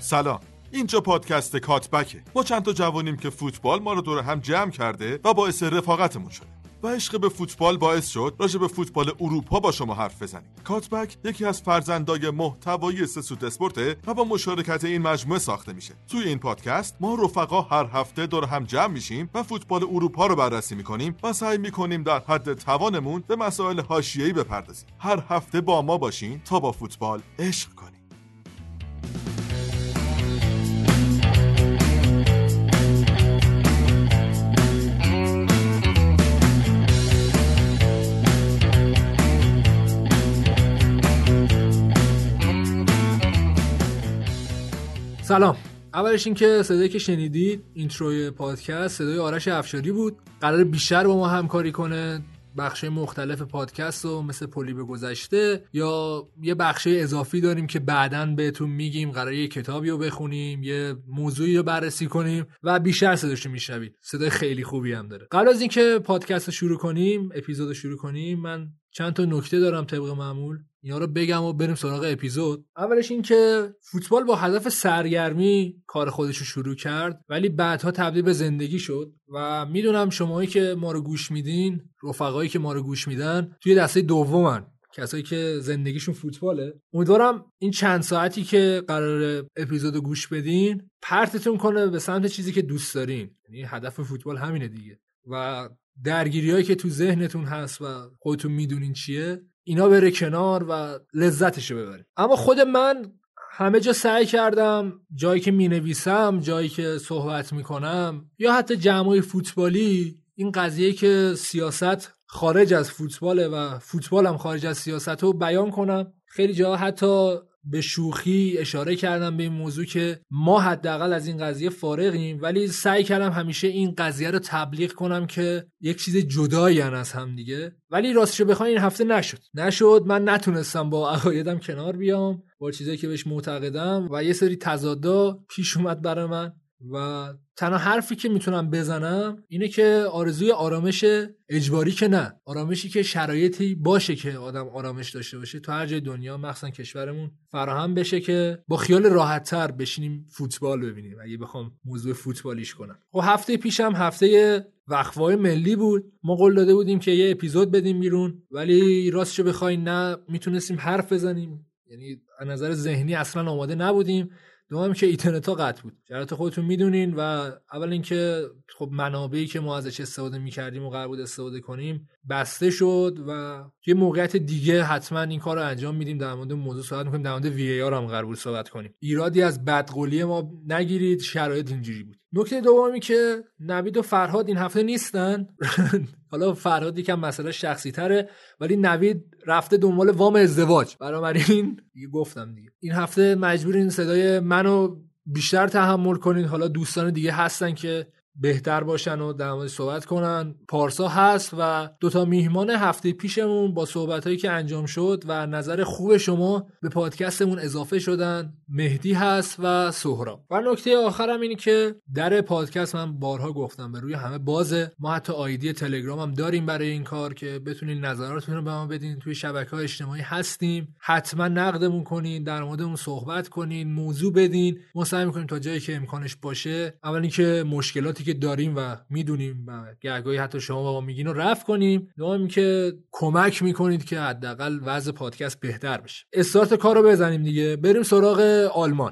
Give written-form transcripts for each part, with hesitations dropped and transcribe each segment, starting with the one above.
سلام، اینجا پادکست کاتبکه. ما چند تا جوانیم که فوتبال ما رو دور هم جمع کرده و باعث رفاقتمون شده و عشق به فوتبال باعث شد راجع به فوتبال اروپا با شما حرف بزنیم. کاتبک یکی از فرزندای محتوایی سسود اسپورته و با مشارکت این مجموعه ساخته میشه. توی این پادکست ما رفقا هر هفته دور هم جمع میشیم و فوتبال اروپا رو بررسی میکنیم و سعی میکنیم در حد توانمون به مسائل حاشیه‌ای بپردازیم. هر هفته با ما باشین تا با فوتبال عشق کنیم. سلام. اولش این که صدایی که شنیدید اینتروی پادکست صدای آرش افشاری بود. قراره بیشتر با ما همکاری کنه، بخشای مختلف پادکست رو مثل پلیب گذشته یا یه بخشای اضافی داریم که بعداً بهتون میگیم. قراره یه کتابی رو بخونیم، یه موضوعی رو بررسی کنیم و بیشتر صداش رو میشنوید. صدای خیلی خوبی هم داره. قبل از اینکه پادکست رو شروع کنیم، اپیزود رو شروع کنیم، من چند تا نکته دارم طبق معمول اینا رو بگم و بریم سراغ اپیزود. اولش این که فوتبال با هدف سرگرمی کار خودش رو شروع کرد ولی بعدها تبدیل به زندگی شد و میدونم شماهایی که ما رو گوش میدین، رفقایی که ما رو گوش میدن توی دسته دومن، کسایی که زندگیشون فوتباله. امیدوارم این چند ساعتی که قرار اپیزودو گوش بدین پرتتون کنه به سمت چیزی که دوست دارین. یعنی هدف فوتبال همینه دیگه و درگیریایی که تو ذهنتون هست و خودتون میدونین چیه اینا بره کنار و لذتشو ببرید. اما خود من همه جا سعی کردم جایی که مینویسم، جایی که صحبت میکنم یا حتی جمعای فوتبالی، این قضیه که سیاست خارج از فوتباله و فوتبال هم خارج از سیاست رو بیان کنم. خیلی جا حتی به شوخی اشاره کردم به این موضوع که ما حداقل از این قضیه فارغیم، ولی سعی کردم همیشه این قضیه رو تبلیغ کنم که یک چیز جدایی از هم دیگه. ولی راستشو بخواین این هفته نشد. من نتونستم با عقایدم کنار بیام، با چیزایی که بهش معتقدم و یه سری تضادا پیش اومد برای من و تنها حرفی که میتونم بزنم اینه که آرزوی آرامش اجباری که نه، آرامشی که شرایطی باشه که آدم آرامش داشته باشه تو هر جای دنیا، مخصوصا کشورمون، فراهم بشه که با خیال راحت‌تر بشینیم فوتبال ببینیم اگه بخوام موضوع فوتبالیش کنم. خب هفته پیشم هفته وقفه‌های ملی بود. ما قول داده بودیم که یه اپیزود بدیم بیرون ولی راستش بخواین نه میتونستیم حرف بزنیم، یعنی از نظر ذهنی اصلا آماده نبودیم. دوم که اینترنت ها قطع بود. شرایط خودتون میدونین و اول اینکه خب منابعی که ما ازش استفاده میکردیم و قرار بود استفاده کنیم بسته شد و یه موقعیت دیگه حتما این کار رو انجام میدیم، در مورد موضوع صحبت میکنیم، در مورد وی آر هم قرار بود صحبت کنیم. ایرادی از بدقولی ما نگیرید، شرایط اینجوری بود. نکته دومی که نوید و فرهاد این هفته نیستن. حالا فرهاد یکم مسئله شخصی تره ولی نوید رفته دنبال وام ازدواج، بنابراین دیگه گفتم دیگه این هفته مجبورین صدای منو بیشتر تحمل کنین. حالا دوستان دیگه هستن که بهتر باشن و در مورد صحبت کنن. پارسا هست و دوتا میهمان هفته پیشمون با صحبتایی که انجام شد و نظر خوب شما به پادکستمون اضافه شدن، مهدی هست و سهراب. و نکته آخرم اینه که در پادکست من بارها گفتم به روی همه بازه. ما حتی آیدی تلگرام هم داریم برای این کار که بتونین نظراتتون رو به ما بدین. توی شبکه‌های اجتماعی هستیم، حتما نقدمون کنین، در موردمون صحبت کنین، موضوع بدین. ما سعی می‌کنیم تا جایی که امکانش باشه اولی که مشکلاتی که داریم و میدونیم و گهگاهی حتی شما با ما میگین رو رفع کنیم، دوم که کمک میکنید که حداقل وضع پادکست بهتر بشه. استارت کار رو بزنیم دیگه، بریم سراغ آلمان.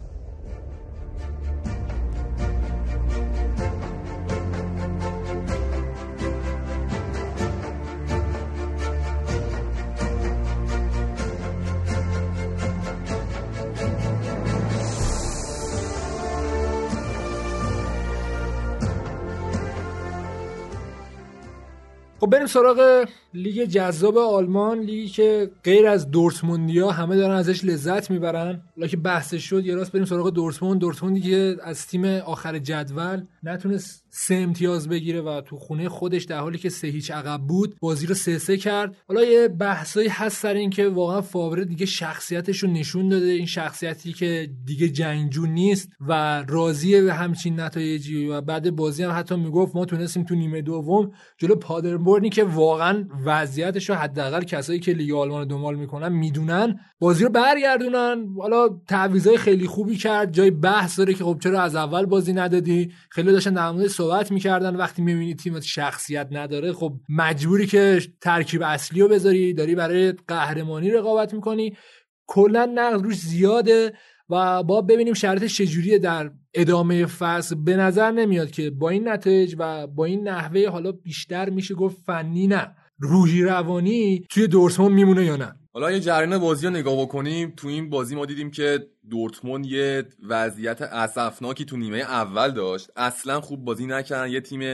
خب بریم سراغ لیگ جذاب آلمان، لیگی که غیر از دورتموندیا همه دارن ازش لذت میبرن. حالا که بحثش شد یه راست بریم سراغ دورتموندی که از تیم آخر جدول نتونست 3 امتیاز بگیره و تو خونه خودش در حالی که 3-0 عقب بود بازی رو 3-3 کرد. حالا یه بحثایی هست سر این که واقعا فاوره دیگه شخصیتش رو نشون داده، این شخصیتی که دیگه جنگجو نیست و راضیه به همچین نتایجی و بعد بازی هم حتی میگفت ما تونستیم تو نیمه دوم جلو پادربورن پادربورنی که واقعا وضعیتش رو حداقل کسایی که لیگ آلمان دنبال میکنن میدونن بازی رو برگردونن. حالا تعویضای خیلی خوبی کرد، جای بحث داره که خب چرا از اول بازی ندادی. خیلی داشتن در مورد صحبت میکردن وقتی میبینی تیمت شخصیت نداره خب مجبوری که ترکیب اصلی رو بذاری، داری برای قهرمانی رقابت میکنی. کلا نقد روش زیاده و با ببینیم شرایطش چجوریه در ادامه فصل. به نظر نمیاد که با این نتایج و با این نحوه حالا بیشتر میشه گفت فنی نه روحی روانی توی دورتموند میمونه یا نه. حالا یه جریان بازی رو نگاه بکنیم. تو این بازی ما دیدیم که دورتموند یه وضعیت اسفناکی تو نیمه اول داشت، اصلا خوب بازی نکردن، یه تیم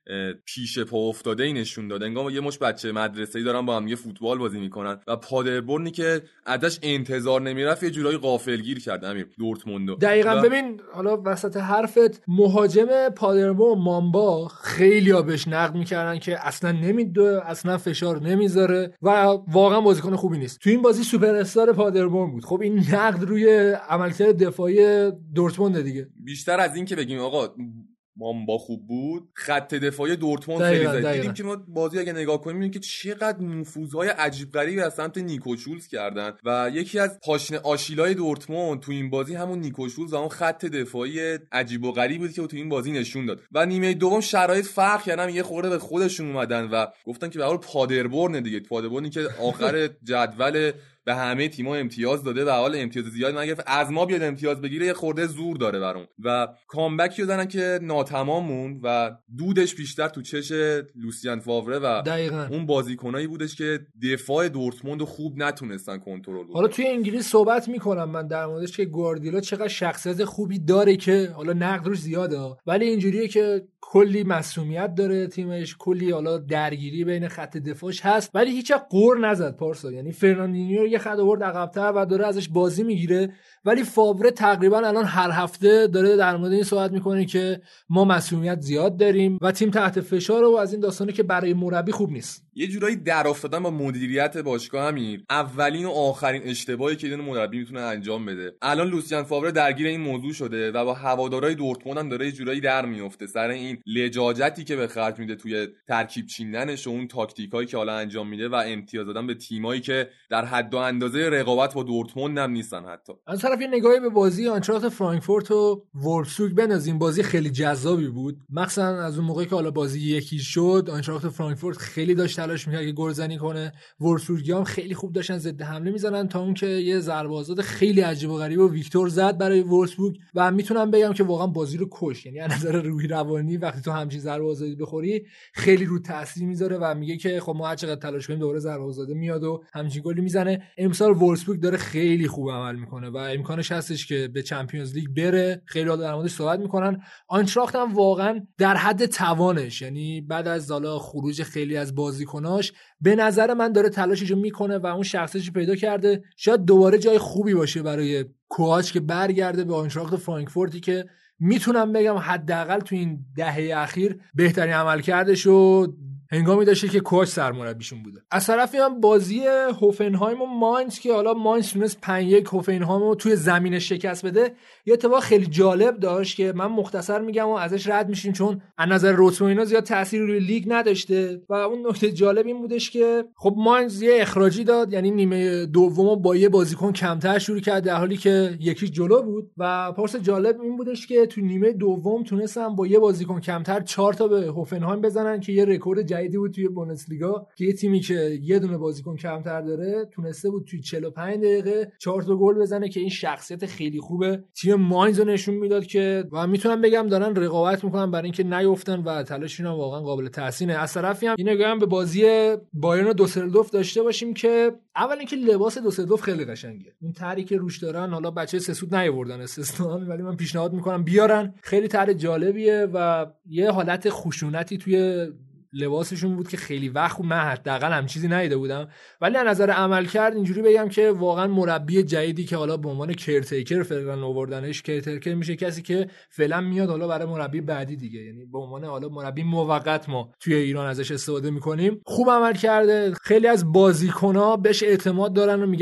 پیش پا افتاده ای نشون داد، انگار یه مش بچه مدرسه‌ای دارن با هم یه فوتبال بازی میکنن و پادربورنی که ازش انتظار نمیرفت یه جورایی غافلگیر کرد امیر دورتموندو. دقیقاً ببین حالا وسط حرفت مهاجم پادربورن مامبا خیلی‌ها بهش نقد میکردن که اصلا نمیدوه، اصلا فشار نمیذاره و واقعا بازیکن خوبی نیست. تو این بازی سوپر استار پادربورن بود. خب این نقد روی عملکرد دفاعی دورتموند دیگه. بیشتر از این که بگیم آقا مامبا خوب بود، خط دفاعی دورتموند خیلی زد. دیدیم که ما بازی اگه نگاه کنیم می‌بینیم که چقدر نفوذهای عجیب غریبی از سمت نیکو شولز کردن و یکی از پاشنه آشیلای دورتموند تو این بازی همون نیکو شولز و اون خط دفاعی عجیب و غریبی بود که تو این بازی نشون داد. و نیمه دوم شرایط فرق کردن، یه خورده به خودشون اومدن و گفتن که به هر پادربورن دیگه، پادربورنی که آخر جدول به همه تیم‌ها امتیاز داده و حال امتیاز زیاد نگرفت، از ما بیاد امتیاز بگیره یه خورده زور داره برام. و کامبکی رو دادن که ناتمام موند و دودش بیشتر تو چش لوسیان فاوره و دقیقاً اون بازیکنایی بودش که دفاع دورتموند رو خوب نتونستن کنترل کنن. حالا توی انگلیس صحبت میکنم من در موردش که گواردیولا چقدر شخصیت خوبی داره که حالا نقد روش زیاده ولی اینجوریه که کلی مسئولیت داره تیمش، کلی حالا درگیری بین خط دفاعش هست ولی هیچ قور نزد پارسا. یعنی فرناندینیو یه خط آورد عقب‌تر و داره ازش بازی میگیره ولی فاوره تقریبا الان هر هفته داره در مورد این صحبت میکنه که ما مسئولیت زیاد داریم و تیم تحت فشار و از این داستانه که برای مربی خوب نیست. یه جورایی در افتادن با مدیریت باشگاه همین اولین و آخرین اشتباهی که یه مربی میتونه انجام بده. الان لوسیان فاوره درگیر این موضوع شده و با هوادارهای دورتموند هم داره یه جورایی در میفته سر این لجاجتی که به خرج میده توی ترکیب چیندنش و اون تاکتیکایی که حالا انجام میده و امتیاز دادن به تیمایی که در حد و اندازه رقابت با دورتموند هم نیستن. حتی از طرف یه نگاهی به بازی آنتراخت فرانکفورت و وولفسبورگ بندازیم. بازی خیلی جذابی بود، مخصوصا از اون موقعی که حالا بازی یکی شد. آنتراخت فرانکفورت خیلی داشت تلاش می‌کرد که گلزنی کنه، وولفسبورگیا هم خیلی خوب داشتن ضد حمله می‌زدن تا اون که یه ضربه آزاد خیلی عجیب و غریب و ویکتور زد برای وولفسبورگ و میتونم بگم که واقعا بازی رو کش. یعنی از نظر روحی روانی وقتی تو همچین ضربه آزادی بخوری خیلی رو تاثیر میذاره و میگه که خب ما هر چقدر تلاش کنیم دوباره ضربه آزاده میاد و همچین گلی میزنه. امسال وولفسبورگ داره خیلی خوب عمل میکنه و امکانش هستش که به چمپیونز لیگ بره. خیلی در موردش صحبت میکنن. آنتراخت هم واقعا در حد توانش، یعنی بعد از حالا خروج خیلی از بازیکناش به نظر من داره تلاششو میکنه و اون شخصیتش پیدا کرده. شاید دوباره جای خوبی باشه برای کوچ که برگرده به آنتراخت فرانکفورتی که میتونم بگم حداقل تو این دهه اخیر بهترین عملکردشو هنگامی داشته که کوچ سرمربیشون بوده. از طرفی هم بازی هوفنهایم و ماینز که حالا ماینز تونست 5-1 هوفنهایم رو توی زمین شکست بده، یه اتفاق خیلی جالب داشت که من مختصر میگم و ازش رد میشیم چون از نظر رتبه اینا زیاد تأثیری روی لیگ نداشته. و اون نکته جالب این بودش که خب ماینز یه اخراجی داد، یعنی نیمه دوم با یه بازیکن کمتر شروع کرد در حالی که یکی جلو بود. و پارس جالب این بودش که تو نیمه دوم تونستن با یه بازیکن کمتر 4 تا به هوفنهایم بزنن که یه رکورد جدیدی بود توی بوندسلیگا که یه تیمی که یه دونه بازیکن کمتر داره تونسته بود توی 45 دقیقه 4 تا گل بزنه که این شخصیت خیلی خوبه تیم ماینز رو نشون میداد که و میتونم بگم دارن رقابت میکنن برای اینکه نیافتن و تلاششون هم واقعا قابل تحسینه. از طرفی هم اینو گفتم به بازی بایرن و دوسلدورف داشته باشیم که اول اینکه لباس دوسلدورف خیلی قشنگه، اون طری که روش دارن، حالا بچه سسود نیاوردن استثنان ولی من پیشنهاد میکنم بیارن، خیلی طرح جالبیه و یه حالت خشونتی توی لباسشون بود که خیلی وقت من حداقل هم چیزی ندیده بودم. ولی از نظر عمل کرد اینجوری بگم که واقعا مربی جدیدی که حالا به عنوان کرتیکر فعلا آوردنش، کرتیکر میشه کسی که فعلا میاد حالا برای مربی بعدی دیگه، یعنی به عنوان حالا مربی موقت ما توی ایران ازش استفاده میکنیم. خوب عمل کرده، خیلی از بازیکن‌ها بهش اعتماد دارن و میگن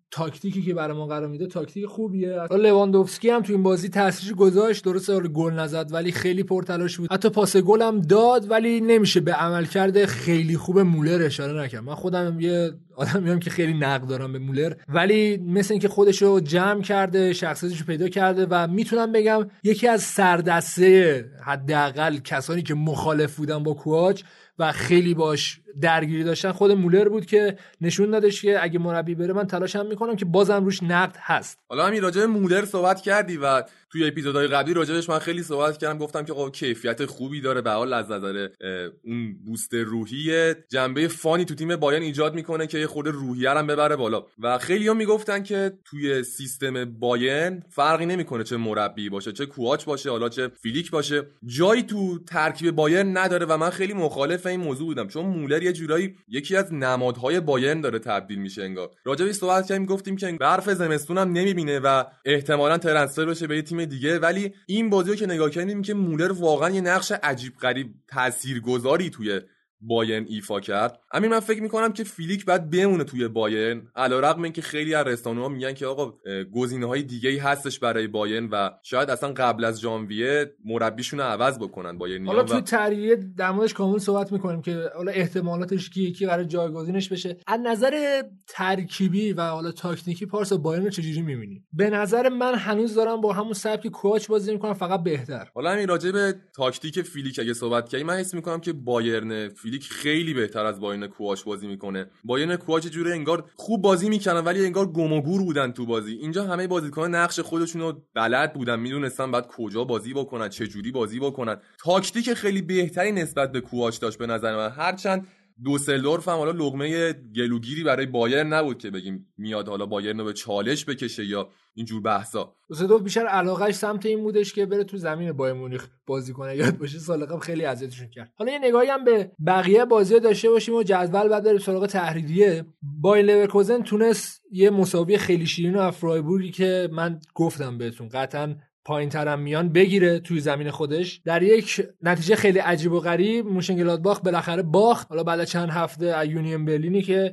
تاکتیکی که برای ما قرار میده تاکتیک خوبیه. لواندوفسکی هم تو این بازی تاثیر گذاشت، درسته گل نزد ولی خیلی پرتلاش بود، حتی پاس گل هم داد، ولی نمیشه به عملکرد خیلی خوب مولر اشاره نکنم. من خودم یه آدمیم که خیلی نقد دارم به مولر، ولی مثل اینکه خودشو جمع کرده، شخصیتشو پیدا کرده و میتونم بگم یکی از سردسته حداقل کسانی که مخالف بودن با کوچ و خیلی باش درگیری داشتن خود مولر بود که نشون دادش که اگه مربی بره من تلاشم میکنم که بازم روش نقد هست. حالا همین راجع به مولر صحبت کردی و توی اپیزودهای قبلی راجعش من خیلی صحبت کردم، گفتم که کیفیت خوبی داره، به حال از نظر اون بوست روحی جنبه فانی تو تیم بایرن ایجاد میکنه که یه خورده روحیه هم ببره بالا و خیلی‌ها میگفتن که توی سیستم بایرن فرقی نمیکنه چه مربی باشه، چه کوچ باشه، حالا چه فیلیک باشه، جایی تو ترکیب بایرن نداره و من خیلی مخالف این موضوع بودم، چون مولر یه جورایی یکی از نمادهای بایرن داره تبدیل میشه انگار. راجعش صحبت کردیم، گفتیم که برف زمستون هم نمیبینه و احتمالاً ترنسفر بشه به تیم دیگه، ولی این بازیو که نگاه کردیم که مولر واقعا یه نقش عجیب غریب تاثیرگذاری توی بایرن ایفا کرد. همین من فکر میکنم که فیلیک باید بمونه توی بایرن، علیرغم اینکه خیلی از رسانه‌ها میگن که آقا گزینه‌های دیگه‌ای هستش برای بایرن و شاید اصلا قبل از ژانویه مربیشون رو عوض بکنن بایرن. حالا توی تحلیل در موردش کامل صحبت میکنیم که حالا احتمالاتش کی قرار جایگزینش بشه. از نظر ترکیبی و حالا تاکتیکی پارسا بایرن رو چجوری می‌بینی؟ به نظر من هنوز دارم با همون سبک کوچ بازی می‌کنم، فقط بهتر. حالا همین راجع به تاکتیک فیلیک اگه صحبت کنیم، من حس می‌کنم که بایرن فیلیک خیلی بهتر از بایرن کوچ بازی میکنه. بایرن کوچ جوره انگار خوب بازی میکنن ولی انگار گم و گور بودن تو بازی. اینجا همه بازیکنان نقش خودشون رو بلد بودن، میدونستن بعد کجا بازی بکنن، چه جوری بازی بکنن. تاکتیک خیلی بهتری نسبت به کوچ داشت به نظر من، هرچند دوسلدورف هم حالا لقمه گلوگیری برای بایرن نبود که بگیم میاد حالا بایرن رو به چالش بکشه یا اینجور بحثا. دوسلدورف بیشتر علاقهش سمت این بودش که بره تو زمین بایر مونیخ بازی کنه. یاد باشه سال قبل خیلی اذیتشون کرد. حالا یه نگاهی هم به بقیه بازی‌ها داشته باشیم و جدول بعد بریم سراغ تحریریه. بایر لورکوزن تونست یه مساوی خیلی شیرین و فرایبورگی که من گفتم بهتون قطعاً پایین‌ترم میان بگیره توی زمین خودش، در یک نتیجه خیلی عجیب و غریب موشنگلادباخ بالاخره باخت. حالا بعد از چند هفته از یونیون برلینی که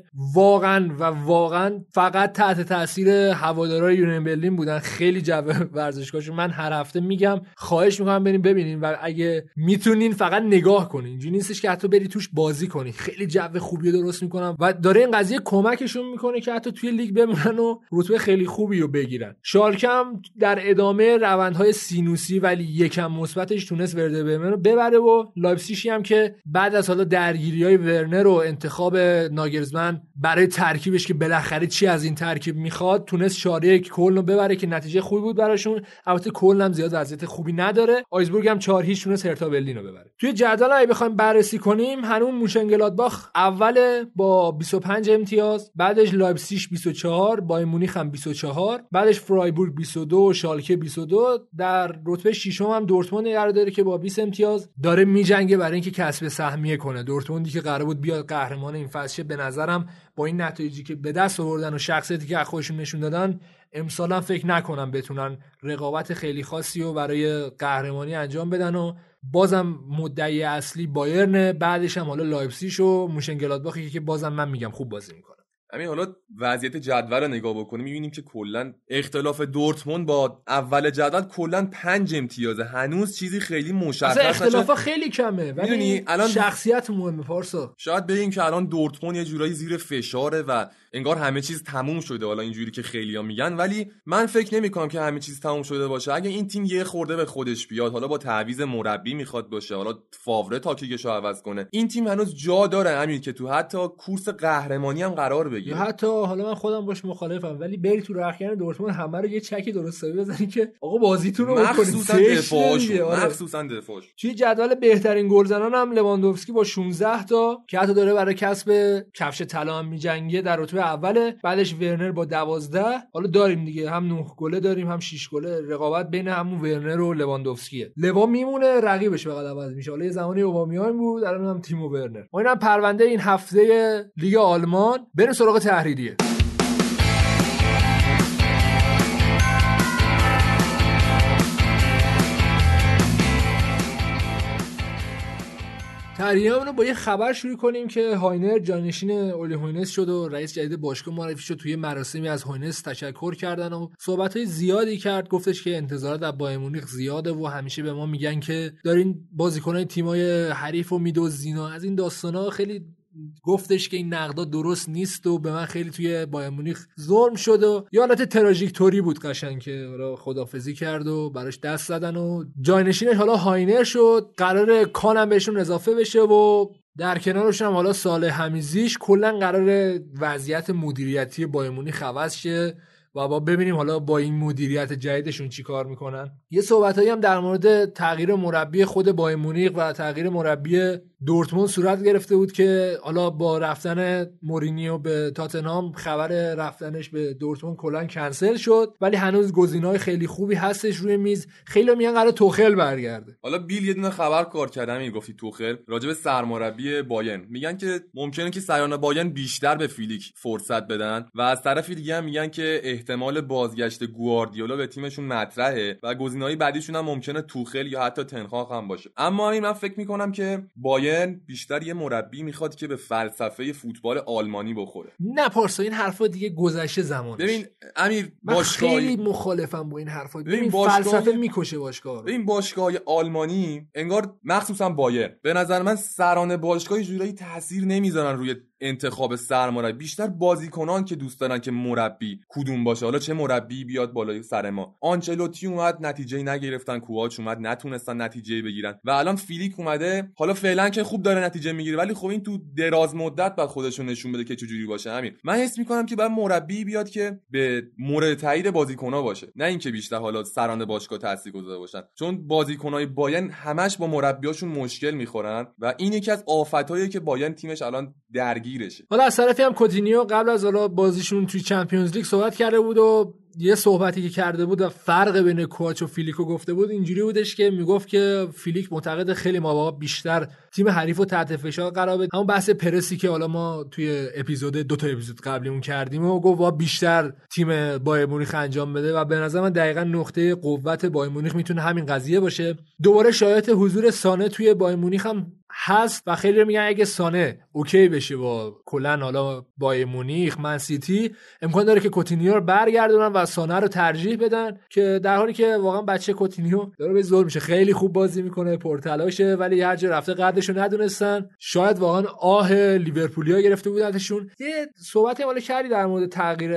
واقعا فقط تحت تاثیر هوادارهای یونیون برلین بودن، خیلی جو ورزشگاهشون من هر هفته میگم خواهش میکنم بریم ببینین و اگه میتونین فقط نگاه کنین، اینجوری نیستش که حتی بری توش بازی کنین، خیلی جو خوبی درست میکنن و داره این قضیه کمکشون میکنه که حتی توی لیگ بمونن و رتبه خیلی خوبی رو بگیرن. شالکه هم در ادامه روندهای سینوسی ولی یکم مثبتش تونست ورده برمن رو ببره و لایپزیگی هم که بعد از حالا درگیری‌های ورنر و انتخاب ناگلزمن برای ترکیبش که بالاخره چی از این ترکیب میخواد تونست 4-1 کلن رو ببره که نتیجه خوبی بود براشون. البته کلن هم زیاد وضعیت خوبی نداره. آیزبورگ هم 4-0 تونست هرتا برلین رو ببره. توی جدول اگه بخوایم بررسی کنیم هنوز موشنگلادباخ اوله با 25 امتیاز، بعدش لایپزیگ 24، بایر مونیخ هم 24، بعدش فرایبورگ 22 و شالکه 22. در رتبه ششم هم دورتموند قرار داره که با 20 امتیاز داره میجنگه برای اینکه کسب سهمیه کنه. دورتموندی که قرار بود بیاد قهرمان این فصل شه، به نظرم با این نتایجی که به دست آوردن و شخصیتی که خودشون نشون دادن امسال فکر نکنم بتونن رقابت خیلی خاصی رو برای قهرمانی انجام بدن و بازم مدعی اصلی بایرن، بعدش هم حالا لایپزیگ و موشنگلادباخی که بازم من میگم خوب بازی میکنه. همین حالا وضعیت جدول رو نگاه بکنیم می‌بینیم که کلا اختلاف دورتموند با اول جدول کلا 5 امتیازه. هنوز چیزی خیلی مشخص نشده. اختلاف خیلی کمه ولی الان شخصیت مهمه پارسا. شاید بگیم که الان دورتموند یه جورایی زیر فشاره و انگار همه چیز تموم شده، حالا اینجوری که خیلیا میگن، ولی من فکر نمی‌کنم که همه چیز تموم شده باشه. اگه این تیم یه خورده به خودش بیاد، حالا با تعویض مربی میخواد باشه، حالا فاوره تاکتیکشو عوض کنه، این تیم هنوز جا داره همین که تو حتی کورس قهرمانی هم قرار بگیره. حتی حالا من خودم باش مخالفم ولی بری تو رختکن دورتموند همه رو یه چکی درست حسابی بزنی که آقا بازیتون رو بکنید، مخصوصا دفاعش. توی جدول بهترین گلزنان هم لواندوفسکی با 16 تا که حتی داره برای کسب کفش طلا هم میجنگه، در رتبه اوله. بعدش ورنر با 12. حالا داریم دیگه هم 9 گله داریم هم 6 گله، رقابت بین همون ورنر و لواندوفسکیه. لوا میمونه رقیبش فقط عوض میشه. حالا یه زمانی اوبامیان بود، الان هم تیمو ورنر. ما اینم پرونده این هفته لیگ آلمان. بریم سراغ تحریریه. تحریریمون رو با یه خبر شروع کنیم که هاینر جانشین اولی هوینس شد و رئیس جدید باشگاه معرفی شد. توی مراسمی از هوینس تشکر کردن و صحبت‌های زیادی کرد. گفتش که انتظارات از بایر مونیخ زیاده و همیشه به ما میگن که دارین بازیکن‌های تیم‌های حریف رو میدزدین و از این داستانا. خیلی گفتش که این نقدا درست نیست و به من خیلی توی بایر مونیخ ظلم شد و یه حالت تراژیک توری بود قشنگ که خدافظی کرد و براش دست زدن و جانشینش حالا هاینر شد. قراره کان هم بهشون اضافه بشه و در کنارش هم حالا صالح حمیزیش. کلا قراره وضعیت مدیریتی بایر مونیخ عوض شه و با ببینیم حالا با این مدیریت جدیدشون چی کار میکنن. یه صحبتایی هم در مورد تغییر مربی خود بایر مونیخ و تغییر مربی دورتموند صورت گرفته بود که حالا با رفتن مورینیو به تاتنهام خبر رفتنش به دورتموند کلا کنسل شد، ولی هنوز گزینه‌های خیلی خوبی هستش روی میز. خیلی میگن قراره توخل برگرده. حالا بیل یه دونه خبر کار کرده، میگفتی توخل راجع به سرمربی بایرن میگن که ممکنه که سران بایرن بیشتر به فیلیک فرصت بدن و از طرف دیگه هم میگن که احتمال بازگشت گواردیولا به تیمشون مطرحه و گزینه‌های بعدیشون هم ممکنه توخل یا حتی تنخاخ هم باشه. اما من فکر می‌کنم که بایرن بیشتر یه مربی میخواد که به فلسفه فوتبال آلمانی بخوره. نه پارسا این حرفا دیگه گذشته زمانش. ببین امیر، من خیلی مخالفم با این حرفا. ببین فلسفه میکشه باشگاه رو. ببین باشگاه‌های آلمانی انگار مخصوصا بایرن به نظر من سران باشگاه جورایی تاثیر نمیذارن روی انتخاب سرمربی. بیشتر بازیکنان که دوست دارن که مربی کدوم باشه، حالا چه مربی بیاد بالای سر ما. آنچلوتی اومد نتیجه نگرفتن، کوواچ اومد نتونستن نتیجه بگیرن و الان فیلیک اومده، حالا فعلا که خوب داره نتیجه میگیره ولی خب این تو دراز مدت بعد خودشون نشون بده که چجوری باشه. همین من حس میکنم که باید مربی بیاد که به مورد تایید بازیکن‌ها باشه، نه اینکه بیشتر حالا سران باشگاه تاثیرگذار باشن، چون بازیکن‌های بایرن همش با مربیاشون مشکل میخورن و این یکی از آفتاییه که بایرن تیمش الان درگیرشه. حالا از طرفی هم کوتینیو قبل از حالا بازیشون توی چمپیونز لیگ صحبت کرده بود و یه صحبتی که کرده بود و فرق بین کوچ و فیلیکو گفته بود اینجوری بودش که میگفت که فیلیک معتقد خیلی ما بیشتر تیم حریفو تحت فشار قرار بده. همون بحث پرسی که حالا ما توی دو تا اپیزود قبلیمون کردیم و گفت وا بیشتر تیم بایر مونیخ انجام بده و به نظر من دقیقاً نقطه قوت بایر مونیخ میتونه همین قضیه باشه. دوباره شایعات حضور سانه توی بایر مونیخ هم هست و خیلی میگن اگه سانه اوکی بشه با کلا حالا بایر مونیخ من سیتی، امکان داره که کوتینیو رو برگردونن و سانه رو ترجیح بدن، که در حالی که واقعا بچه کوتینیو داره به زور میشه، خیلی خوب بازی میکنه، پرتلاشه، ولی هر جا رفته قدرشو ندونستن. شاید واقعا آه لیورپولیا گرفته بودنشون. یه صحبتی مال کردی در مورد تغییر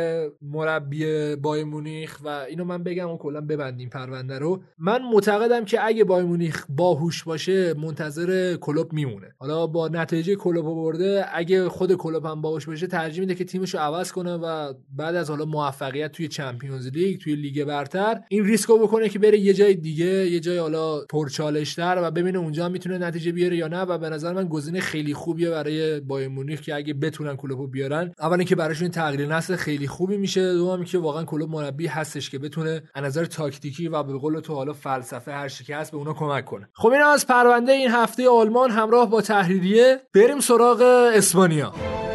مربی بایر مونیخ و اینو من بگم و کلا ببندیم پرونده رو. من معتقدم که اگه بایر مونیخ باهوش باشه منتظر کلوب میمونه. حالا با نتیجه کلوب برده، اگه خود کلوب هم باهوش باشه ترجیح میده که تیمشو عوض کنه و بعد از حالا موفقیت توی چمپیونز لیگ، توی لیگ برتر، این ریسکو بکنه که بره یه جای دیگه، یه جای حالا پرچالش‌تر و ببینه اونجا میتونه نتیجه بیاره یا نه. و به نظر من گزینه خیلی خوبیه برای بایر مونیخ که اگه بتونن کلوبو بیارن، اولا که براشون تغییر نسل خیلی خوبی میشه، دوم که واقعا کلوب مربی هستش که بتونه از نظر تاکتیکی و به قول تو حالا فلسفه هر چی که هست به اونا کمک کنه. خب این از پرونده این هفته آلمان همراه با تحریریه. بریم سراغ اسپانیا.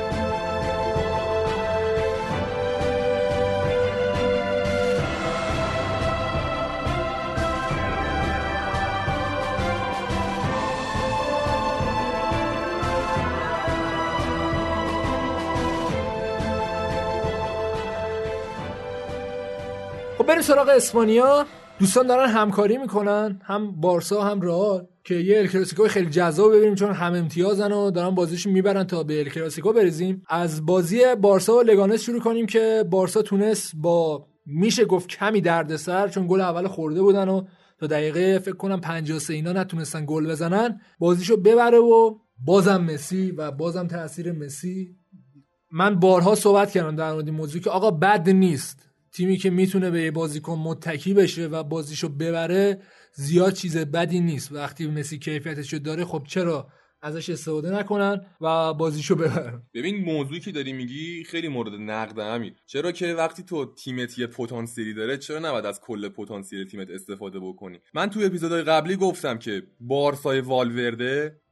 بریم سراغ اسپانیا. دوستان دارن همکاری میکنن، هم بارسا هم رئال، که یه ال کلاسیکو خیلی جذاب ببینیم چون هم امتیازن و دارن بازیشو میبرن. تا به ال کلاسیکو بریزیم از بازی بارسا و لگانس شروع کنیم که بارسا تونست با میشه گفت کمی دردسر، چون گل اول خورده بودن و تا دقیقه فکر کنم 53 اینا نتونستن گل بزنن، بازیشو ببره و بازم مسی و بازم تاثیر مسی. من بارها صحبت کردم در مورد این موضوع که آقا بد نیست تیمی که میتونه به یه بازیکن متکی بشه و بازیشو ببره، زیاد چیز بدی نیست. وقتی مسی کیفیتشو داره خب چرا ازش استفاده نکنن و بازیشو ببرن. ببین موضوعی که داری میگی خیلی مورد نقد همین، چرا که وقتی تو تیمت یه پتانسیلی داره چرا نباید از کل پتانسیل تیمت استفاده بکنی؟ من تو اپیزودهای قبلی گفتم که بارسای والورده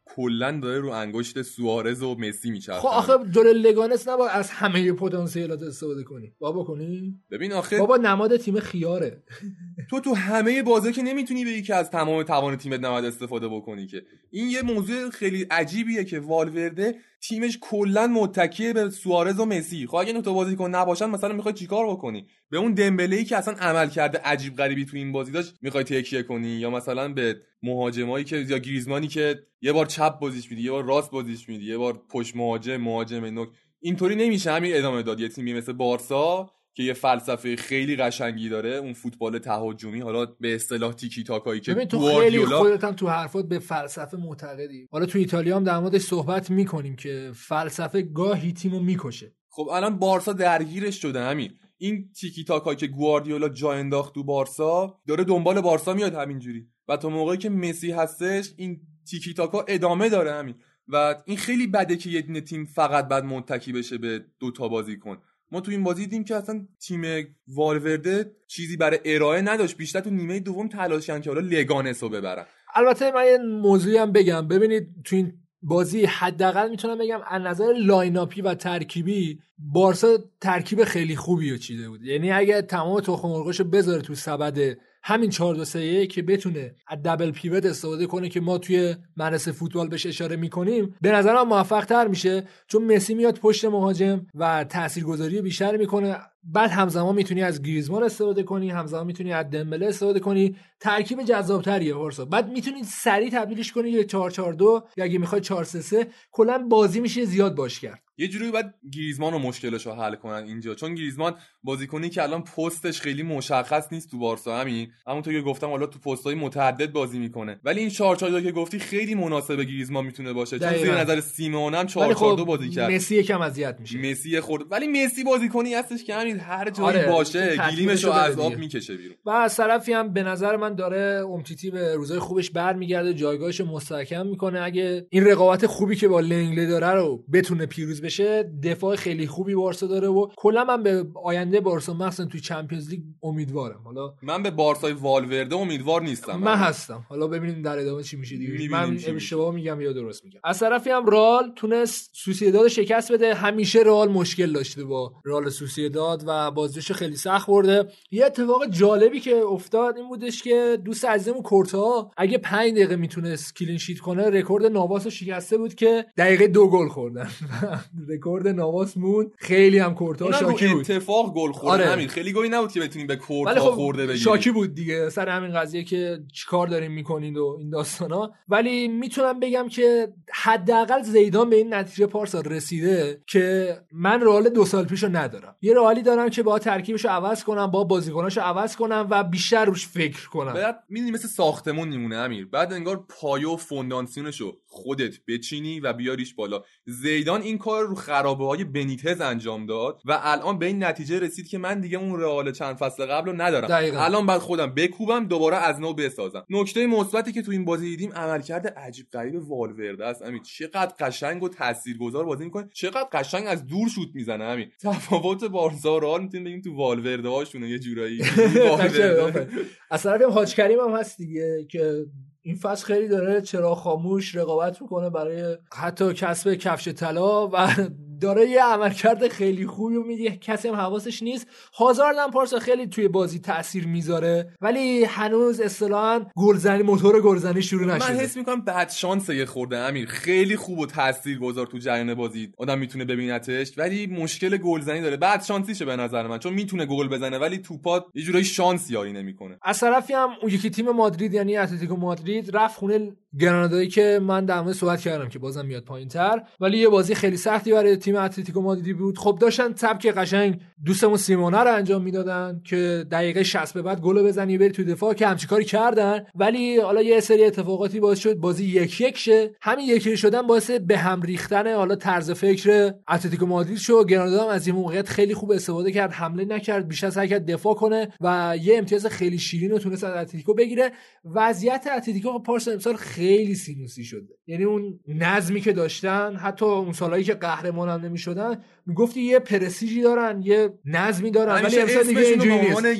کلا داره رو انگشت سوارز و مسی میچرخه. خب آخه جلوی لگانس نباید از همه پتانسیلات استفاده کنی. بابا کنی؟ ببین آخه بابا نماد تیم خیاره. تو همه بازی که نمیتونی بگی که از تمام توان تیمت نباید استفاده بکنی که. این یه موضوع خیلی عجیبیه که والورده تیمش کلا متکیه به سوارز و مسی. خب اگه این دو بازیکن نباشن مثلا میخوای چیکار بکنی؟ به اون دمبله‌ای که اصلا عمل کرده عجیب غریبی تو این بازی داشت میخوای تکیه کنی، یا مثلا به مهاجمایی که یا گریزمانی که یه بار چپ بازیش میدی، یه بار راست بازیش میدی، یه بار پشت مهاجم نوک. اینطوری نمیشه همین ادامه داد. یه تیمی مثل بارسا که یه فلسفه خیلی قشنگی داره، اون فوتبال تهاجمی، حالا به اصطلاح تیکی تاکایی که ببین تو خیلی خودت هم تو حرفات به فلسفه معتقدی. حالا تو ایتالیا هم در موردش صحبت میکنیم که فلسفه گاهی تیمو میکشه. خب الان بارسا درگیرش شده همین. این تیکی تاکایی که گواردیولا جا انداخت تو بارسا داره دنبال بارسا میاد همینجوری، و تا موقعی که مسی هستش این تیکی تاکا ادامه داره همین. و این خیلی بده که یه دونه تیم فقط بعد متکی بشه به دو تا بازیکن. ما تو این بازی دیدیم که اصلا تیم والورده چیزی برای ارائه نداشت، بیشتر تو نیمه دوم تلاش کردن که حالا لگانسو ببرن. البته من یه موضوعی هم بگم، ببینید تو این بازی حداقل میتونم بگم از نظر لاین اپی و ترکیبی بارسا ترکیب خیلی خوبی رو چیده بود. یعنی اگه تمام تخم مرغاشو بذاره تو سبد همین 4-2-3-1 که بتونه از دبل پیوت استفاده کنه که ما توی مدرسه فوتبال بهش اشاره میکنیم، به نظرم موفق تر میشه، چون مسی میاد پشت مهاجم و تاثیرگذاری بیشتر میکنه. بعد همزمان میتونی از گریزمان استفاده کنی، همزمان میتونی از دمبله استفاده کنی، ترکیب جذابتریه بارسا. بعد میتونی سریع تبدیلش کنی یه 4-4-2 یا اگه میخوای 4-3-3، کلا بازی میشه زیاد باش کرد. یه جوری باید گریزمان رو مشکلش رو حل کنن اینجا، چون گریزمان بازیکنی که الان پستش خیلی مشخص نیست تو بارسا. همونطور که گفتم حالا تو پست‌های متعدد بازی میکنه، ولی این 4-4-2 که گفتی خیلی مناسب گریزمان میتونه باشه، چون زیر نظر سیمون هم 4-4-2 بازی کرد. مسی یکم اذیت میشه، مسی خورد، ولی مسی بازیکنی هستش که همین هر جایی باشه گلیمشو از آب میکشه بیرون. و از طرفی هم به نظر من داره امتیتی به روزای خوبش برمیگرده، جایگاهش مستحکم میکنه. اگه این رقابت خوبی که با لنگله داره رو بتونه پیروز بشه، دفاع خیلی خوبی بارسا داره و کلا من به آینده بارسا مثلا توی چمپیونز لیگ امیدوارم. حالا من به بارسای والورده امیدوار نیستم. من هستم، حالا ببینیم در ادامه چی میشه دیگه. من اشتباه میگم یا درست میگم. از طرفی هم رئال تونست سوسییداد شکست بده. همیشه رئال مشکل داشته با رئال سوسییداد و بازیش خیلی سخت برده. یه اتفاق جالبی که افتاد این بودش که دوست عزیزمون کورتا اگه 5 دقیقه میتونست کلین شیت کنه، رکورد نواس رو شکسته بود که دقیقه 2 گل خوردن. رکورد نواس مون. خیلی هم کورتا شاکی بود. اتفاق گل خورد. همین خیلی گلی نبود که بتونیم به کورتا خورده بگیریم. شاکی بود دیگه سر همین قضیه که چیکار دارین میکنید و این داستانا. ولی میتونم بگم که حداقل زیدان به این نتیجه پارسا رسیده که من رئال 2 سال پیشو ندارم. یه رئالی دارم که با ترکیبشو عوض کنم، با بازیکناشو عوض کنم و بیشتر روش فکر کنم. بعد میدونی مثل ساختمون میمونه امیر، بعد انگار پایه و فونداسیونشو خودت بچینی و بیاریش بالا. زیدان این کار رو خرابه‌های بنیتز انجام داد و الان به این نتیجه رسید که من دیگه اون رئال چند فصل قبل رو ندارم. دقیقا. الان بعد خودم بکوبم دوباره از نو بسازم. نکته مثبتی که تو این بازی دیدیم عملکرد عجیب غریب والورده است. امید چقدر قشنگ و تاثیرگذار بازی میکنه، چقدر قشنگ از دور شوت میزنه. امید تفاوت بارسا و رئال میتونیم بگیم تو والورده هاشونه یه جورایی. از طرفی حاج کریم هم هست دیگه که این فصل خیلی داره چرا خاموش رقابت میکنه برای حتی کسب کفش طلا و داره یه عملکرد خیلی خوبی و میگه کسی هم حواسش نیست. هازارد هم پارسا خیلی توی بازی تاثیر میذاره ولی هنوز اصطلاحاً گلزنی موتور گلزنی شروع نشده. من حس میکنم بعد شانس یه خورده امیر، خیلی خوب و تاثیرگذار تو جریان بازی آدم میتونه ببینتش، ولی مشکل گلزنی داره. بعد شانسیشه به نظر من، چون میتونه گل بزنه ولی توپات یه جورایی شانس یاری نمیکنه. از طرفی هم اون یکی تیم مادرید یعنی اتلتیکو مادرید رفت خونه گرانادایی که من در مورد صحبت کردم که بازم میاد پایین‌تر، ولی یه بازی خیلی سختی برای تیم اتلتیکو مادرید بود. خب داشتن سبک قشنگ دوستمون سیمونه رو انجام میدادن که دقیقه 60 به بعد گل بزنی بری تو دفاع، که همچین کاری کردن، ولی حالا یه سری اتفاقاتی باعث شد بازی 1-1 شه. همین 1-1 شدن باعث به هم ریختن حالا طرز فکر اتلتیکو مادرید شد. گرانادا هم از این موقعیت خیلی خوب استفاده کرد، حمله نکرد، بیشتر سعی کرد دفاع کنه و یه امتیاز خیلی شیرین رو تونست از اتلتیکو بگیره. وضعیت اتلتیکو پارسا امسال خیلی سینوسی شده، یعنی اون نظمی که داشتن حتی اون سالایی که قهرمان هم نمیشدن میگفتی یه پرستیژی دارن، یه نظمی دارن، ولی امسال دیگه اینجوری نیست. یه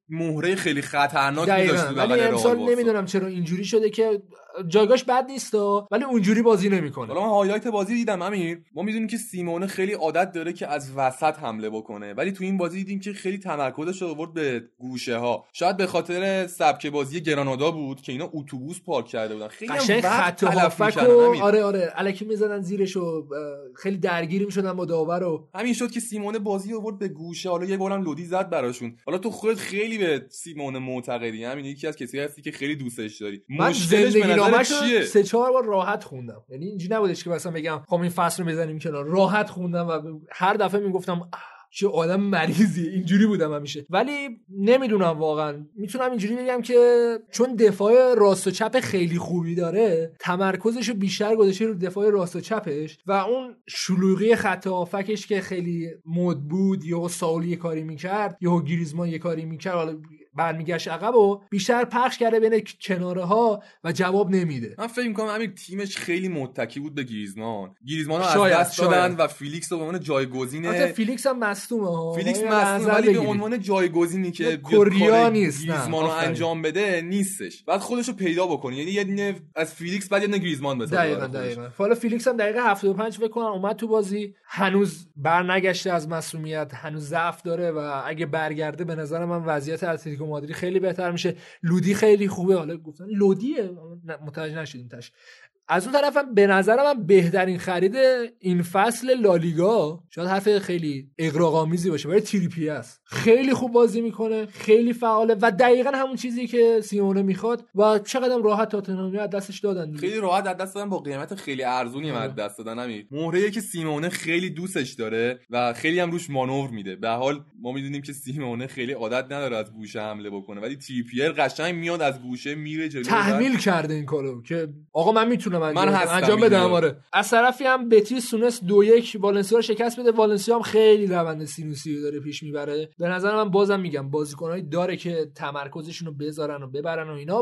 مهره خیلی خطرناک می‌ذاشت تو بغل امسال نمیدونم چرا اینجوری شده که جایگاهش بد نیست ولی اونجوری بازی نمیکنه. حالا من هایلایت بازی دیدم امیر، ما میدونیم که سیمونه خیلی عادت داره که از وسط حمله بکنه، ولی تو این بازی دیدیم که خیلی تمرکزش رو آورد به گوشه ها. شاید به خاطر سبک بازی گرانادا بود که اینا اتوبوس پارک کرده بودن، خیلی خط هافکو آره الکی میزدن زیرشو، خیلی درگیری میشدن با داور و همین شد که سیمونه بازی آورد به گوشه. حالا یه گلم لودی زد براشون. حالا تو خودت خیلی به سیمونه معتقدی، همین یکی از کسایی هستی که خیلی دوستش داری. مشکلش به نظر چیه؟ 3-4 بار راحت خوندم، یعنی اینجوری نبودش که مثلا بگم خب این فصل رو بزنیم کنار، راحت خوندم و هر دفعه میگفتم چه آدم مریضی، اینجوری بودم همیشه. ولی نمیدونم واقعا میتونم اینجوری بگم که چون دفاع راست و چپ خیلی خوبی داره، تمرکزشو بیشتر گذاشته رو دفاع راست و چپش و اون شلوغی خط هافکش که خیلی مد بود، یا ساولی یه کاری میکرد یا گریزمان یه کاری میکرد، حالا برمیگشت عقب و بیشتر پخش کرده بین کناره ها و جواب نمیده. من فکر می‌کنم همین تیمش خیلی متکی بود به گریزمان رو از دست دادن و فیلیکس رو به عنوان جایگزین. البته فیلیکس هم مصدومه ها، فیلیکس مصدومه ولی به عنوان جایگزینی که کوریا نیست گریزمان رو انجام بده نیستش. بعد خودش رو پیدا بکنه، یعنی یه دونه از فیلیکس بعد یه دونه گریزمان بذاره. دقیقاً. حالا فیلیکس هم دقیقه 75 فکر کنم اومد تو بازی، هنوز برنگشته از معصومیت، هنوز ضعف داره و اگه برگرده به نظر من وضعیت اتلتیکو مادرید خیلی بهتر میشه. لودی خیلی خوبه، حالا گفتن لودیه متوجه نشدیم تاش. از اون طرفم به نظر من بهترین خرید این فصل لالیگا، شاید حرف خیلی اغراق‌آمیزی باشه، ولی تریپیه است. خیلی خوب بازی میکنه، خیلی فعاله و دقیقاً همون چیزی که سیمونه میخواد و چقدر راحت تاتنهام از دستش دادن دیگه. خیلی راحت از دست دادن، با قیمت خیلی ارزونی از دست دادن. همین مهره‌ای که سیمونه خیلی دوستش داره و خیلی هم روش مانور میده. به حال ما میدونیم که سیمونه خیلی عادت نداره از گوشه حمله بکنه، ولی تریپیر قشنگ میاد از گوشه میره جلو. تحمیل کرده این کارو که آقا من میتونم انجام بدم. آره از طرفی هم بتیس تونست 2-1 والنسیا رو شکست بده. والنسیا هم خیلی روند سینوسی داره پیش میبره. به نظر من بازم میگم بازیکنایی داره که تمرکزشون رو بذارن و ببرن و اینا،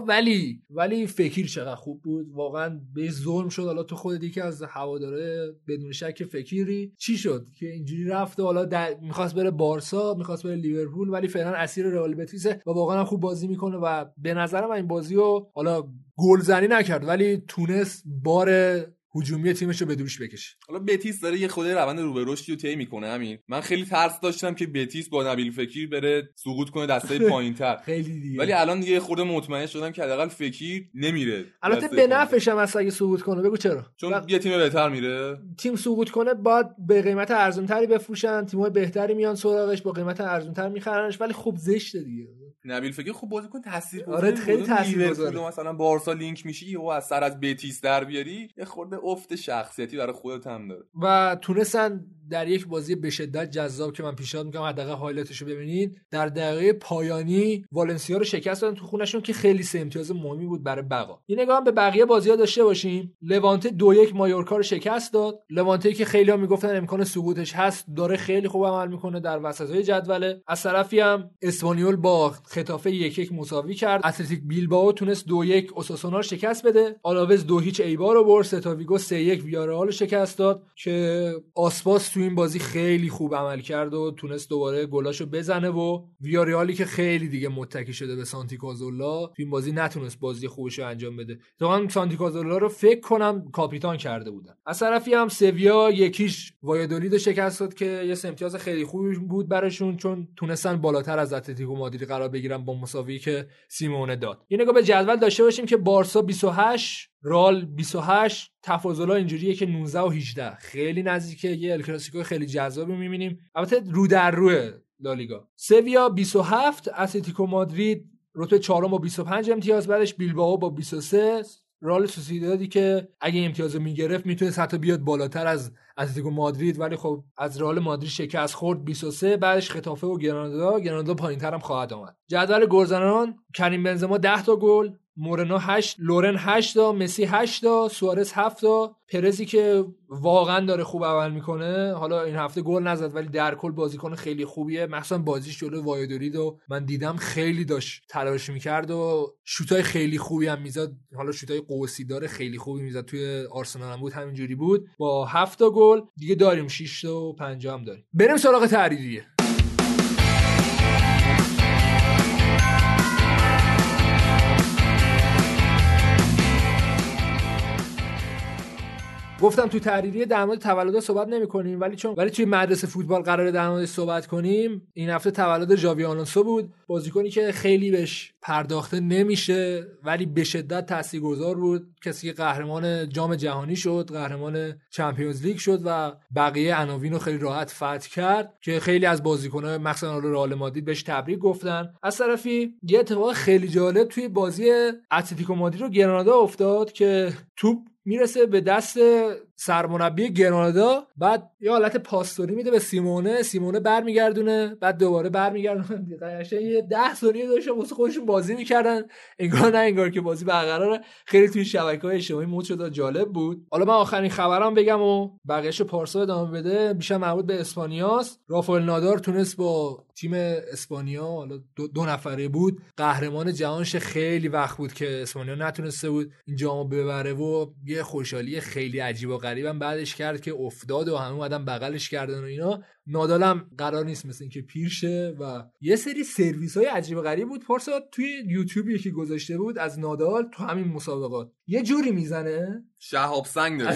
ولی فکیر چقدر خوب بود واقعا، به ظلم شد. حالا تو خودت یکی از هواداره بدون شک فکیری، چی شد که اینجوری رفته؟ حالا میخواست بره بارسا، میخواست بره لیورپول، ولی فعلا اسیر رئال بتیسه و واقعا خوب بازی میکنه و به نظر من این بازیو حالا گلزنی نکرد ولی تونست بار هجومی تیمش رو به دوش بکشه. حالا بتیس داره یه خود روند رو به رشدی رو طی میکنه. همین من خیلی ترس داشتم که بتیس با نبیل فکیر بره سقوط کنه دسته پایینتر خیلی دیگه، ولی الان دیگه خود مطمئن شدم که حداقل فکیر نمیره. البته به نفعش هم اگه سقوط کنه. بگو چرا؟ چون یه تیم بهتر میره. تیم سقوط کنه باید به قیمت ارزان‌تری بفروشن، تیم‌های بهتری میان سراغش با قیمت ارزان‌تر میخرنش، ولی خوب زشته دیگه. نبیل فکر خوب بازیکن تاثیرگذار. آره خیلی تاثیرگذاره. مثلا بارسا لینک میشی و از سر از بتیس در بیاری، یه خورده افت شخصیتی برای خودت هم داره. و تونستن در یک بازی به شدت جذاب که من پیشنهاد میکنم حداقل هایلایتشو ببینید، در دقیقه پایانی والنسیا رو شکست دادن تو خونهشون که خیلی سه امتیاز مهمی بود برای بقا. یه نگاه هم به بقیه بازی‌ها داشته باشیم. لوانته 2-1 مایورکا رو شکست داد. لوانته که خیلی‌ها میگفتن امکان سقوطش هست، داره خیلی خوب عمل میکنه در وسطای جدول. از طرفی هم اسپانیول با خطافه 1-1 مساوی کرد. اتلتیک بیلبائو تونست 2-1 اوساسونا رو شکست بده. آلاوز 2-0 ایبار رو برد. ستا ویگو 3-1 ویارئال رو شکست داد که آسپاس تو این بازی خیلی خوب عمل کرد و تونست دوباره گلاشو بزنه و ویارئالی که خیلی دیگه متکی شده به سانتی کازورلا تو این بازی نتونست بازی خوبشو انجام بده. واقعا سانتی کازورلا رو فکر کنم کاپیتان کرده بودن. از طرفی هم سویا 1-0 وایادولید رو شکست داد که یه امتیاز خیلی خوبی بود براشون، چون تونستن بالاتر از اتلتیکو مادرید قرار بگیرن با مساوی که سیمونه داد. یه نگاه به جدول داشته باشیم که بارسا 28 رال 28 تفاضل‌ها اینجوریه که 19 و 18 خیلی نزدیکه. یه الکلاسیکو خیلی جذابی می‌بینیم، البته رو در روه لالیگا. سویا 27 اتلتیکو مادرید رتبه 4 با 25 امتیاز، بعدش بیلبائو با 23 رئال سوسییدادی که اگه امتیازو میگرفت میتونه حتی بیاد بالاتر از اتلتیکو مادرید، ولی خب از رئال مادرید شکست خورد 23. بعدش خطافه و گرانادا پایین‌تر هم خواهد آمد. جدول گلزنان کریم بنزما 10 تا گل، مورنو 8، لورن 8 تا، مسی 8 تا، سوارز 7 تا، پرزی که واقعا داره خوب عمل میکنه. حالا این هفته گل نزد ولی در کل بازیکن خیلی خوبیه، مخصوصا بازیش جلوی وایادولید و من دیدم خیلی داشت تلاش میکرد و شوتای خیلی خوبی هم میزد. حالا شوتای قوسی داره خیلی خوبی میزد، توی آرسنال هم بود همینجوری بود با 7 تا گل. دیگه داریم 6 تا و 5 هم داریم. بریم سراغ تحریریه. گفتم تو تحریریه در مورد تولد صحبت نمی‌کنیم، ولی توی مدرسه فوتبال قراره در مورد صحبت کنیم. این هفته تولد ژاوی آلونسو بود، بازیکنی که خیلی بهش پرداخته نمیشه ولی به شدت تاثیرگذار بود، کسی که قهرمان جام جهانی شد، قهرمان چمپیونز لیگ شد و بقیه عناوین رو خیلی راحت فتح کرد که خیلی از بازیکن‌ها مثلا رئال مادرید بهش تبریک گفتن. از طرفی یه اتفاق خیلی جالب توی بازی اتلتیکو مادرید و گرانادا افتاد که توپ میرسه به دست سرمربی گرانادا، بعد یه حالت پاسوری میده به سیمونه برمیگردونه، بعد دوباره برمیگردونه. قشنگ یه 10 ثانیه داشتن واسه خودشون بازی میکردن، انگار نه انگار که بازی برقراره. خیلی توی شبکه‌های اجتماعی مود شد، جالب بود. حالا من آخرین خبرام بگم و بقیه‌شو پارسا ادامه بده. بیشتر مربوط به اسپانیاست. رافائل نادال تونست با تیم اسپانیا، حالا دو نفره بود، قهرمان جهانش. خیلی وقت بود که اسپانیا نتونسته بود این جامو ببره و یه خوشحالی خیلی عجیب و غریبم بعدش کرد که افتاد و همه اومدن بغلش کردن و اینا. نادالم قرار نیست مثل این که پیر شه و یه سری سرویس‌های عجیب و غریب بود. پارسا توی یوتیوب یکی گذاشته بود از نادال تو همین مسابقات یه جوری میزنه شهاب سنگ داره.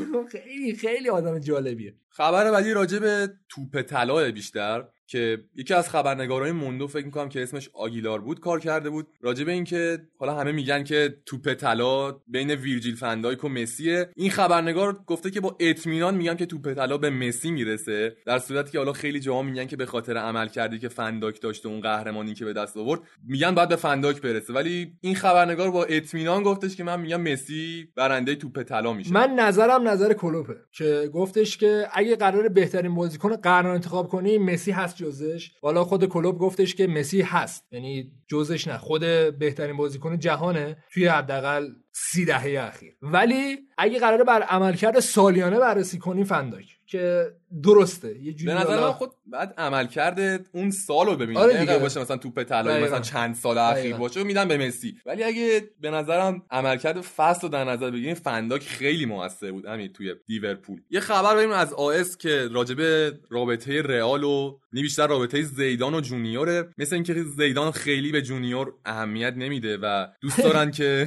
خیلی خیلی آدم جالبیه. خبر بعدی راجع به توپ طلا بیشتر که یکی از خبرنگارای موندو فکر می‌کنم که اسمش آگیلار بود کار کرده بود راجع به این که حالا همه میگن که توپ طلا بین ویرجیل فندایک و مسیه. این خبرنگار گفته که با اطمینان میگن که توپ طلا به مسی میرسه، در صورتی که حالا خیلی جاها میگن که به خاطر عملکردی که فندایک داشته، اون قهرمانی که به دست آورد، میگن بعد به فندایک برسه. ولی این خبرنگار با اطمینان گفتش که من میگم مسی برنده توپ طلا میشه. من نظرم نظر کلوپه که گفتش که اگه قراره بهترین بازیکن قهرمان انتخاب کنی مسی هست جزش. والا خود کلوب گفتش که مسی هست، یعنی جزش نه، خود بهترین بازیکن جهانه توی حداقل 30 دهه اخیر. ولی اگه قراره بر عملکرد سالیانه بررسی کنیم فندایک که درسته یه جوری به نظر من خود بعد عملکرد اون سالو ببینید. آره دیگه باشه مثلا توپ طلایی مثلا چند سال اخیر باشه میدن به مسی، ولی اگه به نظرم عملکرد فصل رو در نظر بگیریم فندایک خیلی موثر بود همین توی لیورپول. یه خبر بریم از آس که راجبه رابطه رئال و بیشتر رابطه زیدان و جونیوره. مثل اینکه زیدان خیلی به جونیور اهمیت نمیده و دوست دارن که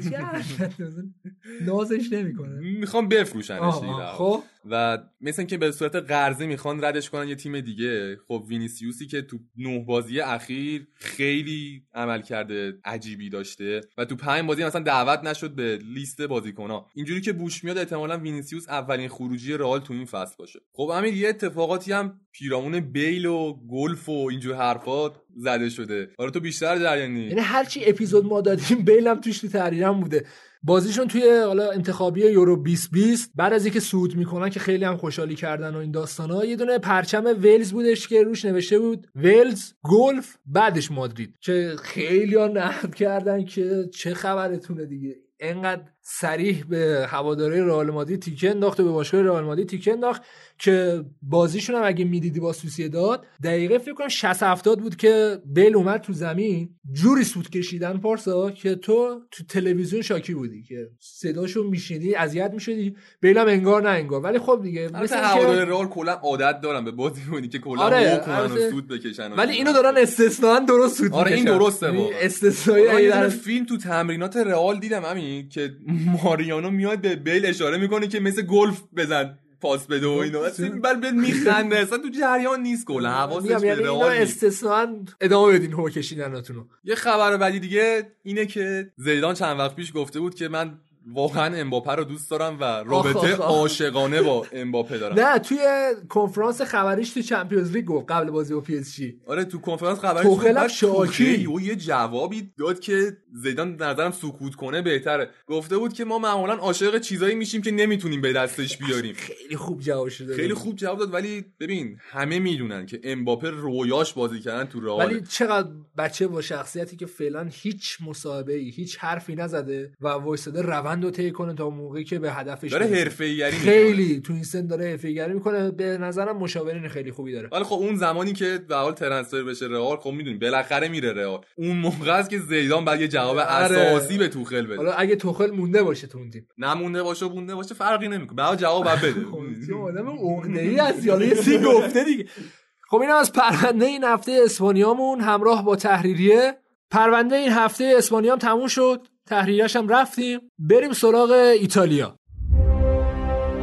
نازش نمیکنه، میخوام بفروشنش دیگه. خب و مثل اینکه به صورت قرضی میخوان ردش کنن یه تیم دیگه. خب وینیسیوسی که تو 9 بازی اخیر خیلی عمل کرده عجیبی داشته و تو 5 بازی مثلا دعوت نشد به لیست بازیکن‌ها. اینجوری که بوش میاد احتمالاً وینیسیوس اولین خروجی رئال تو این فصل باشه. خب همین یه اتفاقاتی هم پیرامون بیل و گلف و اینجور حرفات زده شده. حالا تو بیشتر جریانی، یعنی هر چی اپیزود ما دادیم بیل هم توش تو تحریرم بوده. بازیشون توی حالا انتخابی یورو 2020 بعد از اینکه صعود میکنن که خیلی هم خوشحالی کردن و این داستانا، یه دونه پرچم ولز بودش که روش نوشته بود ولز گلف بعدش مادرید، که خیلی ها نقد کردن که چه خبرتونه دیگه، اینقدر صریح به هواداری رئال مادرید تیکه انداخت و به باشگاه رئال مادرید تیکه انداخت که بازیشون هم اگه میدیدی با سوسییداد دقیقه فکر کنم 60-70 بود که بیل اومد تو زمین جوری سوت کشیدن پارسا که تو تلویزیون شاکی بودی که صداشو میشنیدی اذیت میشدی. بیل هم انگار نه انگار، ولی خب دیگه مثلا هواداری رئال کلا عادت دارن به بازیکنی که کلا واکنن و سوت بکشن، ولی اینو دارن استثناً درست سوت میکشن. این درسته واقعا استثنایی. در فیلم تو تمرینات رئال دیدم همین که ماریانو میاد به بیل اشاره میکنه که مثل گلف بزن پاس بده و اینا، اصلا بعد میخنده، اصلا تو جریان نیست کلا، حواسش به رئال نیست. استثناء ادامه بدین هو کشیدناتونو. یه خبر بعدی دیگه اینه که زیدان چند وقت پیش گفته بود که من واقعا امباپه رو دوست دارم و رابطه عاشقانه با امباپه دارم. نه توی کنفرانس خبریش تو چمپیونز لیگ گفت قبل بازی با پی اس جی. آره تو کنفرانس خبریش توخیل شاکی و یه جوابی داد که زیدان به نظرم سکوت کنه بهتره. گفته بود که ما معمولا عاشق چیزایی میشیم که نمیتونیم به دستش بیاریم. خیلی خوب جواب شده، خیلی خوب جواب داد. ولی ببین همه میدونن که امباپه رویاش بازی کردن تو رئال، ولی چقدر بچه با شخصیتی که فعلا هیچ مسابقه‌ای هیچ حرفی نزده و وایساده روندو طی کنه تا موقعی که به هدفش داره حرفه‌ایگری میکنه. خیلی تو این سن داره حرفه‌ایگری میکنه، به نظرم مشاورین خیلی خوبی داره. ولی خب اون زمانی که به حال ترنسفر بشه رئال، خب میدونی بالاخره میره رئال، اون موقع است که زیدان بعد یه جواب اساسی به توخل بده. حالا اگه توخل مونده باشه تو اون تیم، نمونده باشه مونده باشه فرقی نمیکنه، بعد جواب بعد بده. چه آدم عقده‌ای هستی، حالا یه سی گفته دیگه. خب اینم از پرونده این هفته اسپانیامون همراه با تحریریه. پرونده این هفته اسپانیام تموم شد، تحریریش هم رفتیم. بریم سراغ ایتالیا.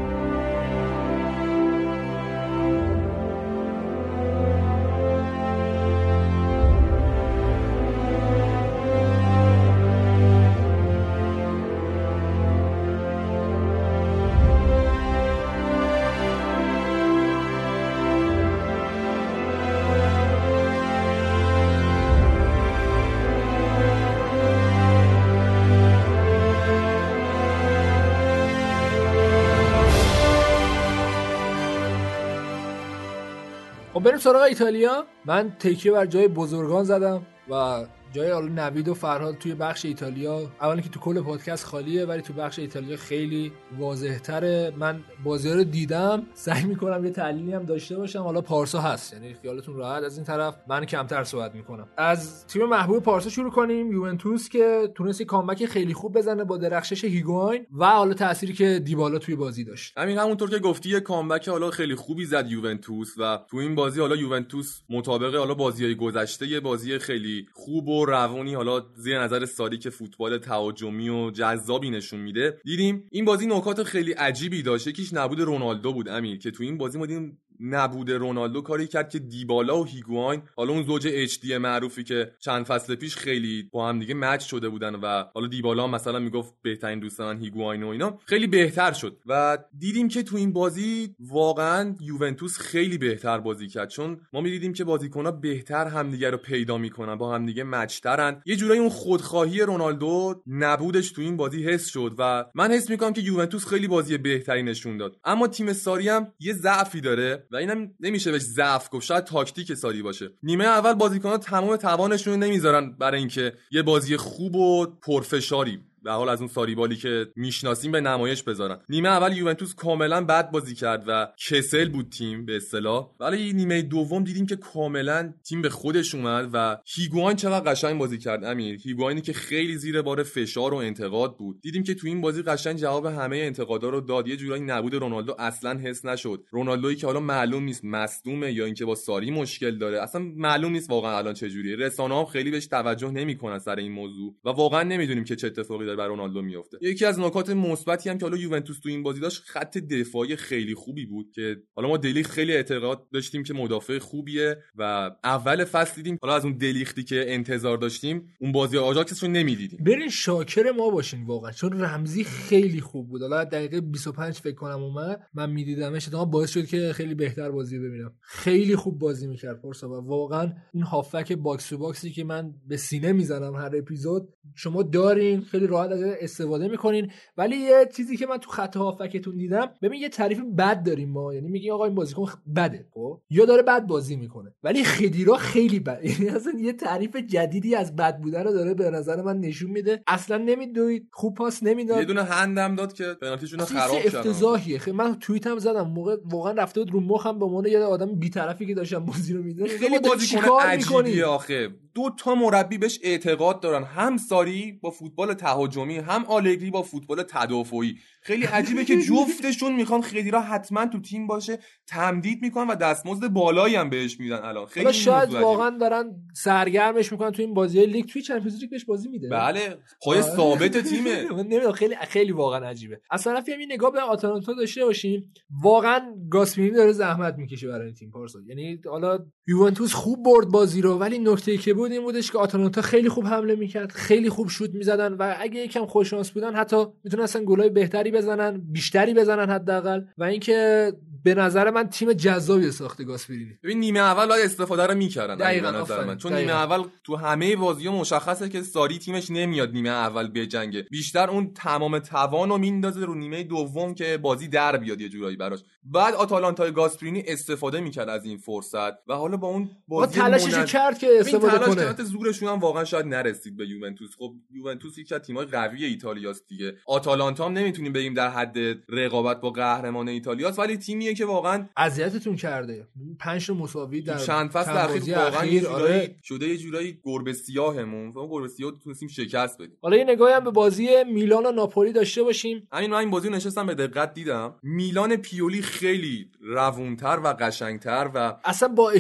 خب بریم سراغ ایتالیا. من تکیه بر جای بزرگان زدم و جای نوید و فرهاد توی بخش ایتالیا اولا که تو کل پادکست خالیه، ولی تو بخش ایتالیا خیلی واضح‌تره. من بازی‌ها رو دیدم، سعی می‌کنم یه تحلیلی هم داشته باشم. حالا پارسا هست، یعنی خیالتون راحت از این طرف، من کمتر صحبت می‌کنم. از تیم محبوب پارسا شروع کنیم. یوونتوس که تونست کامبک خیلی خوب بزنه با درخشش هیگواین و حالا تأثیری که دیبالا توی بازی داشت. همونطور که گفتی یه کامبک حالا خیلی خوبی زد یوونتوس و تو این بازی حالا یوونتوس مطابق حالا بازی‌های گذشته یه بازی خیلی خوب و روانی حالا زیر نظر ساری که فوتبال تهاجمی و جذابی نشون میده دیدیم. این بازی نکات خیلی عجیبی داشت. یکیش نبود رونالدو بود امیر، که تو این بازی ما دیدیم نبود رونالدو کاری کرد که دیبالا و هیگواین، حالا اون زوج اچ دی معروفی که چند فصل پیش خیلی با هم دیگه مچ شده بودن و حالا دیبالا مثلا میگفت بهترین دوست من هیگواین و اینا، خیلی بهتر شد و دیدیم که تو این بازی واقعا یوونتوس خیلی بهتر بازی کرد، چون ما می‌دیدیم که بازیکن‌ها بهتر همدیگه رو پیدا می‌کنن، با همدیگه مچ‌ترن. یه جورایی اون خودخواهی رونالدو نبودش تو این بازی حس شد و من حس می‌کنم که یوونتوس خیلی بازی بهتری نشون داد. اما تیم ساری هم یه ضعفی داره و اینم نمیشه بهش ضعف گفت، شاید تاکتیک ساری باشه. نیمه اول بازیکن‌ها تمام توانشون رو نمیذارن برای اینکه یه بازی خوب و پرفشاری به حال از اون ساریبالی که میشناسیم به نمایش بذارن. نیمه اول یوونتوس کاملا بد بازی کرد و کسل بود تیم به اصطلاح، ولی نیمه دوم دیدیم که کاملا تیم به خودش اومد و هیگواین چقدر قشنگ بازی کرد امیر. هیگواینی که خیلی زیر بار فشار و انتقاد بود، دیدیم که تو این بازی قشنگ جواب همه انتقادا رو داد. یه جورایی نبود رونالدو اصلا حس نشد. رونالدویی که حالا معلوم نیست مصدومه یا اینکه با ساری مشکل داره، اصلا معلوم نیست واقعا الان چه جوریه. رسانه‌ها خیلی بهش توجه نمی‌کنن سر این موضوع و واقعا نمیدونیم که چه اتفاقی بر رونالدو میفته. یکی از نکات مثبتی هم که حالا یوونتوس تو این بازی داشت خط دفاعی خیلی خوبی بود که حالا ما دلیخت خیلی اعتقاد داشتیم که مدافع خوبیه و اول فصل دیدیم حالا از اون دلیختی که انتظار داشتیم اون بازی آژاکس رو نمیدیدیم. برین شاکر ما باشین واقعا، چون رمزی خیلی خوب بود. حالا دقیقه 25 فکر کنم اومد، من میدیدمش، اتفاقا باعث شد که خیلی بهتر بازی ببینم. خیلی خوب بازی میکرد پارسا و واقعا این هافک باکس تو باکسی که من به سینه میزنم هر اپیزود شما دارین، خیلی راحت از استفاده میکنین. ولی یه چیزی که من تو خط هافکتون دیدم، ببین یه تعریف بد داریم ما، یعنی میگیم آقا این بازیکن بده، خب یا داره بد بازی میکنه، ولی خدیرا خیلی بد، یعنی اصلا یه تعریف جدیدی از بد بودن رو داره به نظر من نشون میده. اصلا نمیدوید، خوب پاس نمیداد، یه دونه هندم داد که پنالتیشون رو خراب کرد. افتضاحیه. من توییتم زدم موقع واقعا رفته بود رو مخم به عنوان یه آدم بی‌طرفی که داشتم بازی رو میدیدم. خیلی بازیکن عجیبیه آخه. دو تا مربی بهش اعتقاد دارن، هم ساری با فوتبال تهاجمی، هم آلگری با فوتبال تدافعی. خیلی عجیبه که جفتشون میخوان خدیرا حتما تو تیم باشه، تمدید میکنن و دستمزد بالایی هم بهش میدن. الان خیلی شاید واقعا دارن سرگرمش میکنن تو این بازی لیگ، توی چمپیونز لیگ بهش بازی میده. بله پای ثابت تیمه. من نمیدونم، خیلی واقعا عجیبه. از طرفی هم این نگاه به آتالانتا داشته باشیم، واقعا گاسپرینی داره زحمت میکشه برای این تیم پارسا. یعنی حالا یوونتوس خوب برد بازی رو، ولی نکته‌ای که بود این بودش که آتالانتا خیلی خوب حمله میکرد، خیلی خوب شوت میزدن و اگه یکم خوش شانس بودن حتی میتونستن گلای بهتری بزنن، بیشتری بزنن حداقل. و اینکه به نظر من تیم جذابی ساخته گاسپرینی. ببین نیمه اول باید استفاده رو میکردن به نظر من، چون نیمه اول تو همه بازی‌ها مشخصه که ساری تیمش نمیاد نیمه اول به جنگه، بیشتر اون تمام توانو میندازه رو نیمه دوم که بازی در بیاد یه جورایی براش. بعد آتالانتا گاسپرینی استفاده میکرد از این فرصت و حالا با اون بازی تلاشش کرد که استفاده کنه. البته زورشون هم واقعا شاید نرسید به یوونتوس. خب یوونتوس یک از تیم‌های قوی ایتالیاست دیگه. آتالانتا هم نمیتونیم بگیم در حد رقابت با قهرمان ایتالیاست، ولی تیمیه که واقعا اذیتتون کرده. 5 تا مساوی در چند فصل اخیر واقعا یه جورایی شده، یه جورایی گربه سیاهمون، اون گربه سیاه تونستیم شکست بدیم. حالا یه نگاهی هم به بازی میلان و ناپولی داشته باشیم. من این بازی رو نشستم به دقت دیدم. میلان پیولی خیلی روونتر و قشنگتر و اصلا با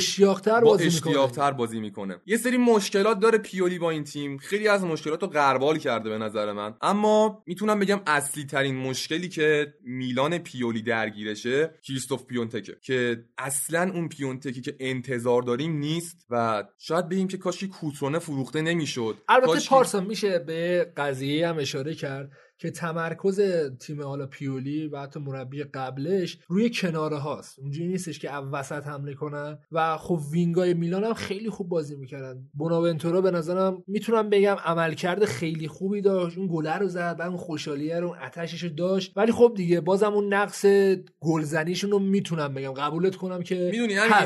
اشتیاق‌تر بازی میکنه. یه سری مشکلات داره پیولی با این تیم، خیلی از مشکلات رو غربال کرده به نظر من، اما میتونم بگم اصلی ترین مشکلی که میلان پیولی درگیرشه کریستوف پیونتکه، که اصلا اون پیونتکی که انتظار داریم نیست و شاید بگیم که کاشی کوترونه فروخته نمیشد. البته پارسا میشه به قضیه هم اشاره کرد که تمرکز تیم حالا پیولی و حتی مربی قبلش روی کناره هاست، اونجوری نیستش که وسط حمله کنن و خب وینگای میلان هم خیلی خوب بازی میکردن. بوناونتورا به نظرم میتونم بگم عملکرد خیلی خوبی داشت، اون گل رو زد، بعد اون خوشحالیه رو، اون آتشش رو داشت، ولی خب دیگه بازم اون نقص گلزنیشون رو میتونم بگم قبولت کنم که هست.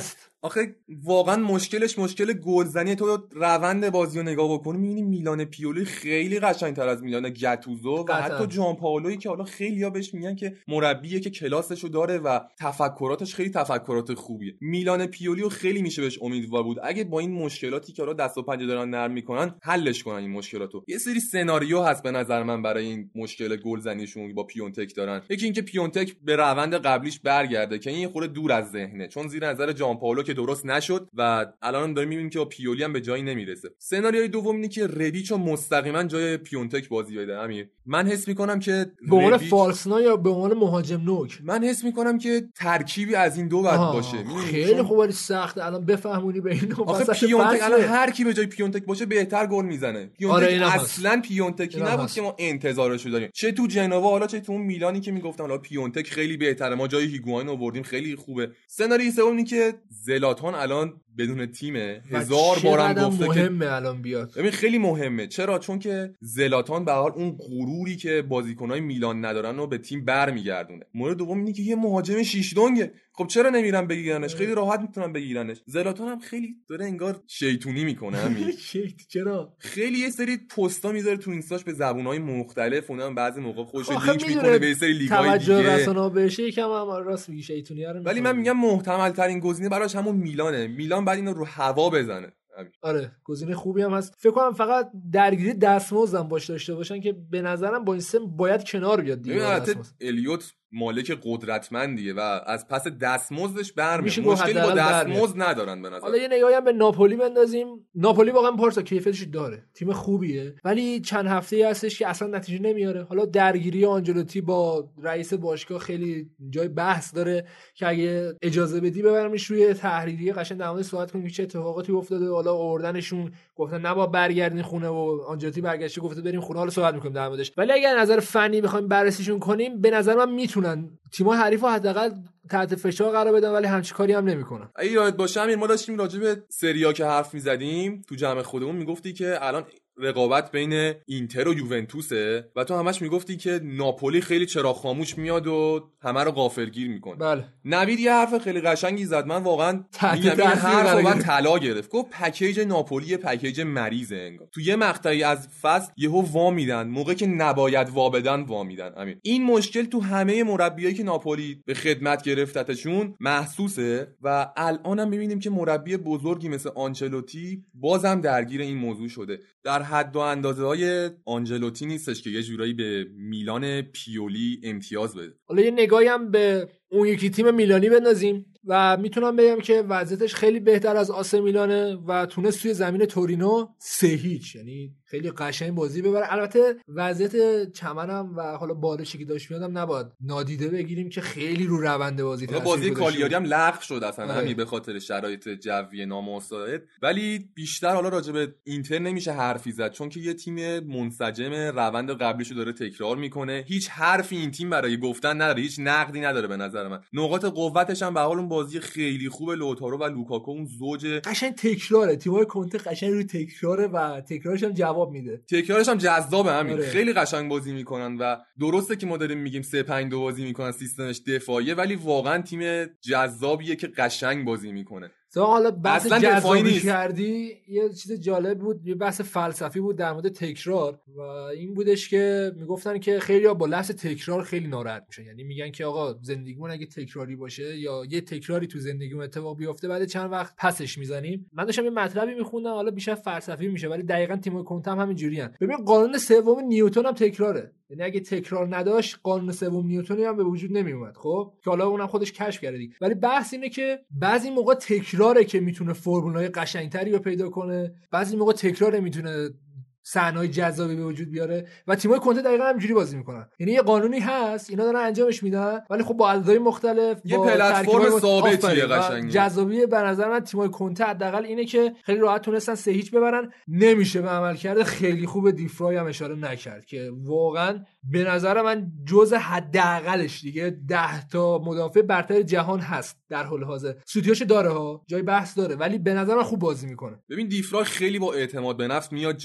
آخه واقعا مشکلش مشکل گلزنی. تو روند بازی رو نگاه بکنی می‌بینی میلان پیولی خیلی قشنگ‌تر از میلان گاتوزو و حتی جان پائولویی که حالا خیلی‌ها بهش میگن که مربیه که کلاسشو داره و تفکراتش خیلی تفکرات خوبیه. میلان پیولیو خیلی میشه بهش امیدوار بود اگه با این مشکلاتی که حالا دست و پنجه دارن نرم میکنن حلش کنن این مشکلاتو. یه سری سناریو هست به نظر من برای این مشکل گلزنیشون با پیونتک دارن. یکی اینکه پیونتک به روند قبلیش برگرده که این خورده دور از ذهنه، چون زیر نظر جان پائولو که درست نشد و الان داریم میبینیم که با پیولی هم به جایی نمیرسه. سناریوی دوم اینه که ربیچو مستقیما جای پیونتک بازی بده. امیر من حس میکنم که به عنوان فالسنا یا به عنوان مهاجم نوک، من حس میکنم که ترکیبی از این دو باید باشه. خیلی خوب ولی سخت الان بفهمونی به اینو. آخه پیونتک الان هر کی به جای پیونتک باشه بهتر گل میزنه. پیونتک اصلا پیونتکی نبود که ما انتظارشو داریم، چه تو جنوا حالا چه تو اون میلانی که میگفتن حالا پیونتک خیلی بهتره، ما جای هیگواین آوردیم خیلی خوبه. سناریوی سوم اینه که زلاتان الان بدون تیمه، هزار بارم گفته که مهمه الان بیاد. ببین خیلی مهمه. چرا؟ چون که زلاتان به هر حال اون غروری که بازیکنای میلان ندارن رو به تیم برمیگردونه. مورد دوم اینه که یه مهاجم شیش دنگه. خب چرا نمیرن بگیرنش؟ خیلی راحت میتونن بگیرنش. زلاتان هم خیلی داره انگار شیطونی میکنه همین. چرا؟ خیلی یه سری پستا میذاره تو اینستاش به زبونهای مختلف، اونم بعضی موقع خودش لینک میکنه به سری لیگ‌های دیگه. توجه رسانه‌ها بهش یکم هم راست میگی شیطونی رو. ولی من میگم محتمل ترین گزینه براش همون میلانه. میلان بعد اینو رو هوا بزنه. آره گزینه خوبی هم هست. فکر کنم فقط درگیری دستمزد هم باش داشته باشن که به نظرم با این سم باید کنار بیاد دیگه. الیوت مالک قدرتمندیه و از پس دستمزدش برمیاد. مشکلی با دستمزد ندارن به نظر. حالا یه نگاهی هم به ناپولی بندازیم. ناپولی واقعا پارسا کیفیتش داره، تیم خوبیه، ولی چند هفته‌ای هستش که اصلا نتیجه نمیاره. حالا درگیری آنجلوتی با رئیس باشگاه خیلی جای بحث داره که اگه اجازه بدی ببرمش روی تحریریه قشنگ در موردش صحبت کنیم که چه اتفاقاتی افتاده. حالا آوردنشون گفتن نباید برگردین خونه و آنجلوتی برگشته گفته بریم خونه. حالا صحبت می‌کنیم در موردش. ولی اگه نظر فنی بخوایم بررسیشون کنیم به نظر من میتونن تیم‌های حریفو حداقل تحت فشار قرار بدن، ولی همچین کاری هم نمیکنن. اگه یادت باشه همین ما داشتیم راجع به سری آ که حرف می‌زدیم تو جمع خودمون، میگفتی که الان رقابت بین اینتر و یوونتوسه و تو همش میگفتی که ناپولی خیلی چراغ خاموش میاد و همه رو غافلگیر میکنه. بله. نوید یه حرف خیلی قشنگی زد، من واقعا میگم این حرفو من طلا گرفت. گفت پکیج ناپولی پکیج مریضه انگار. تو یه مقطعی از فصل یهو وا میدن، موقعی که نباید وا بدن وا میدن. همین این مشکل تو همه مربیایی که ناپولی به خدمت گرفتتشون محسوسه و الانم میبینیم که مربی بزرگی مثل آنچلوتی بازم درگیر این موضوع شده. در حد و اندازه‌های آنجلوتی نیستش که یه جورایی به میلان پیولی امتیاز بده. حالا یه نگاهی هم به اون یکی تیم میلانی بندازیم و میتونم بگم که وضعیتش خیلی بهتر از آسه میلانه و تونست توی زمین تورینو 3-0 یعنی خیلی قشنگ بازی ببره. البته وضعیت چمنم و حالا بارشی که داشت میادم نباید نادیده بگیریم که خیلی رو روند بازی تاثیر گذاشته. بازی کالیاری هم لغو شد اصلا همین به خاطر شرایط جوی نامساعد. ولی بیشتر حالا راجع به اینتر نمیشه حرفی زد چون که یه تیم منسجم روند قبلیشو داره تکرار میکنه. هیچ حرفی این تیم برای گفتن نداره، هیچ نقدی نداره به نظر من. نقاط قوتش هم به حال اون بازی خیلی خوب لوتارو و لوکاکو، اون زوج قشنگ تکراره. تیمای کنته قشنگ روی تکراره و تکرارش هم جواب میده. تکرارش هم جذابه همین. خیلی قشنگ بازی میکنن و درسته که ما داریم میگیم 3-5-2 بازی میکنن، سیستمش دفاعیه، ولی واقعا تیم جذابیه که قشنگ بازی میکنه. حالا بحث جذابی کردی، یه چیز جالب بود، یه بحث فلسفی بود در مورد تکرار و این بودش که میگفتن که خیلی‌ها با لفظ تکرار خیلی ناراحت میشن. یعنی میگن که آقا زندگیمون اگه تکراری باشه یا یه تکراری تو زندگیمون اتفاق بیفته بعد چند وقت پسش میزنیم. من داشتم یه مطلبی میخوندم، حالا بیشتر فلسفی میشه ولی دقیقاً تیم‌های کنته هم همینجوریان. ببین قانون سوم نیوتن هم تکراره. یعنی اگه تکرار نداشت قانون سوم نیوتنی هم به وجود نمی اومد. خب که حالا اونم خودش کشف کرده دیگه. ولی بحث اینه که بعضی موقع تکراره که میتونه فرمولای قشنگتری رو پیدا کنه، بعضی موقع تکراره میتونه صحنه‌های جذابی به وجود بیاره و تیم‌های کنته دقیقاً همینجوری بازی میکنن. یعنی یه قانونی هست اینا دارن انجامش میدن ولی خب با عددهای مختلف، یه پلتفرم ثابتیه قشنگه. جذابیه به نظر من تیم‌های کنته حداقل اینه که خیلی راحت تونستن 3-0 ببرن. نمیشه به عملکرد خیلی خوب دیفرای هم اشاره نکرد که واقعاً به نظر من جزء حداقلش دیگه 10 تا مدافع برتر جهان هست در حال حاضر. سوتیاش داره ها، جای بحث داره، ولی به نظر من خوب بازی میکنه. ببین دیفرای خیلی با اعتماد به نفس میاد جلو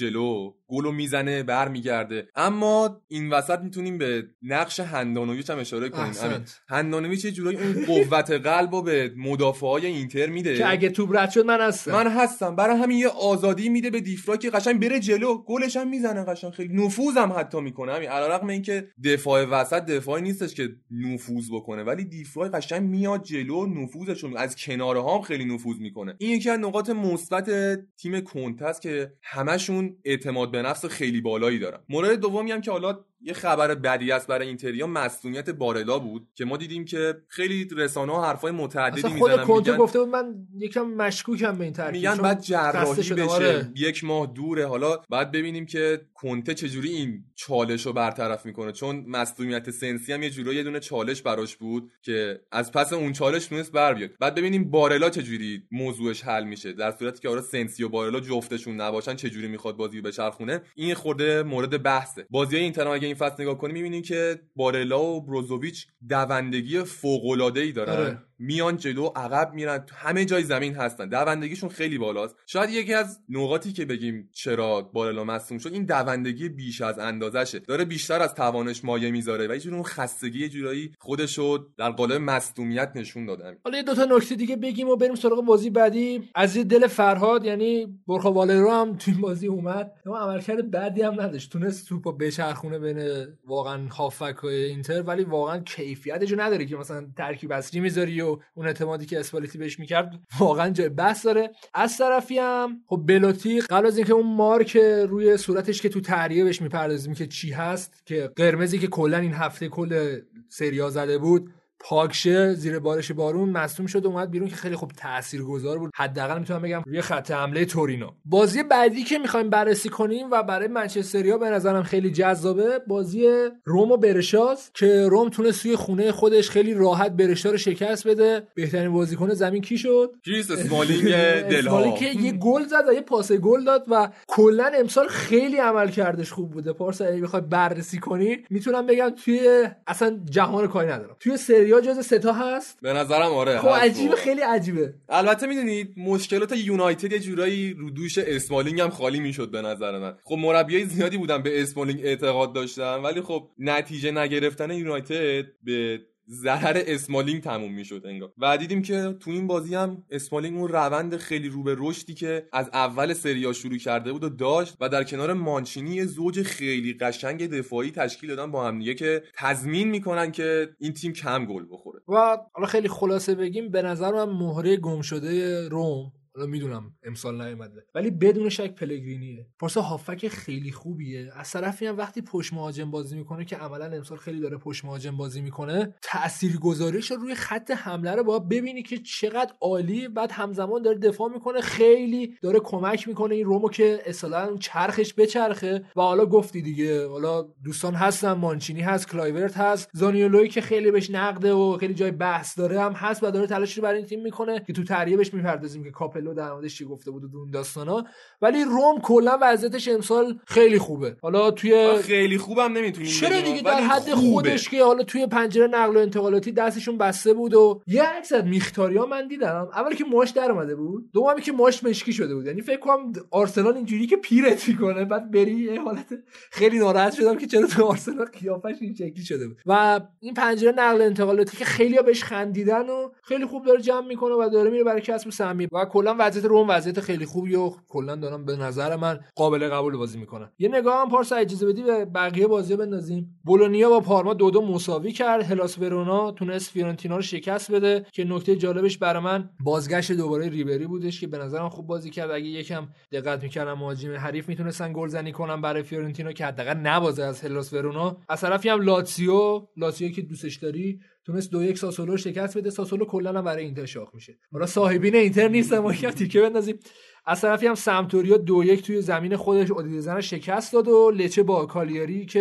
و گلو میزنه برمیگرده. اما این وسط میتونیم به نقش هندانویچ هم اشاره کنیم. هندانویچ یه جورایی اون قوت قلبو به مدافعای اینتر میده که اگه توپ رد شد من هستم. برای همین یه آزادی میده به دیفرا که قشنگ بره جلو، گلش هم میزنه، قشنگ خیلی نفوذم حتی میکنه. همین علیرغم اینکه دفاع وسط دفاعی نیستش که نفوذ بکنه، ولی دیفرا قشنگ میاد جلو، نفوذشون از کنارها هم خیلی نفوذ میکنه. این یکی از نقاط مثبت تیم کنته است که همشون اعتماد به نفس خیلی بالایی دارن. مورد دومی هم که حالا یه خبر بدی است برای اینتریا، مصونیت بارلا بود که ما دیدیم که خیلی رسانه‌ها حرفای متعددی میزنن. خود کنته گفته بود من یکم مشکوکم به این ترکیب، میگن بعد جراحی بشه، 1 ماه دوره. حالا بعد ببینیم که کنته چجوری این چالش رو برطرف میکنه، چون مصونیت سنسی هم یه جورایی یه دونه چالش براش بود که از پس اون چالش تونست بر بیاد. بعد ببینیم بارلا چجوری موضوعش حل میشه، در صورتی که آره سنسی و بارلا جفتشون نباشن چجوری میخواد بازی رو بچرخونه. این خورده مورد بحثه. بازیای اینتر اگه این فصل نگاه کنیم می‌بینیم که بارلا و بروزوویچ دوندگی فوق‌العاده‌ای دارن. میان جلو، عقب میرن، همه جای زمین هستن، دوندگیشون خیلی بالاست. شاید یکی از نقاطی که بگیم چرا بارلا مصدوم شد این دوندگی بیش از اندازشه، داره بیشتر از توانش مایه میذاره و یه جور اون خستگی جورایی خودشو در قالب مصدومیت نشون دادن. حالا یه دو تا نکته دیگه بگیم و بریم سراغ بازی بعدی. از دل فرهاد، یعنی برخا والرو هم تو این بازی اومد، اما عملکرد بعدی هم نداشت، تونست توپو بچرخونه بین واقعا هافک و اینتر، ولی واقعا کیفیتشو نداره که مثلا ترکیب اصلی میذاری و اون اعتمادی که اسپالتی بهش میکرد واقعا جای بحث داره. از طرفی هم خب بلوتی قبل از اینکه اون مارک روی صورتش که تو تحریه بهش میپردازیم که چی هست، که قرمزی که کلا این هفته کل سری آ زده بود پاکشه زیر بارش بارون، مصدوم شد و اومد بیرون که خیلی خوب تاثیرگذار بود، حداقل میتونم بگم روی خط حمله تورینو. بازی بعدی که میخوایم بررسی کنیم و برای منچستریا به نظرم خیلی جذابه، بازی روم و برشاست که روم تونست توی خونه خودش خیلی راحت برشا رو شکست بده. بهترین بازیکن زمین کی شد؟ کریس اسمالینگ دلها که یه گل زد و یه پاس گل داد و کلا امسال خیلی عمل کردش خوب بوده. پارسا اگه بخوای بررسی کنی میتونم بگم توی اصلا جهان کاری ندارم، توی سری آ جز 3 تا هست به نظرم. آره خب عجیبه، خیلی عجیبه. البته میدونید مشکلات یونایتد یه جورایی رو دوش اسمالینگ هم خالی میشد به نظر من. خب مربیای زیادی بودن به اسمالینگ اعتقاد داشتن، ولی خب نتیجه نگرفتن یونایتد به ضرر اسمالینگ تموم میشد انگار. و دیدیم که تو این بازی هم اسمالینگ اون روند خیلی رو به رشدی که از اول سری آ شروع کرده بود و داشت و در کنار مانچینی یه زوج خیلی قشنگ دفاعی تشکیل دادن با هم دیگه که تضمین میکنن که این تیم کم گل بخوره. و حالا خیلی خلاصه بگیم به نظر من مهره گم شده روم، حالا میدونم امسال نیومده ولی بدون شک پلگرینیه. پارسا هافک خیلی خوبیه. از طرفی هم وقتی پشت مهاجم بازی میکنه که عملا امسال خیلی داره پشت مهاجم بازی میکنه، تاثیرگذاریش روی خط حمله رو باید ببینی که چقدر عالی. بعد همزمان داره دفاع میکنه، خیلی داره کمک میکنه این رومو که اصلا چرخش بچرخه. و حالا گفتی دیگه، حالا دوستان هستن، مانچینی هست، کلایورت هست، زانیولوی که خیلی بهش نقده و خیلی جای بحث داره هم هست و داره تلاش رو برای این تیم میکنه که تو طریه بهش میپردازیم که کاپلو در موردش چی گفته بود و اون داستانا. ولی روم کلا وضعیتش امسال خیلی خوبه. حالا توی خیلی خوبم نمیتونیم چرا دیگه در حد خودش که حالا توی پنجره نقل و انتقالاتی دستشون بسته بود و یه عکس از میختاریا من دیدم، اولی که ماش در اومده بود، دومی که ماش مشکی شده بود. یعنی فکر کنم آرسنال اینجوری که پیرت میکنه بعد بری یه حالت خیلی ناراحت شدم که چرا تو آرسنال قیافش این شکلی شده بود. و این پنجره نقل و انتقالاتی که خیلیا بهش خندیدن و خیلی خوب داره جمع میکنه و داره میره برای کسب سهمیه و کلا وضعیت روم وضعیت خیلی خوبی و کلا دارم به نظر من قابل قبول بازی میکنن. یه نگاه هم پارسا اجازه بدی به بقیه بازی‌ها بندازیم. بولونیا با پارما 2-2 مساوی کرد. هلاس ورونا تونست فیورنتینا رو شکست بده که نکته جالبش برای من بازگشت دوباره ریبری بودش که به نظرم خوب بازی کرد. اگه یکم دقت می‌کردن مهاجم حریف میتونستن گلزنی کنن برای فیورنتینا که حداقل نبازه از هلاس ورونا. از طرفی هم لاتزیو که دوستش داری تونست 2-1 ساسولو شکست بده. ساسولو کلا هم برای اینتر شاخ میشه. حالا صاحبین اینتر نیستن، ما یکم تیکه بندازیم. از طرفی هم سمتوریا 2-1 توی زمین خودش اودیزن شکست داد و لچه با کالیاری که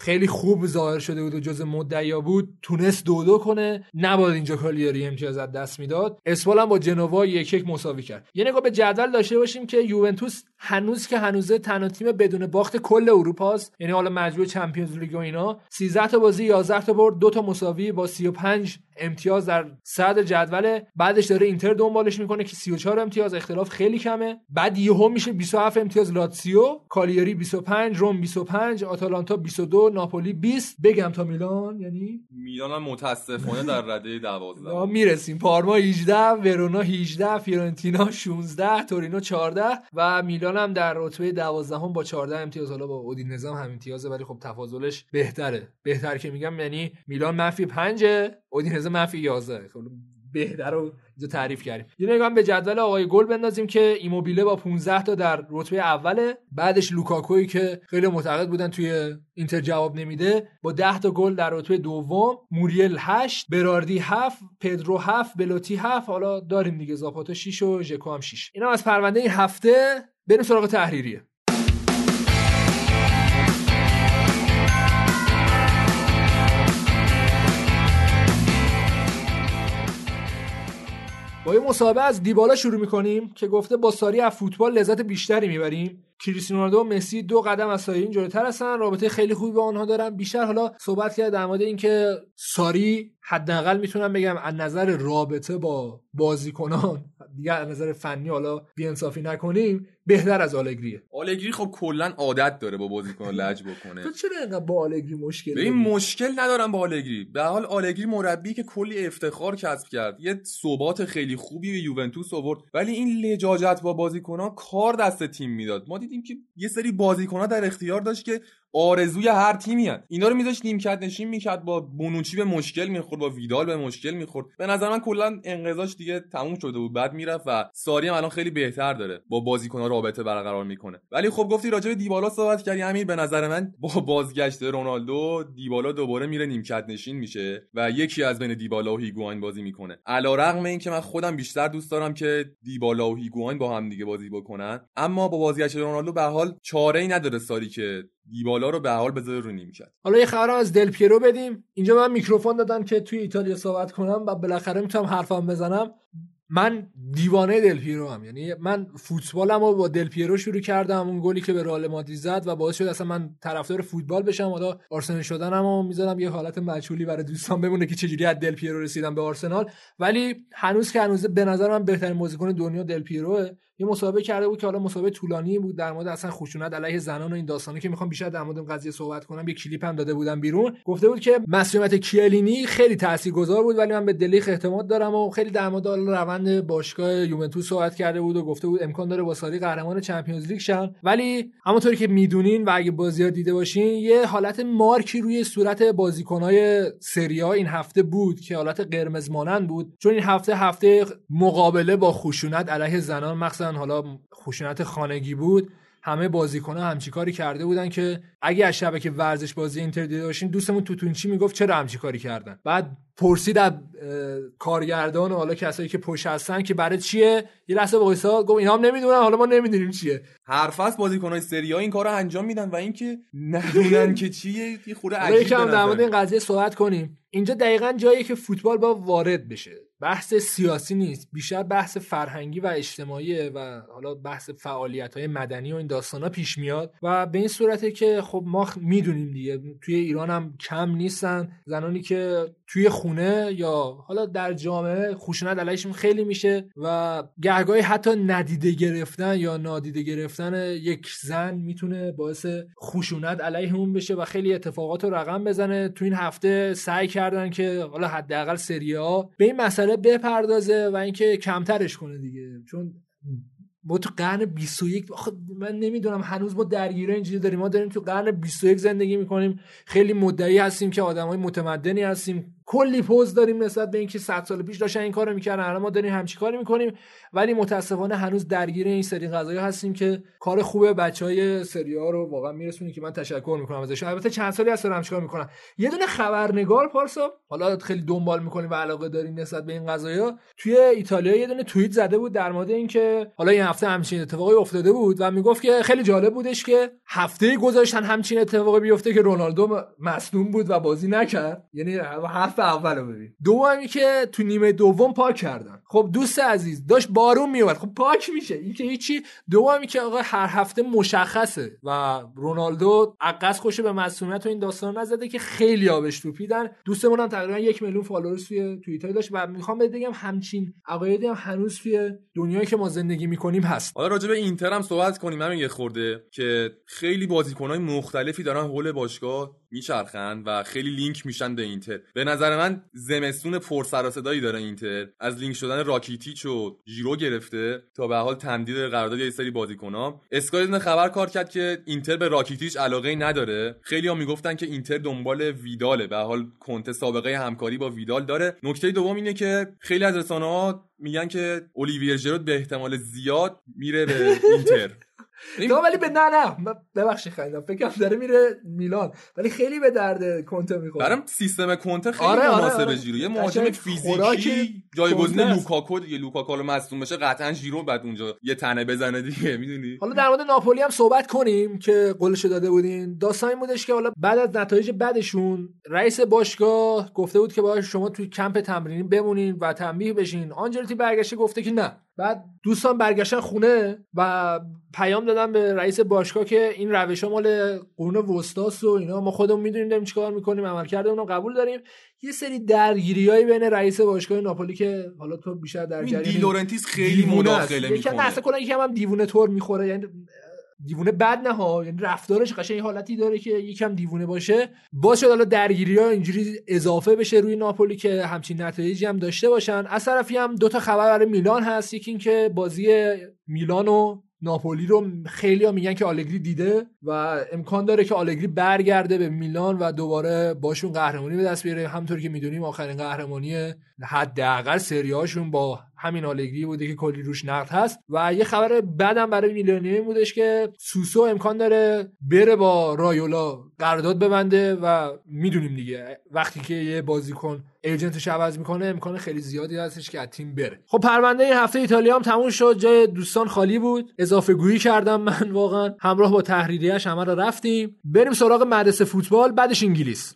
خیلی خوب ظاهر شده بود و جز مدعیا بود تونست 2-2 کنه، نباید اینجا کالیاری امتیاز از دست میداد. اسپال هم با جنوا 1-1 مساوی کرد. یه نگاه به جدول داشته باشیم که یوونتوس هنوزه تنها تیم بدون باخت کل اروپا است، یعنی حالا مجموع چمپیونز لیگ و اینا 13 تا بازی 11 تا برد 2 تا مساوی با 35 امتیاز در صدر جدول. بعدش داره اینتر دنبالش میکنه که 34 امتیاز، اختلاف خیلی کمه. بعد یهو میشه 27 امتیاز لاتزیو، کالیاری 25، روم 25، آتالانتا 22، ناپولی 20. بگم تا میلان، یعنی میلان هم متاسفانه در رده 12 میرسیم. پارما 18، ورونا 18، فیورنتینا 16، تورینو 14 و میلان هم در رتبه 12 هم با 14 امتیاز. حالا با اودینزه هم امتیازه ولی خب تفاضلش بهتر که میگم، یعنی میلان منفی 5، اودینزه منفی 11. خب بهتر رو اینجا تعریف کردیم. یه نگاه به جدول آقای گل بندازیم که ایموبیله با 15 تا در رتبه اوله، بعدش لوکاکویی که خیلی معتقد بودن توی اینتر جواب نمیده با 10 تا گل در رتبه دوم، موریل 8، براردی 7، پدرو 7، بلوتی 7، حالا داریم دیگه زاپاتا 6 و ژکو هم 6. اینا از پرونده این هفته. بریم سراغ تحریریه. با یه مصاحبه از دیبالا شروع میکنیم که گفته با ساری از فوتبال لذت بیشتری میبریم. کریستیانو رونالدو و مسی 2 قدم از ساری جلوتر هستن، رابطه خیلی خوبی با آنها دارن. بیشتر حالا صحبت کرد در مورد اینکه ساری حداقل میتونم بگم از نظر رابطه با بازیکنان، دیگه از نظر فنی حالا بی‌انصافی نکنیم، بهتر از آلگریه. آلگری خب کلا عادت داره با بازیکنان لج بکنه. تو چرا اینقدر با آلگری مشکل داری؟ ببین مشکل ندارم با آلگری. به حال آلگری مربی که کلی افتخار کسب کرد، یه ثبات خیلی خوبی به یوونتوس آورد، ولی این لجاجت با بازیکنان کار دست تیم میداد. ما دیدیم که یه سری بازیکنان در اختیار داشت که آرزوی هر تیمی هست، اینا رو میذاشت نیمکت نشین میکرد، با بونوچی به مشکل میخورد، با ویدال به مشکل میخورد. به نظر من کلا انقضاش دیگه تموم شده بود، بعد میرفت و ساری هم الان خیلی بهتر داره با بازیکن‌ها رابطه برقرار میکنه. ولی خب گفتی راجع به دیبالا صحبت کردی امیر، به نظر من با بازگشت رونالدو دیبالا دوباره میره نیمکت نشین میشه و یکی از بین دیبالا و هیگواین بازی میکنه. علیرغم اینکه من خودم بیشتر دوست دارم که دیبالا و هیگواین با هم دیگه بازی بکنن، اما با بازگشت رونالدو به حال چاره‌ای نداره ساری که دیبالا رو به حال بذاره رو نیمکت. حالا یه خبرم از دل پیرو بدیم. اینجا من میکروفون دادن که توی ایتالیا صحبت کنم و بالاخره میتونم حرفم بزنم. من دیوانه دل پیرو هم، یعنی من فوتبالمو با دل پیرو شروع کردم، اون گلی که به رئال مادرید زد و باعث شد اصلا من طرفدار فوتبال بشم. حالا آرسنال شدنمو میذارم یه حالت مجهولی برای دوستان بمونه که چجوری از دل پیرو رسیدم به آرسنال، ولی هنوز به نظر من بهترین بازیکن دنیا دل پیروه. یه مسابقه کرده بود که حالا مسابقه طولانی بود در مورد اصلا خشونت علیه زنان و این داستانی که میخوام بیشتر در مورد این قضیه صحبت کنم. یه کلیپ هم داده بودم بیرون، گفته بود که مسئولیت کیلینی خیلی تاثیرگذار بود ولی من به دلیخ اعتماد دارم و خیلی در مورد روند باشگاه یوونتوس صحبت کرده بود و گفته بود امکان داره با ساری قهرمان چمپیونز لیگ شن. ولی همونطوری که میدونین و اگه بازی‌ها دیده باشین یه حالت مارکی روی صورت بازیکن‌های سری آ این هفته بود که حالت قرمز مانند بود، چون این هفته مقابله با خشونت علیه زنان، مخصوصا حالا خشونت خانگی بود. همه بازیکن‌ها همچی کاری کرده بودن که اگه از شبکه ورزش بازی اینتر دیده باشین دوستمون توتونچی میگفت چرا همچی کاری کردن. بعد پرسید از کارگردان و حالا کسایی که پشت هستن که برای چیه، یه لحظه وایساد گفت اینا هم نمیدونن، حالا ما نمیدونیم چیه. حرف است بازیکن‌های سری آ این کارو انجام میدن و اینکه ندونن که چیه یه خورده عجیبه. یکم در مورد این قضیه صحبت کنیم. اینجا دقیقاً جاییه که فوتبال با وارد بشه. بحث سیاسی نیست، بیشتر بحث فرهنگی و اجتماعیه و حالا بحث فعالیت‌های مدنی و این داستانا پیش میاد و به این صورته که خب ما میدونیم دیگه توی ایران هم کم نیستن زنانی که توی خونه یا حالا در جامعه خشونت علیهشون خیلی میشه و گهگاهی حتی ندیده گرفتن یا نادیده گرفتن یک زن میتونه باعث خشونت علیه اون بشه و خیلی اتفاقات رو رقم بزنه. تو این هفته سعی کردن که حالا حداقل سری آ به این مسئله بپردازه و اینکه کمترش کنه دیگه، چون ما تو قرن 21 من نمیدونم هنوز ما درگیره اینجوری داریم. ما داریم تو قرن 21 زندگی میکنیم، خیلی مدعی هستیم که آدمای متمدنی هستیم، کلی پوز داریم نسبت به اینکه 100 سال پیش داشتن این کارو میکردن، الان ما داریم همچین کاری میکنیم، ولی متاسفانه هنوز درگیر این سری قضایا هستیم که کار خوبه بچهای سری ها رو واقعا میرسونی که من تشکر میکنم ازش. البته چند سالی هست دارم همین کارو میکنن. یه دونه خبرنگار پارسا، حالا خیلی دنبال میکنیم و علاقه داریم نسبت به این قضایا، توی ایتالیا یه دونه توییت زده بود در مورد اینکه حالا این هفته همچین اتفاقی افتاده بود و میگفت که خیلی جالب بودش که هفته گذاشتن همچین اتفاقی بیفته که رونالدو مصدوم بود و بازی نکرد. یعنی حرف اولو ببین. دومی که تو نیمه دوم پاک کردن. خب دوست عزیز داشت بارون میومد، خب پاک میشه، این که هیچی. دومی که آقا هر هفته مشخصه و رونالدو عقص خوشه به معصومیت و این داستان نزده که خیلی آبش توپیدن. دوستمون هم تقریبا 1 میلیون فالوورز توی توییتر داشت و میخوام بگم همچین عقایدی هم هنوز توی دنیایی که ما زندگی میکنیم هست. حالا راجع به اینتر هم صحبت کنیم. همین یه خورده که خیلی بازیکن‌های مختلفی دارن حول باشگاه میچرخن و خیلی لینک میشن به اینتر. به نظر من زمستون پر سر و صدایی داره اینتر، از لینک شدن راکیتیچ و ژیرو گرفته تا به حال تمدید قرارداد یه سری بازیکن‌ها. اسکای خبر کار کرد که اینتر به راکیتیچ علاقه‌ای نداره. خیلی‌ها میگفتن که اینتر دنبال ویداله، به حال کنته سابقه همکاری با ویدال داره. نکته دوم اینه که خیلی از رسانه‌ها میگن که اولیویر ژیرو به احتمال زیاد میره به اینتر. ولی به نه ببخشید خیلی فکرم داره میره میلان، ولی خیلی به درد کنته میخوره. برام سیستم کنته خیلی مناسبه ژیرو. یه مهاجم فیزیکی جایگزین لوکاکو دیگه. لوکاکو رو مصدوم بشه قطعا ژیرو بعد اونجا یه تنه بزنه دیگه، میدونی. حالا در مورد ناپولی هم صحبت کنیم که قولش داده بودین. داستان این بودش که حالا بعد از نتایج بعدشون رئیس باشگاه گفته بود که باید شما توی کمپ تمرینی بمونین و تنبیه بشین. آنجلوتی برگشته گفته که نه. بعد دوستان برگشتن خونه و پیام دادن به رئیس باشگاه که این روشا مال قرون وسطاست و اینا، ما خودمون میدونیم داریم چیکار میکنیم، عملکردمون رو قبول داریم. یه سری درگیریای بین رئیس باشگاه ناپولی که حالا تو بیشتر در جریان دی لورنتیس خیلی مداخله میکنه. اصلا کلا یکم هم دیوونه طور میخوره، یعنی دیوونه بد نه ها، یعنی رفتارش قشنگ این حالتی داره که یکم دیوونه باشه. باشه حالا درگیری‌ها اینجوری اضافه بشه روی ناپولی که همچین نتایجی هم داشته باشن. از طرفی هم 2 تا خبر برای میلان هست. یکی این که بازی میلان و ناپولی رو خیلی‌ها میگن که آلگری دیده و امکان داره که آلگری برگرده به میلان و دوباره باشون قهرمانی به دست بیاره. همونطوری که میدونیم آخرین قهرمانی حداقل سری هاشون با همین آلگری بوده که کلی روش نقد هست. و یه خبر بعدم برای میلانیا بودش که سوسو امکان داره بره با رایولا قرارداد ببنده و میدونیم دیگه وقتی که یه بازیکن ایجنتش عوض میکنه امکان خیلی زیادی هستش که از تیم بره. خب پرونده این هفته ایتالیا هم تموم شد، جای دوستان خالی بود. اضافه گویی کردم من واقعا، همراه با تحریریه‌اش همه رو رفتیم. بریم سراغ مدرسه فوتبال، بعدش انگلیس.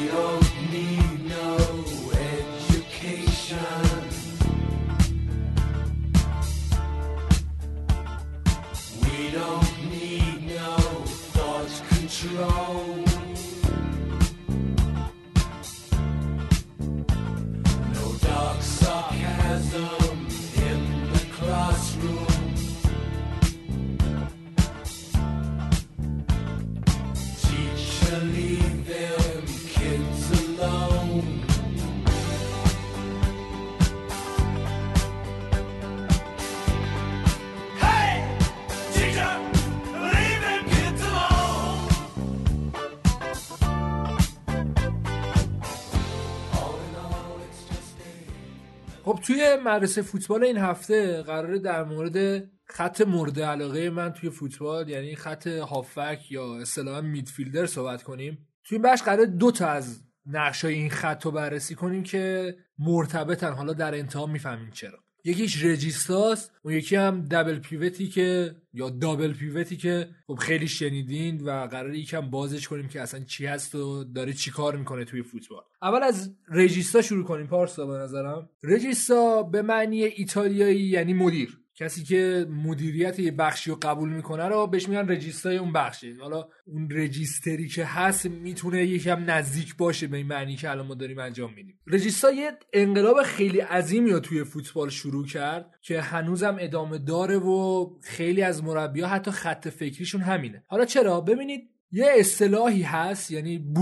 خب توی مدرسه فوتبال این هفته قراره در مورد خط مورد علاقه من توی فوتبال، یعنی خط هافک یا اصطلاحاً میدفیلدر صحبت کنیم. توی این بخش قراره 2 تا از نقشای این خط رو بررسی کنیم که مرتبطن. حالا در انتها میفهمین چرا. یکیش رجیستاست، اون یکی هم دابل پیوتی که یا دابل پیوتی که خب خیلی شنیدین و قراره یکم بازش کنیم که اصلا چی هست و داره چی کار میکنه توی فوتبال. اول از رجیستا شروع کنیم پارسا. به نظرم رجیستا به معنی ایتالیایی یعنی مدیر، کسی که مدیریت یه بخشی رو قبول میکنه رو بهش میگن رجیستای اون بخشی. حالا اون رجیستری که هست میتونه یکم نزدیک باشه به این معنی که الان ما داریم انجام میدیم. رجیستا یه انقلاب خیلی عظیمی رو توی فوتبال شروع کرد که هنوزم ادامه داره و خیلی از مربی‌ها حتی خط فکریشون همینه. حالا چرا؟ ببینید یه اصطلاحی هست، یعنی بود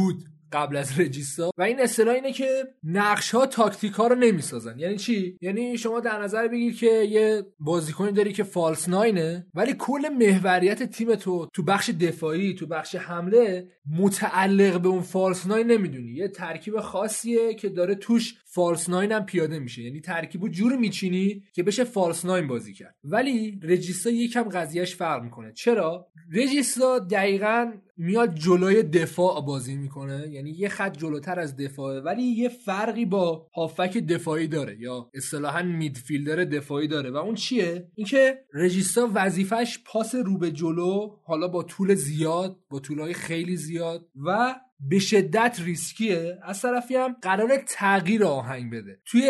قبل از رجیستا و این اصطلاح اینه که نقش‌ها تاکتیک‌ها رو نمی‌سازن. یعنی چی؟ یعنی شما در نظر بگیر که یه بازیکنی داری که فالس ناینه ولی کل محوریت تیم تو بخش دفاعی تو بخش حمله متعلق به اون فالس ناین نمیدونی. یه ترکیب خاصیه که داره توش فالس ناین هم پیاده میشه، یعنی ترکیبو جوری میچینی که بشه فالس ناین بازی کرد. ولی رجیستا یکم قضیهش فرق میکنه. چرا؟ رجیستا دقیقاً میاد جلوی دفاع بازی میکنه، یعنی یه خط جلوتر از دفاعه ولی یه فرقی با هافک دفاعی داره یا اصطلاحاً میدفیلدر دفاعی داره و اون چیه؟ اینکه رجیستا وظیفش پاس رو به جلو، حالا با طول زیاد، با طولای خیلی زیاد و به ریسکیه. از طرفی هم قراره تغییر آهنگ بده. توی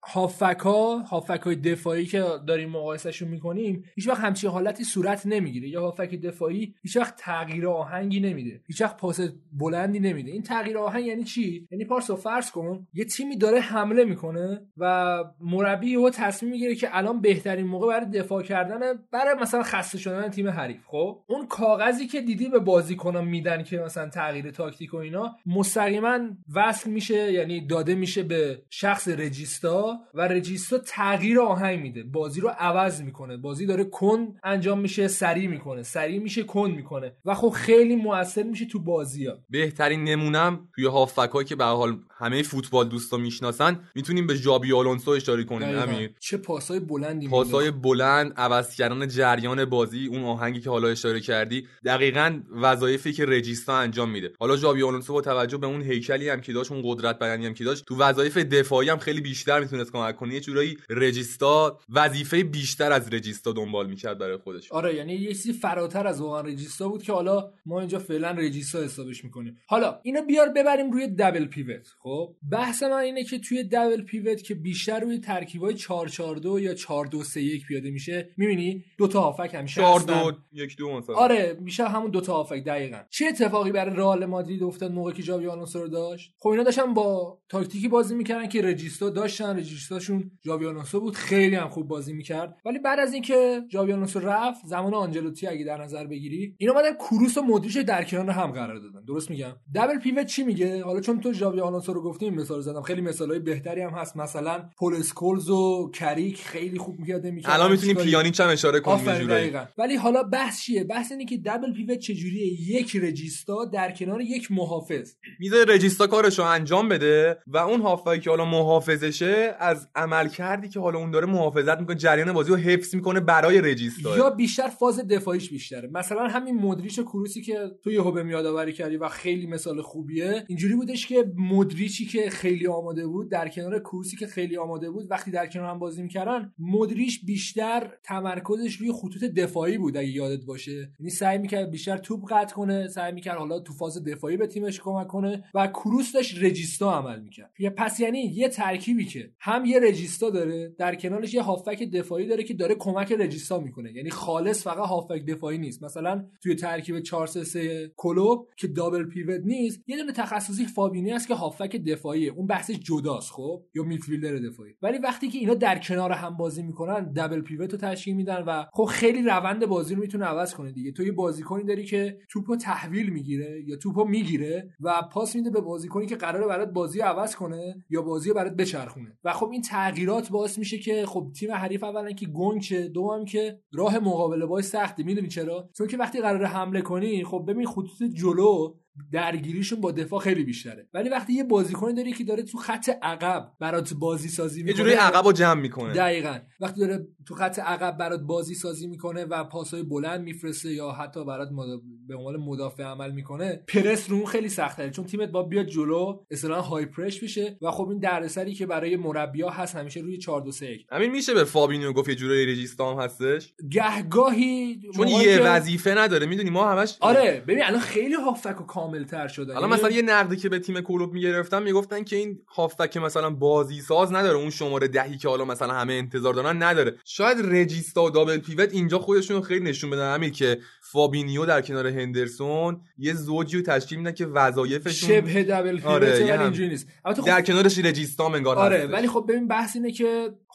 هافک‌های دفاعی که داریم مقایسهشون میکنیم هیچ وقت همچین حالتی صورت نمیگیره. یا هافک دفاعی هیچ وقت تغییر آهنگی نمیده، هیچ وقت پاس بلندی نمیده. این تغییر آهنگ یعنی چی؟ یعنی پارسا فرض کن یه تیمی داره حمله میکنه و مربی یهو تصمیم میگیره که الان بهترین موقع برای دفاع کردنه برای مثلا خسته شدن تیم حریف. خب اون کاغذی که دیدی به بازیکنان میدن که مثلا تغییر تاکتیک و اینا مستقیما وصل میشه، یعنی داده میشه به شخص رجیستا و رجیستا تغییر آهنگ میده، بازی رو عوض میکنه. بازی داره کند انجام میشه سریع میکنه، سریع میشه کند میکنه و خب خیلی موثر میشه تو بازی‌ها. بهترین نمونم توی هافک‌هایی که به هر حال همه فوتبال دوستا میشناسن میتونیم به ژابی آلونسو اشاره کنیم. امیر چه پاسای بلندی، پاسای بلند، عوض کردن جریان بازی، اون آهنگی که حالا اشاره کردی دقیقاً وظایفی که رجیستا انجام میده. حالا ژابی آلونسو با توجه به اون هیکلی هم که داشت، اون قدرت بدنی هم که داشت، تو وظایف دفاعی هم خیلی بیشتر میتونست کمک کنه. یه جورایی رجیستا وظیفه بیشتر از رجیستا دنبال میکرد برای خودش. آره یعنی یه چیزی فراتر از واقعا رجیستا بود که حالا ما اینجا فعلا رجیستا حسابش میکنیم. حالا اینو بیار ببریم روی دبل پیوت. خب بحث من اینه که توی دبل پیوت که بیشتر روی ترکیبای 4-4-2 یا 4-2-3-1 پیاده میشه، میبینی دو تا هافک همیشه 4-2-1-2 مثلا. آره میشه همون دو تا هافک. دقیقاً چه اتفاقی برای رئال مادرید افتاد موقعی که ژابی آلونسو رو داشت؟ خب اینا داشتن با تاکتیکی بازی میکردن که رجیستا داشتن، رجیستاشون ژابی آلونسو بود، خیلی هم خوب بازی میکرد. ولی بعد از اینکه ژابی آلونسو رفت، زمان آنجلوتی اگه در نظر بگیری، اینا اومدن کروس و مودریچ در کنار هم قرار دادن. درست میگم؟ دبل پیوت چی میگه؟ حالا چون تو ژابی آلونسو رو گفتیم مثال زدم، خیلی مثالای بهتری هم هست، مثلا پول اسکولز و کریک خیلی خوب میکردن. الان میتونیم پیانیچ هم اشاره کنیم اینجوری. ولی حالا بحث چیه؟ بحث اینه که دبل پیوت چجوریه؟ یک رجیستا در کنار یک محافظ، میذاره رجیستا کارشو انجام بده و اون هافکی که حالا محافظشه از عمل کردی که حالا اون داره محافظت میکنه، جریان بازی رو حفظ میکنه برای رجیستا، یا بیشتر فاز دفاعیش بیشتره. مثلا همین مودریچ و کروسی که تو یهو به میاد آوری کردی و خیلی مثال خوبیه، اینجوری بودش که مودریچی که خیلی آماده بود در کنار کروسی که خیلی آماده بود، وقتی در کنار هم بازی میکردن مودریچ بیشتر تمرکزش روی خطوط دفاعی بود اگه یادت باشه، یعنی سعی میکرد بیشتر توپ قطع کنه، سعی میکرد حالا تو فاز دفاعی به تیمش کمک کنه و کروس داشت رجیستا عمل میکرد. پس یعنی یه ترکیبی که هم یه رجیستا داره در کنارش یه هافک دفاعی داره که داره کمک رجیستا میکنه، یعنی خالص فقط هافک دفاعی نیست. مثلا توی ترکیب 4-3-3 کلوب که دابل پیوت نیست، یه دونه تخصصی فابینی هست که هافک دفاعیه، اون بحثش جداست خب، یا میدفیلدر دفاعی. ولی وقتی که اینا در کنار هم بازی میکنن دابل پیوت رو تشکیل میدن و خب خیلی روند بازی رو میتونه عوض کنه دیگه. تو یه بازیکنی داری که توپو تحویل میگیره یا توپو میگیره و پاس میده به بازیکنی که قراره برات بازی عوض کنه یا بازی رو برات بچرخونه و خب این تغییرات باعث میشه که خب تیم حریف اولا که گنگ شه، دوم که راه مقابله باش سخته. میدونی چرا؟ چون که وقتی قراره حمله کنی خب ببین خطوط جلو درگیریشون با دفاع خیلی بیشتره، ولی وقتی یه بازیکن داری که داره تو خط عقب برات بازی سازی میکنه، یه جوری عقبو جمع میکنه. دقیقاً وقتی داره تو خط عقب برات بازی سازی میکنه و پاسای بلند میفرسته یا حتی برات به عنوان مدافع عمل میکنه، پرس رو اون خیلی سخت‌تره، چون تیمت با بیاد جلو اصلا های پرش بشه و خب این دردسری که برای مربی‌ها هست همیشه روی 4-2-3-1. همین میشه به فابینیو گفت یه جوری رجیستا هم هستش گهگاهی، چون یه وظیفه نداره. میدونی ما همش آره ببین الان خیلی هافک و کامل‌تر شده. الان مثلا یه نقدی که به تیم کلوب میگرفتن میگفتن که این هافک مثلا بازی ساز نداره، اون شماره 10 که حالا مثلا همه انتظار دارن نداره. شاید رجیستا و دابل پیوت اینجا خودشون رو خیلی نشون بدن، همین که فابینیو در کنار هندرسون یه زوجی رو تشکیل میدن که وظایفشون شبه دبل پیوت، آره ولی اینجوری نیست. البته در کنارش رجیستا انگار آره هستش. ولی خب ببین بحث اینه که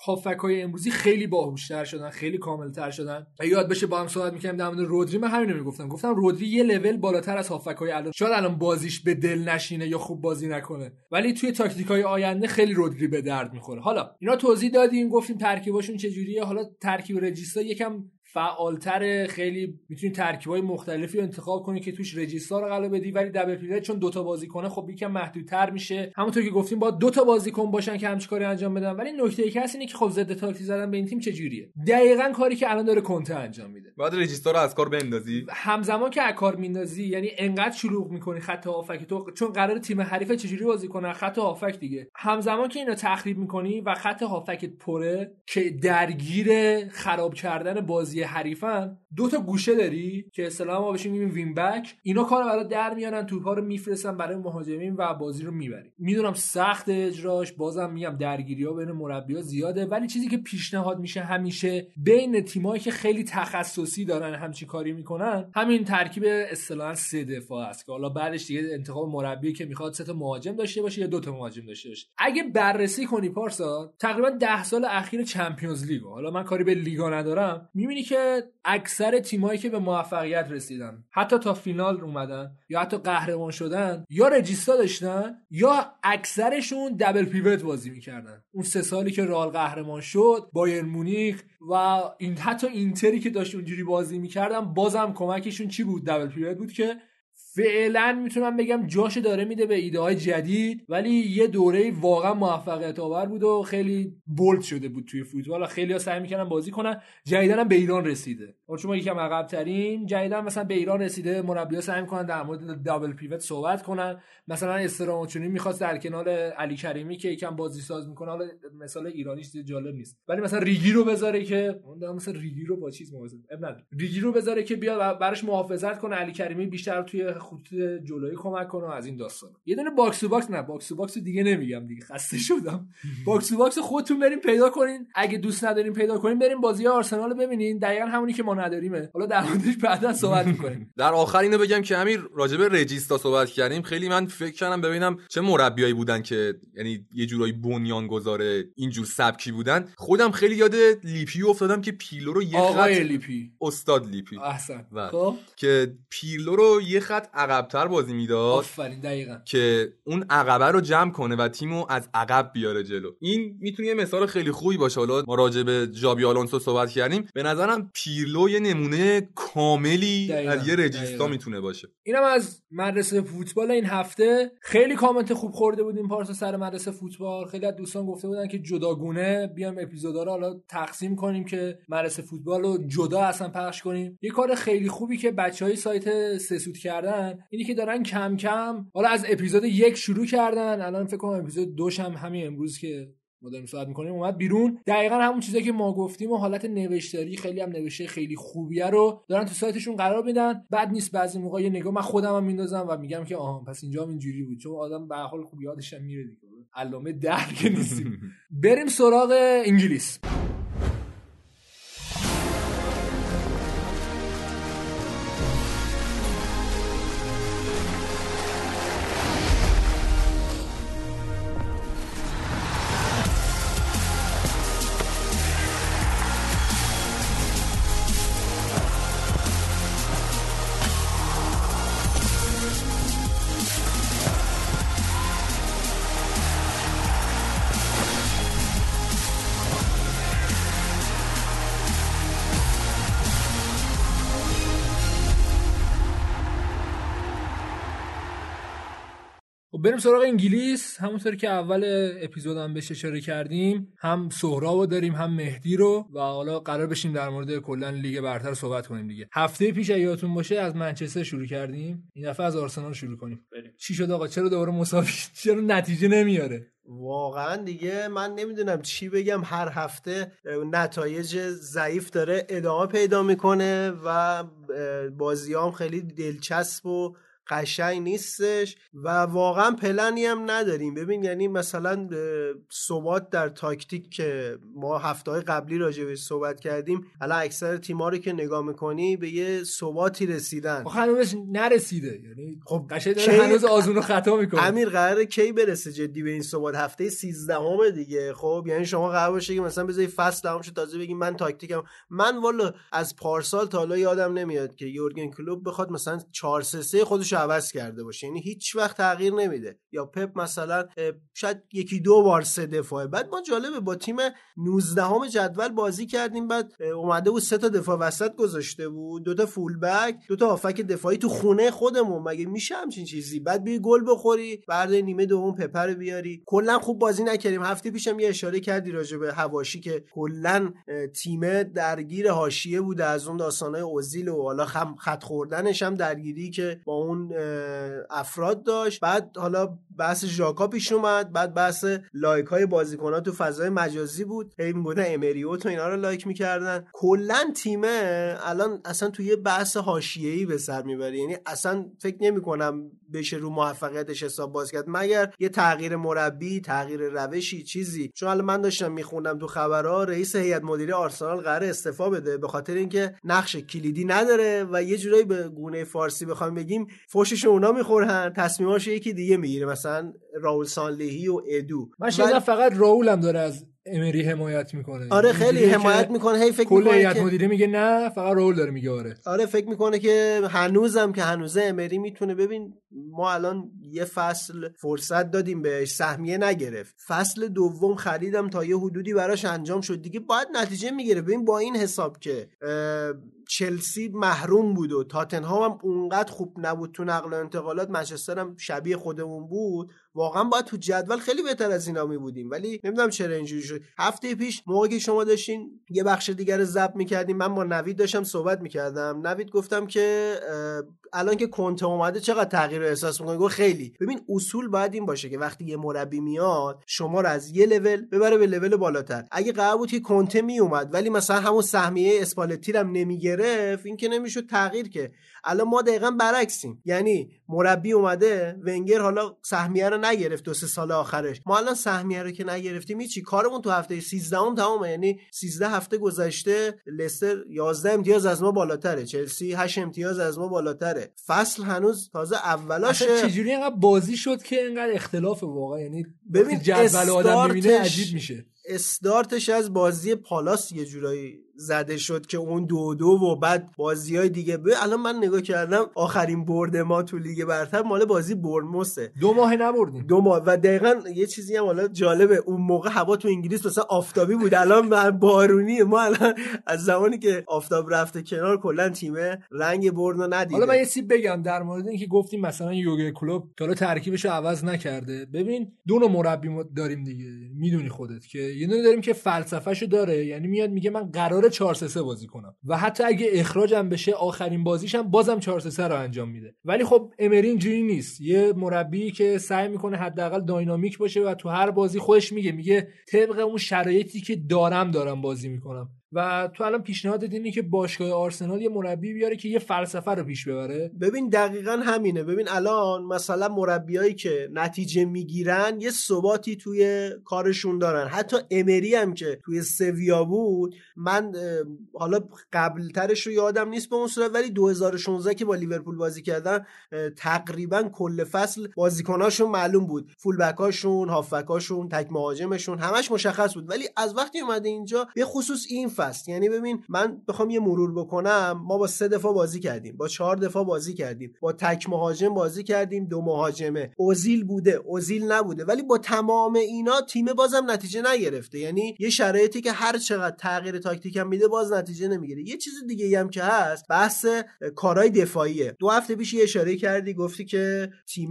هافک‌های امروزی خیلی باهوش‌تر شدن، خیلی کامل‌تر شدن. یاد بشه با هم صحبت می‌کردیم در مورد رودری، من همین رو گفتم رودری یه لول بالاتر از هافک‌های الان. شاید الان بازیش به دل نشینه یا خوب بازی نکنه، ولی توی تاکتیک‌های آینده خیلی رودری به درد می‌خوره. حالا اینا توضیح دادیم، گفتیم ترکیباشون چجوریه. حالا ترکیب رجیستا یکم فعالتر، خیلی میتونی ترکیبای مختلفی رو انتخاب کنی که توش رجیستا رو قرار بدی، ولی دبل پیوت چون دوتا بازیکنه خب یکم محدودتر میشه. همونطور که گفتیم باید دوتا بازیکن باشن که همچین کاری انجام بدن. ولی نکته ای که هست اینه که خب ضد تاکتیک زدن به این تیم چجوریه؟ دقیقاً کاری که الان داره کنته انجام میده. بعد رجیستا رو از کار بندازی، همزمان که از کار میندازی، یعنی انقدر شلوغ میکنی خط هافک تو، چون قرار تیم حریف چجوری بازی کنه خط هافک دیگه. همزمان که اینو تخریب میکنی و خط هافکت پره که درگیر خراب کردن بازی حریفن، دو تا گوشه داری که اصطلاحا ما بهش میگیم وین بک. اینا کارو برات در میارن، توپا رو میفرستن برای مهاجمین و بازی رو میبری. میدونم سخت اجراش، بازم میگم درگیری‌ها بین مربی‌ها زیاده، ولی چیزی که پیشنهاد میشه همیشه بین تیمایی که خیلی تخصصی دارن همچین کاری میکنن، همین ترکیب اصطلاحاً 3 دفاع است که حالا بعدش دیگه انتخاب مربی که میخواد 3 تا مهاجم داشته باشه یا 2 تا مهاجم داشته باشه. اگه بررسی کنی پارسا تقریبا 10 سال اخیر چمپیونز لیگ، حالا من کاری به لیگا ندارم، میبینی که اکثر تیمایی که به موفقیت رسیدن، حتی تا فینال اومدن یا حتی قهرمان شدن، یا رجیستا داشتن یا اکثرشون دبل پیوت بازی میکردن. اون 3 سالی که رئال قهرمان شد، بایرن مونیخ و این حتی اینتری که داشت اونجوری بازی میکردن، بازم کمکشون چی بود؟ دبل پیوت بود که فعلا میتونم بگم جاش داره میده به ایده های جدید، ولی یه دوره واقعا موفقیت آور بود و خیلی بولد شده بود توی فوتبال و خیلی ها سعی میکنن بازی کنن. جدیدن هم به ایران رسیده، چون ما یکم عقب ترین، جدیدن مثلا به ایران رسیده، مربی‌ها سعی میکنن در مورد دابل پیوت صحبت کنن. مثلا استراموچونی میخواست در کنار علی کریمی که یکم بازی ساز میکنه، حالا مثلا ایرانیش جالب نیست، ولی مثلا ریگی رو بذاره که مثلا ریگی رو با چیز موازی ریگی رو بذاره که بیاد براش محافظت کنه، علی کریمی بیشتر توی خط جلویی کمک کنه از این داستانا. یه دونه باکس تو باکس، نه باکس تو باکس دیگه نمیگم دیگه، خسته شدم. باکس تو باکس خودتون بریم پیدا کنین، اگه دوست ندارین پیدا کنین بریم بازی آرسنال رو ببینین، دقیقاً همونی که ما نداریمه. حالا در موردش بعدا صحبت می‌کنیم. در آخر اینو بگم که همین راجع به رجیستا صحبت کردیم، خیلی من فکر کردم ببینم چه مربیایی بودن که یعنی یه جورایی بنیانگذار اینجور سبکی بودن. خودم خیلی یاد لیپی افتادم که پیرلو رو یه خط، لیپی، استاد لیپی، احسن، خب که پیرلو رو یه خط عقب‌تر بازی میداد. آفرین، دقیقاً، که اون عقبه رو جمع کنه و تیمو از عقب بیاره جلو. این میتونه یه مثال خیلی خوبی باشه. حالا ما راجع به ژابی آلونسو صحبت کردیم، به نظرم پیرلو یه نمونه کاملی از یه رجیستا میتونه باشه. اینم از مدرسه فوتبال این هفته. خیلی کامنت خوب خورده بودیم پارسا سر مدرسه فوتبال. خیلی از دوستان گفته بودن که جداگونه بیام اپیزودا رو حالا تقسیم کنیم که مدرسه فوتبال رو جدا اصلا پخش کنیم. یه کار خیلی خوبی که بچهای سایت سسود کردن اینی که دارن کم کم، حالا از اپیزود 1 شروع کردن، الان فکر کنم اپیزود 2 هم همین امروز که ما داریم صحبت می‌کنیم اومد بیرون. دقیقاً همون چیزایی که ما گفتیم و حالت نوشتاری خیلی هم نوشته خیلی خوبیه رو دارن تو سایتشون قرار میدن. بعد نیست بعضی موقع یه نگاه من خودم هم میندازم و میگم که آها پس اینجا هم اینجوری بود، چون آدم به هر حال خوب یادش هم میره دیگه، علامه در که نیستیم. بریم سراغ انگلیس. بریم سراغ انگلیس. همونطور که اول اپیزود هم بهش اشاره کردیم، هم سهرابو داریم هم مهدی رو و حالا قرار بشیم در مورد کلا لیگ برتر صحبت کنیم دیگه. هفته پیش یادتون باشه از منچستر شروع کردیم، این دفعه از آرسنال شروع کنیم. چی شد آقا؟ چرا دوباره مساوی؟ چرا نتیجه نمیاره؟ واقعا دیگه من نمیدونم چی بگم. هر هفته نتایج ضعیف داره ادامه پیدا میکنه و بازیام خیلی دلچسب و قشنگ نیستش و واقعا پلنی هم نداریم. ببین یعنی مثلا ثبات در تاکتیک که ما هفته‌های قبلی راجع بهش صحبت کردیم، الان اکثر تیم‌ها رو که نگاه می‌کنی به یه ثباتی رسیدن. هنوز نرسیده، یعنی خب قشنگ هنوز آزمون خطا می‌کنه. امیر قراره کی برسه جدی به این ثبات؟ هفته 13 دیگه. خب یعنی شما قرار باشه که مثلا بذاری فصل تموم شه تازه بگی من تاکتیکم. من والا از پارسال تا حالا یادم نمیاد که یورگن کلوپ بخواد مثلا 4-3-3 خودش رو عوض کرده باشه، یعنی هیچ وقت تغییر نمیده. یا پپ مثلا شاید یکی دو بار 3 دفاعه. بعد ما جالبه با تیم 19 جدول بازی کردیم، بعد اومده بود 3 تا دفاع وسط گذاشته بود، 2 تا فول بک، 2 تا هافک دفاعی تو خونه خودمون. مگه میشه همچین چیزی؟ بعد بی گل بخوری بعد نیمه دوم پپ رو بیاری. کلا خوب بازی نکردیم. هفته پیشم یه اشاره کردی راجع به حواشی که کلا تیم درگیر حاشیه بود از اون داستانای اوزیل و حالا خط خوردنش هم درگیری که با اون افراد داشت. بعد حالا بحث ژاکا پیش اومد، بعد بحث لایک های بازیکن‌ها تو فضای مجازی بود، این بوده امریوت و اینا رو لایک می‌کردن. کلا تیم الان اصلا توی یه بحث حاشیه‌ای به سر میبره، یعنی اصلا فکر نمی‌کنم بشه رو موفقیتش حساب باز کرد مگر یه تغییر مربی، تغییر روشی، چیزی. چون الان من داشتم میخوندم تو خبرها رئیس هیئت مدیره آرسنال قراره استعفا بده به خاطر اینکه نقش کلیدی نداره و یه جورایی به گونه فارسی بخوام بگیم فوشش اونا میخورن، تصمیماشو یکی دیگه میگیره، مثلا راول سانلهی و ادو. من شاید فقط راول هم داره از امری حمایت میکنه. آره خیلی حمایت میکنه. هی فکر میکنه کل هیئت مدیره میگه نه، فقط راول داره میگه آره. آره فکر میکنه که هنوزم که هنوزه امری میتونه. ببین ما الان یه فصل فرصت دادیم بهش، سهمیه نگرفت. فصل دوم خریدم تا یه حدودی براش انجام شد، دیگه باید نتیجه میگیره. ببین با این حساب که چلسی محروم بود و تاتنهام هم اونقدر خوب نبود تو نقل و انتقالات، منچستر هم شبیه خودمون بود، واقعا باید تو جدول خیلی بهتر از اینا می بودیم. ولی نمیدونم چرا اینجوری شد. هفته پیش موقعی که شما داشتین یه بخش دیگر رو ضبط می‌کردیم، من با نوید داشتم صحبت می‌کردم. نوید گفتم که الان که کنته اومده چقدر تغییر رو احساس می‌کنی؟ گفت خیلی. ببین اصول باید این باشه که وقتی یه مربی میاد شما رو از یه لول ببره به لول بالاتر. اگه قرار بود که کنته می اومد ولی مثلا همون سهمیه اسپالتی رو هم نمیگرفت، این که نمیشد تغییر که. الان ما دقیقاً برعکسیم، یعنی مربی اومده، ونگر حالا سهمیه رو نگرفت 2-3 سال آخرش، ما الان سهمیه رو که نگرفتیم هیچی، کارمون تو هفته 13 تمامه. یعنی 13 هفته گذشته لستر 11 امتیاز از ما بالاتره، چلسی 8 امتیاز از ما بالاتره، فصل هنوز تازه اولاشه. چجوری اینقدر بازی شد که اینقدر اختلاف واقعا؟ یعنی ببین جدول آدم میبینه عجیب میشه. استارتش از بازی پالاس یه جورایی زده شد که اون 2-2 و بعد بازی‌های دیگه. الان من نگاه کردم آخرین برد ما تو لیگ برتر مال بازی برنموثه. 2 ماه نبردیم. 2 ماه. و دقیقاً یه چیزی هم حالا جالبه، اون موقع هوا تو انگلیس مثلا آفتابی بود، الان بارونیه. ما الان از زمانی که آفتاب رفته کنار کلا تیم رنگ برد رو ندیده. حالا من یه چیزی بگم در مورد اینکه گفتیم مثلا یورگن کلوپ حالا ترکیبش رو عوض نکرده. ببین دو نوع مربی ما داریم دیگه، میدونی خودت که یه دونه داریم که فلسفه‌شو داره، یعنی میاد میگه من قراره 4-3-3 بازی کنم و حتی اگه اخراجم بشه آخرین بازیشم بازم 4-3-3 رو انجام میده. ولی خب امری اینجوری نیست، یه مربی که سعی میکنه حداقل داینامیک باشه و تو هر بازی خودش میگه طبق اون شرایطی که دارم بازی میکنم. و تو الان پیشنهاد دینی که باشگاه آرسنال یه مربی بیاره که یه فلسفه رو پیش ببره. ببین دقیقاً همینه. ببین الان مثلا مربیایی که نتیجه میگیرن یه ثباتی توی کارشون دارن. حتی امری هم که توی سویا بود، من حالا قبلترش رو یادم نیست به اون صورت، ولی 2016 که با لیورپول بازی کردن تقریبا کل فصل بازیکناشون معلوم بود، فول بکاشون، هاف بکاشون، تک مهاجمشون همش مشخص بود. ولی از وقتی اومده اینجا به خصوص این فصل، یعنی ببین من بخوام یه مرور بکنم، ما با 3 دفاع بازی کردیم، با 4 دفاع بازی کردیم، با تک مهاجم بازی کردیم، 2 مهاجمه، اوزیل بوده، اوزیل نبوده، ولی با تمام اینا تیم بازم نتیجه نگرفته. یعنی یه شرایطی که هر چقدر تغییر تاکتیک هم میده باز نتیجه نمیگیره. یه چیز دیگه هم که هست بحث کارهای دفاعیه. 2 هفته پیش یه اشاره کردی، گفتی که تیم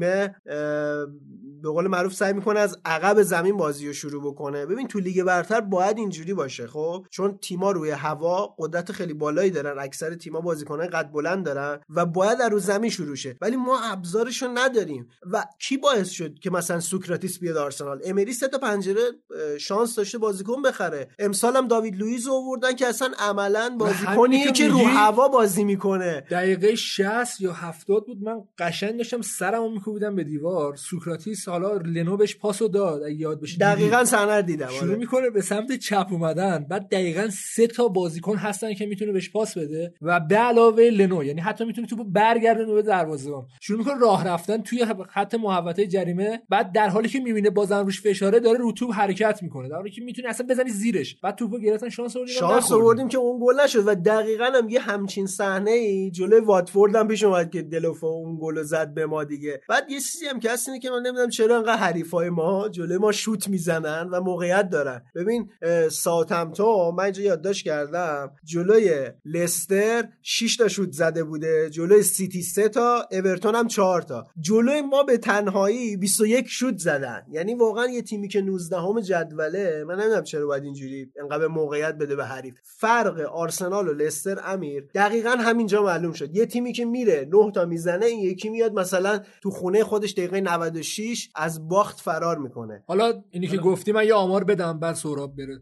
به قول معروف سعی میکنه از عقب زمین بازیو شروع بکنه. ببین تو لیگ برتر باید اینجوری باشه، خب چون تیما روی هوا قدرت خیلی بالایی دارن، اکثر تیما بازیکنان قد بلند دارن و باید از رو زمین شروع شه، ولی ما ابزارشو نداریم. و کی باعث شد که مثلا سوکراتیس بیاد آرسنال؟ امری 3 تا پنجره شانس داشته بازیکن بخره. امسال هم داوید لوئیز آوردن که اصلا عملاً بازیکنیه که رو هوا بازی میکنه. دقیقه 60 یا 70 بود، من قشنگ داشتم سرمو میکوبیدم به دیوار. سوکراتیس حالا لنو بهش پاسو داد، اگه یاد باشه دقیقاً سند دیدم، شروع میکنه به سمت چپ اومدن، بعد دقیقاً 3 تا بازیکن هستن که میتونه بهش پاس بده و به علاوه لنو، یعنی حتی میتونه توپو برگردونه به دروازه‌بان. شروع میکنه راه رفتن توی خط محوطه جریمه، بعد در حالی که میبینه بازم روش فشاره داره رو توپ حرکت میکنه، در حالی که میتونه اصلا بزنی زیرش. بعد توپو گرفتن، شانس آوردیم که اون گل نشد. و دقیقاً هم یه همچین صحنه‌ای جلوی واتفورد هم پیش اومد که دلوفو اون گل زد به ما دیگه. بعد یه چیزی هم که هست اینه که من نمیدونم چرا انقدر حریفای ما جلوی ما شوت میزنن و موقعیت دارن. ببین ساوثهمپتون، من اینجا یادداشت کردم، جلوی لستر 6 تا شوت زده بوده، جلوی سیتی 3 تا، اورتون هم 4 تا. جلوی ما به تنهایی 21 شوت زدن. یعنی واقعا یه تیمی که 19ام جدوله، من نمیدونم چرا باید اینجوری انقدر موقعیت بده به حریف. فرق آرسنال و لستر امیر دقیقاً همینجا معلوم شد. یه تیمی که میره 9 تا میزنه، این یکی میاد مثلا تو خونه خودش دقیقه 96 از باخت فرار میکنه. حالا اینی که گفتی من یه آمار بدم بعد سهراب بره.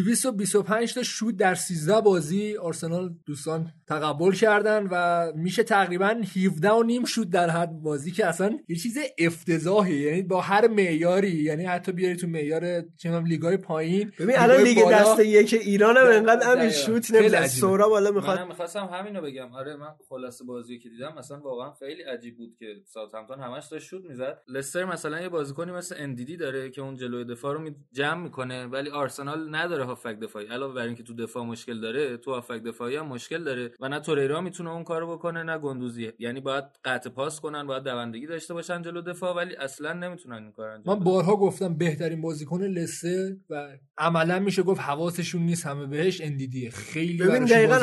225 تا شوت در 13 بازی آرسنال دوستان تقبل کردن و میشه تقریبا 17.5 شوت در هر بازی که اصلا یه چیز افتضاحی، یعنی با هر معیاری، یعنی حتی بیاری تو معیار چنم لیگای پایین. ببین الان لیگ دست یک ایران هم انقدر همین شوت نمیزنه. سهراب والا میخواد، منم می‌خواستم همینو بگم. آره من خلاصه بازی که دیدم مثلا واقعا خیلی عجیب بود که ساوثهمپتون همش داشت شوت میزد. لستر مثلا یه بازیکنی مثل اندیدی داره که اون جلوی دفاع رو جمع میکنه، ولی آرسنال نداره هافک دفاعی. علاوه بر اینکه تو دفاع مشکل داره، تو هافک دفاعی هم مشکل داره و نه توریرا میتونه اون کارو بکنه نه گندوزی. یعنی باید قطع پاس کنن، باید دوندگی داشته باشن جلو دفاع، ولی اصلا نمیتونن این کارو انجام بدن. من بارها گفتم بهترین بازیکن لستر و عملا میشه گفت حواسشون نیست همه بهش اندیدیه. خیلی ببین دقیقاً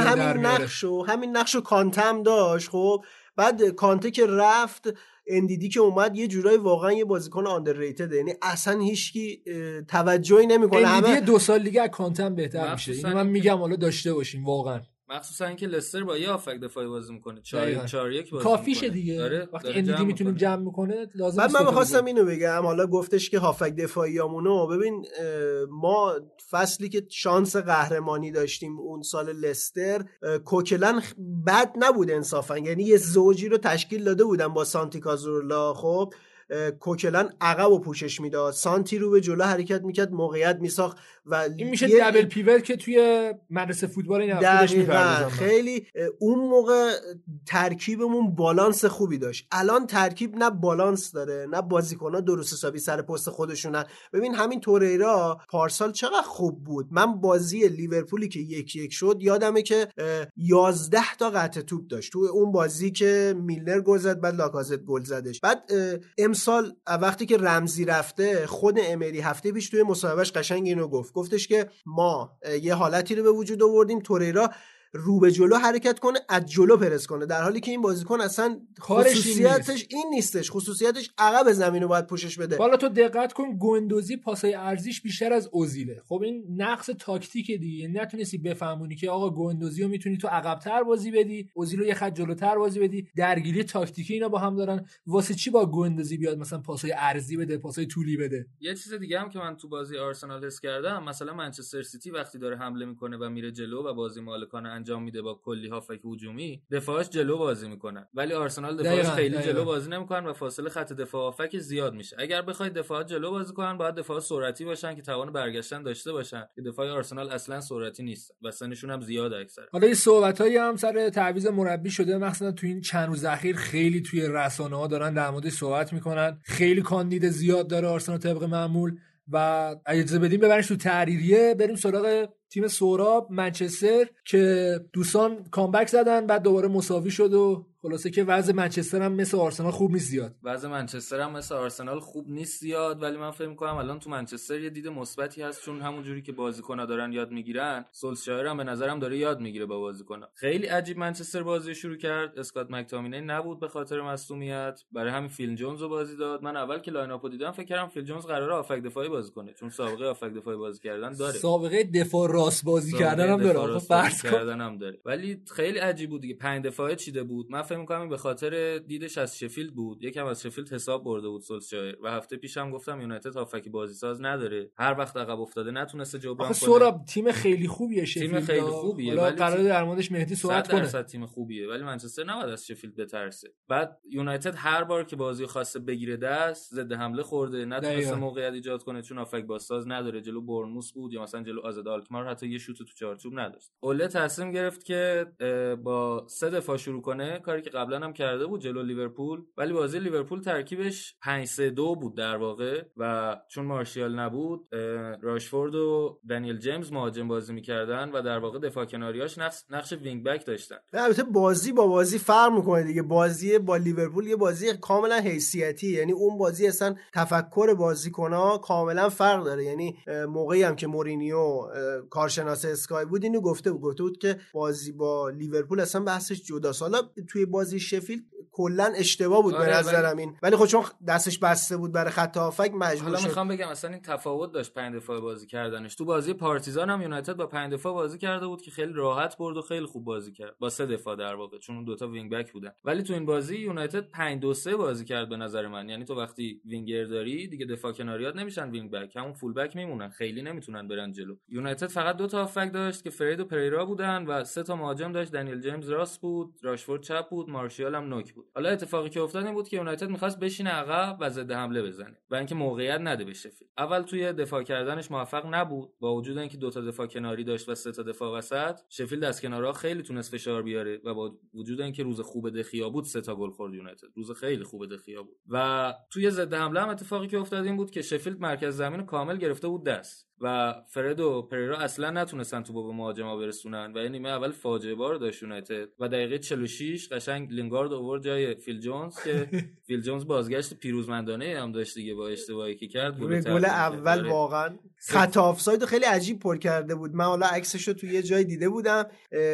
همین نقشو کانتم داشت. خب بعد کانته که رفت، اندیدی که اومد، یه جورایی واقعا یه بازیکن آندرریتد، یعنی اصلا هیچکی توجهی نمیکنه. اندیدی 2 سال دیگه از کانتم بهتر میشه. اینو من میگم حالا داشته باشیم واقعا. مخصوصا اینکه لستر با یه هافک دفاعی بازی میکنه، 4-1 بازی کافیشه دیگه. وقتی اندیدی میتونه جمع میکنه لازم نیست. من می‌خواستم اینو بگم، حالا گفتش که هافک دفاعیامونو ببین، ما فصلی که شانس قهرمانی داشتیم اون سال لستر، کوکلن بد نبود انصافا، یعنی یه زوجی رو تشکیل داده بودن با سانتی کازورلا. خب کوکلن عقب و پوشش میداد، سانتی رو به جلو حرکت میکرد، موقعیت میساخت و این میشه دبل پیوت که توی مدرسه فوتبال این افرادش میپردازن. خیلی اون موقع ترکیبمون بالانس خوبی داشت. الان ترکیب نه بالانس داره نه بازیکن‌ها درست حسابی سر پست خودشونن. ببین همین توریرا پارسال چقدر خوب بود. من بازی لیورپولی که 1-1 شد یادمه که 11 تا قطع توپ داشت تو اون بازی که میلنر گل زد بعد لاکازت گل زدش. بعد امسال وقتی که رمزی رفته، خود امری هفته پیش توی مصاحبهش قشنگ اینو گفتش که ما یه حالتی رو به وجود آوردیم توریرا رو به جلو حرکت کنه، از جلو پرس کنه، در حالی که این بازیکن اصلا خصوصیتش این نیستش. خصوصیتش عقب زمین رو باید پوشش بده. حالا تو دقت کن، گوندوزی پاسای ارزیش بیشتر از اوزیله. خب این نقص تاکتیکه دیگه، نتونستی بفهمونی که آقا گوندوزی رو میتونی تو عقب‌تر بازی بدی، اوزیل رو یه خط جلوتر بازی بدی. درگیری تاکتیکی اینا با هم دارن. واسه چی با گوندوزی بیاد مثلا پاسای ارزی بده، پاسای طولی بده؟ یه چیز دیگه هم که من تو بازی آرسنال حس کردم، مثلا منچستر سیتی وقتی داره حمله میکنه و میره جلو و بازی مالکانه انجام میده با کلی هافک هجومی، دفاعش جلو بازی میکنن، ولی آرسنال دفاعش خیلی جلو بازی نمیکنن و فاصله خط دفاع هافک زیاد میشه. اگر بخواید دفاع جلو بازی کنن باید دفاع سرعتی باشن که توان برگشتن داشته باشن، که دفاع آرسنال اصلا سرعتی نیست و سنشون هم زیاده اکثر. حالا این صحبتایی هم سر تعویض مربی شده، مثلا تو این چند روز اخیر خیلی توی رسانه‌ها دارن در موردش صحبت میکنن. خیلی کاندید زیاد داره آرسنال طبق معمول و اجازه بدیم ببرنش تو تحریریه. بریم سراغ تیم سهراب، منچستر، که دوستان کامبک زدن بعد دوباره مساوی شد و خلاصه که وضع منچستر هم مثل آرسنال خوب نیست زیاد. وضع منچستر هم مثل آرسنال خوب نیست زیاد، ولی من فکر می‌کنم الان تو منچستر یه دید مثبتی هست، چون همون جوری که بازیکن‌ها دارن یاد میگیرن، سولشایر هم به نظرم داره یاد میگیره با بازیکن‌ها. خیلی عجیب منچستر بازی شروع کرد، اسکات مک‌تامینی نبود به خاطر مصونیت، برای همین فیل جونز رو بازی داد. من اول که لاین اپو دیدم فکر کردم فیل جونز قراره هافک دفاعی بازی کنه، چون سابقه هافک دفاعی بازی کردن داره، سابقه دفاع راست بازی کردن هم داره، فرض کردن هم داره، ولی خیلی عجیب بود دیگه. 5 دفاعه چیده بود. من فکر می‌کنم به خاطر دیدش از شفیلد بود، یکم از شفیلد حساب برده بود سولشایر، و هفته پیشم گفتم یونایتد هافک بازی ساز نداره، هر وقت عقب افتاده نتونسته جبران کنه. سوراب تیم خیلی خوبیه شفیلد، تیم خیلی خوبیه، ولی قراره در موردش مهدی صحبت کنه. 100% تیم خوبیه، ولی منچستر نباید از شفیلد بترسه. بعد یونایتد هر بار که بازی خواسته بگیره دست، ضد حمله خورده، نتونسته موقعیت ایجاد کنه چون هافک بازساز نداره. جلو برنموث بود یا مثلا جلو آزاد آلکمار حتی یه شوت تو چارچوب نداشت. اوله تصمیم گرفت که با 3 دفاع شروع کنه، کاری که قبلا هم کرده بود جلو لیورپول، ولی بازی لیورپول ترکیبش 5-3-2 بود در واقع، و چون مارشیال نبود راشفورد و دنیل جیمز مهاجم بازی می‌کردن و در واقع دفاع کناریاش نقش وینگ بک داشتن. البته بازی با بازی فرق می‌کنه دیگه. بازی با لیورپول یه بازی کاملا حیثیتی، یعنی اون بازی اصلا تفکر بازیکن‌ها کاملا فرق داره. یعنی موقعی هم که مورینیو کارشناس اسکای بود اینو گفته بود که بازی با لیورپول اصلا بحثش جداست. حالا توی بازی شفیلد کلا اشتباه بود به نظرم این، ولی خب چون دستش بسته بود برای خط هافک مجبور شد. حالا میخوام بگم اصلا این تفاوت داشت 5 دفاع بازی کردنش. تو بازی پارتیزان هم یونایتد با 5 دفاع بازی کرده بود که خیلی راحت برد و خیلی خوب بازی کرد، با 3 دفاع در واقع، چون اون دوتا وینگ بک بودن. ولی تو این بازی یونایتد 5-2-3 بازی کرد به نظر من. یعنی تو وقتی وینگر داری دیگه دفاع کناریات نمیشن وینگ بک، همون فول بک میمونن، خیلی نمیتونن برن جلو. یونایتد فقط 2 تا هافک داشت که فرید و پریرا بودن و 3 تا مهاجم داشت، دنیل جیمز راست بود، راشفورد چپ بود، مارشیال هم نوک بود. حالا اتفاقی که افتاد این بود که یونایتد می‌خواست بشینه عقب و ضد حمله بزنه و اینکه موقعیت نده به شفیلد. اول توی دفاع کردنش موفق نبود، با وجود اینکه 2 تا دفاع کناری داشت و 3 تا دفاع وسط. شفیلد از کنارها خیلی تونست فشار بیاره و با وجود اینکه روز خوب دخیا بود 3 تا گل خورد یونایتد، روز خیلی خوب دخیا بود. و توی ضد حمله هم اتفاقی که افتاد این بود که شفیلد مرکز زمین رو کامل گرفته بود دست و فرید و پریرا اصلا نتونستن توپو به مهاجما برسونن و این نیمه اول فاجعه بار داشت یونایتد. و دقیقه 46 قشنگ لینگارد آورد جای فیل جونز که فیل جونز بازگشت پیروزمندانه هم داشت دیگه با اشتباهی که کرد. گل اول واقعا خط آفساید خیلی عجیب پر کرده بود. من حالا عکسشو تو یه جای دیده بودم،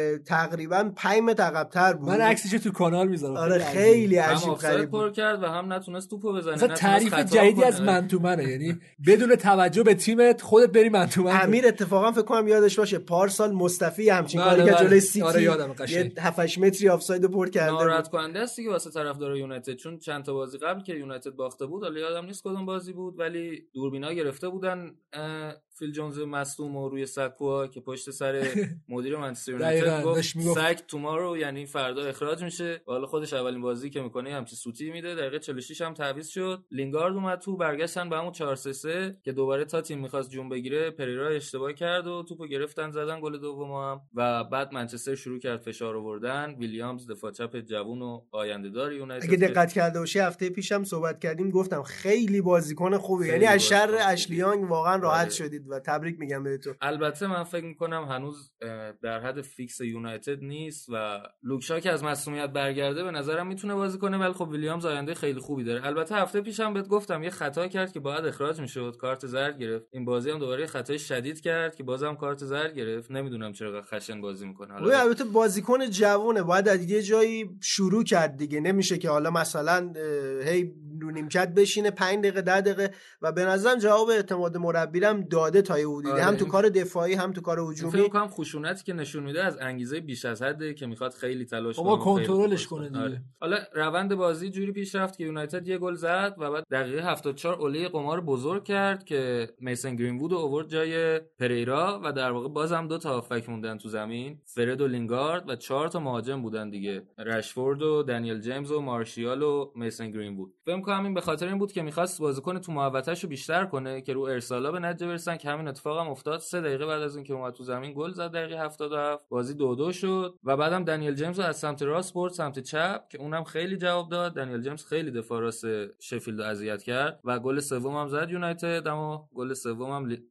تقریبا 5 متر عقب‌تر بود. من عکسشو تو کانال میذارم. آره خیلی عجیب غریب پر کرد و هم نتونست توپو بزنه. مثلا تعریف جدیدی از من تو منه، یعنی بدون توجه به تیمت خودت بری من تو من. امیر اتفاقا فکر کنم یادش باشه پارسال مصطفی همچین کاری که جلوی سیتی یه 7-8 متری آفساید پر کرده. ناراحت کننده است دیگه واسه طرفدار یونایتد، چون چند تا بازی قبل که یونایتد باخته بود، حالا یادم نیست کدوم بازی بود، ولی دوربینا گرفته بودن فیل جونز مصدوم و روی سکوها که پشت سر مدیر منچستر یونایتد گفت سک تومارو، یعنی فردا اخراج میشه. حالا خودش اولین بازی که میکنه همچین سوتی میده. دقیقه 46 هم تعویض شد، لینگارد اومد تو، برگشتن به همون 4-3-3 که دوباره تا تیم میخواست جون بگیره پریرا اشتباه کرد و توپو گرفتن زدن گل دوم هم. و بعد منچستر شروع کرد فشار آوردن. ویلیامز دفاع چپ جوون و آینده دار یونایتد، اگه دقت کرده باشی هفته پیشم صحبت کردیم گفتم خیلی بازیکن خوبه، یعنی از شر اشلیانگ واقعا راحت شدید و تبریک میگم بهتون. البته من فکر میکنم هنوز در حد فیکس یونایتد نیست و لوکشا که از معصومیت برگرده به نظرم میتونه بازی کنه، ولی خب ویلیامز آینده خیلی خوبی داره. البته هفته پیشم بهت گفتم یه خطا کرد که باید اخراج میشد، کارت زرد گرفت. این بازی هم دوباره خطای شدید کرد که بازم کارت زرد گرفت. نمیدونم چرا خشن بازی میکنه. حالا البته بازیکن جوونه، باید از یه جایی شروع کرد دیگه، نمیشه که حالا مثلا هی رو نیمکت بشینه 5 دقیقه 10 دقیقه. و به نظرم جواب اعتماد مربی هم داده تا حدودی، هم تو کار دفاعی هم تو کار هجومی. فکر می‌کنم خشونتی که نشون میده از انگیزه بیش از حده که میخواد خیلی تلاش کنه، کنترلش کنه دیگه. حالا روند بازی جوری پیش رفت که یونایتد یه گل زد و بعد دقیقه 74 اوله قمار بزرگ کرد که میسن گرین‌وود آورد جای پریرا و در واقع بازم 2 تا هافک موندن تو زمین، فرید و لینگارد و 4 تا مهاجم بودن دیگه، رشفورد و دنیل جیمز و مارشیال و میسن گرین‌وود. فکر می‌کنم این به خاطر این بود که می‌خواست بازیکن تو محوطه‌شو بیشتر کنه که رو ارسالا به نتیجه برسن که همین اتفاق هم افتاد. 3 دقیقه بعد از اینکه اومد تو زمین گل زد، دقیقه 77 بازی 2-2 شد و بعدم دنیل جیمز رو از سمت راست برد سمت چپ که اونم خیلی جواب داد. دنیل جیمز خیلی دفاع راست شفیلد رو اذیت کرد و گل سوم هم زد یونایتد، اما گل سوم هم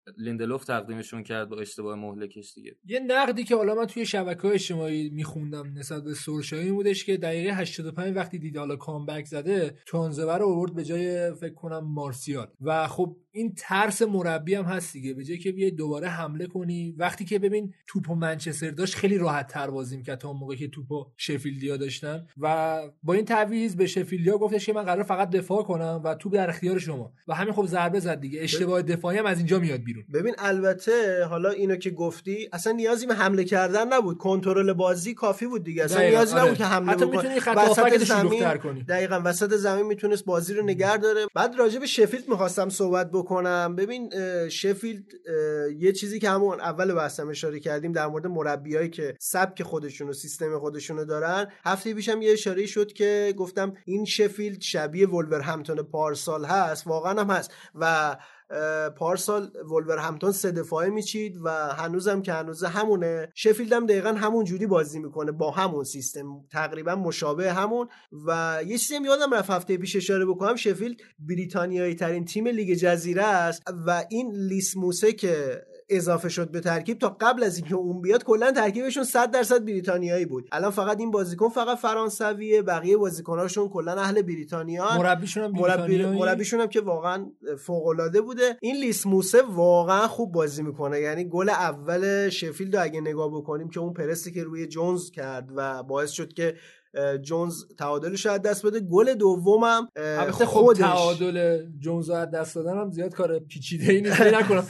لیندلوف تقدیمشون کرد با اشتباه مهلکش دیگه. یه نقدی که حالا من توی شبکه‌های اجتماعی میخوندم نسبت به سولشایر بودش که دقیقه 85 وقتی دید حالا کامبک زده تونزوه رو آورد به جای فکر کنم مارسیال و خب این ترس مربی هم هست دیگه، به جای که بیای دوباره حمله کنی وقتی که ببین توپو منچستر داشت خیلی راحت تر بازی می‌کرد تا اون موقعی که توپو شفیلدیا داشتن و با این تعویض به شفیلدیا گفتش که من قرار فقط دفاع کنم و توپ در اختیار شما و همین خب ضربه زد دیگه. اشتباه دفاعی هم از اینجا میاد بیرون. ببین البته حالا اینو که گفتی اصلا نیازی به حمله کردن نبود، کنترل بازی کافی بود دیگه، اصلا نیازی نبود که حمله حتی میتونی خط هافک شلوغ‌تر کنی. دقیقاً وسط زمین میتونست بازی رو نگه داره. بعد راجع به شفیلد می‌خواستم صحبت بکنم. ببین شفیلد یه چیزی که همون اول بحثم اشاره کردیم در مورد مربیایی که سبک خودشون و سیستم خودشونو دارن، هفته پیشم یه اشاره شد که گفتم این شفیلد شبیه ولورهمپتون پارسال هست، واقعا هم هست و پارسال ولورهمپتون 3 دفاعه میچید و هنوزم که هنوز همونه. شفیلد هم دقیقاً همون جوری بازی میکنه با همون سیستم تقریبا مشابه همون. و یه چیزی یادم رفت هفته پیش اشاره بکنم، شفیلد بریتانیایی ترین تیم لیگ جزیره است و این لیس موسه که اضافه شد به ترکیب تا قبل از اینکه اون بیاد کلا ترکیبشون 100% بریتانیایی بود. الان فقط این بازیکن فقط فرانسویه، بقیه بازیکناشون کلا اهل بریتانیان. مربیشون هم که واقعا فوق العاده بوده. این لیس موسه واقعا خوب بازی میکنه، یعنی گل اول شفیلد رو اگه نگاه بکنیم که اون پرسی که روی جونز کرد و باعث شد که جونز تعادلش رو از دست بده، گل دومم خودش تعادل جونز رو از دست دادن هم زیاد کار پیچیده‌ای نیست نکنم.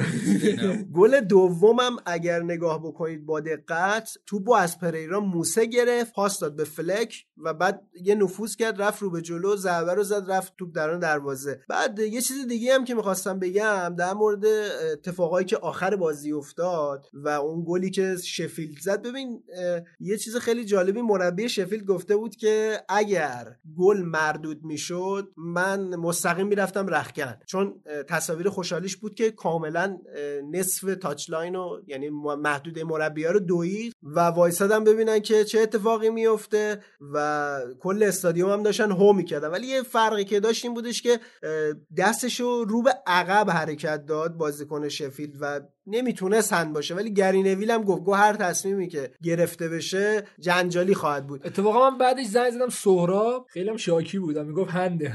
گل دومم اگر نگاه بکنید با دقت توپو از پریرا موسه گرفت، پاس داد به فلک و بعد یه نفوذ کرد رفت رو به جلو، ضربه رو زد رفت توپ درون دروازه. بعد یه چیز دیگه هم که می‌خواستم بگم در مورد اتفاقایی که آخر بازی افتاد و اون گلی که شفیلد زد. ببین یه چیز خیلی جالبی مربی شفیلد گفته بود که اگر گل مردود میشد من مستقیم میرفتم رختکن، چون تصاویر خوشحالیش بود که کاملا نصف تاچ لاینو یعنی محدوده مربی‌ها رو دوید و وایسادن ببینن که چه اتفاقی میفته و کل استادیوم هم داشتن هو میکردن. ولی یه فرقی که داشت این بودش که دستشو رو به عقب حرکت داد بازیکن شفیلد و نمیتونست هند باشه، ولی گری نویل هم گفت هر تصمیمی که گرفته بشه جنجالی خواهد بود. اتفاقا من بعدش زنگ زدم سهراب، خیلی هم شاکی بودم، میگفت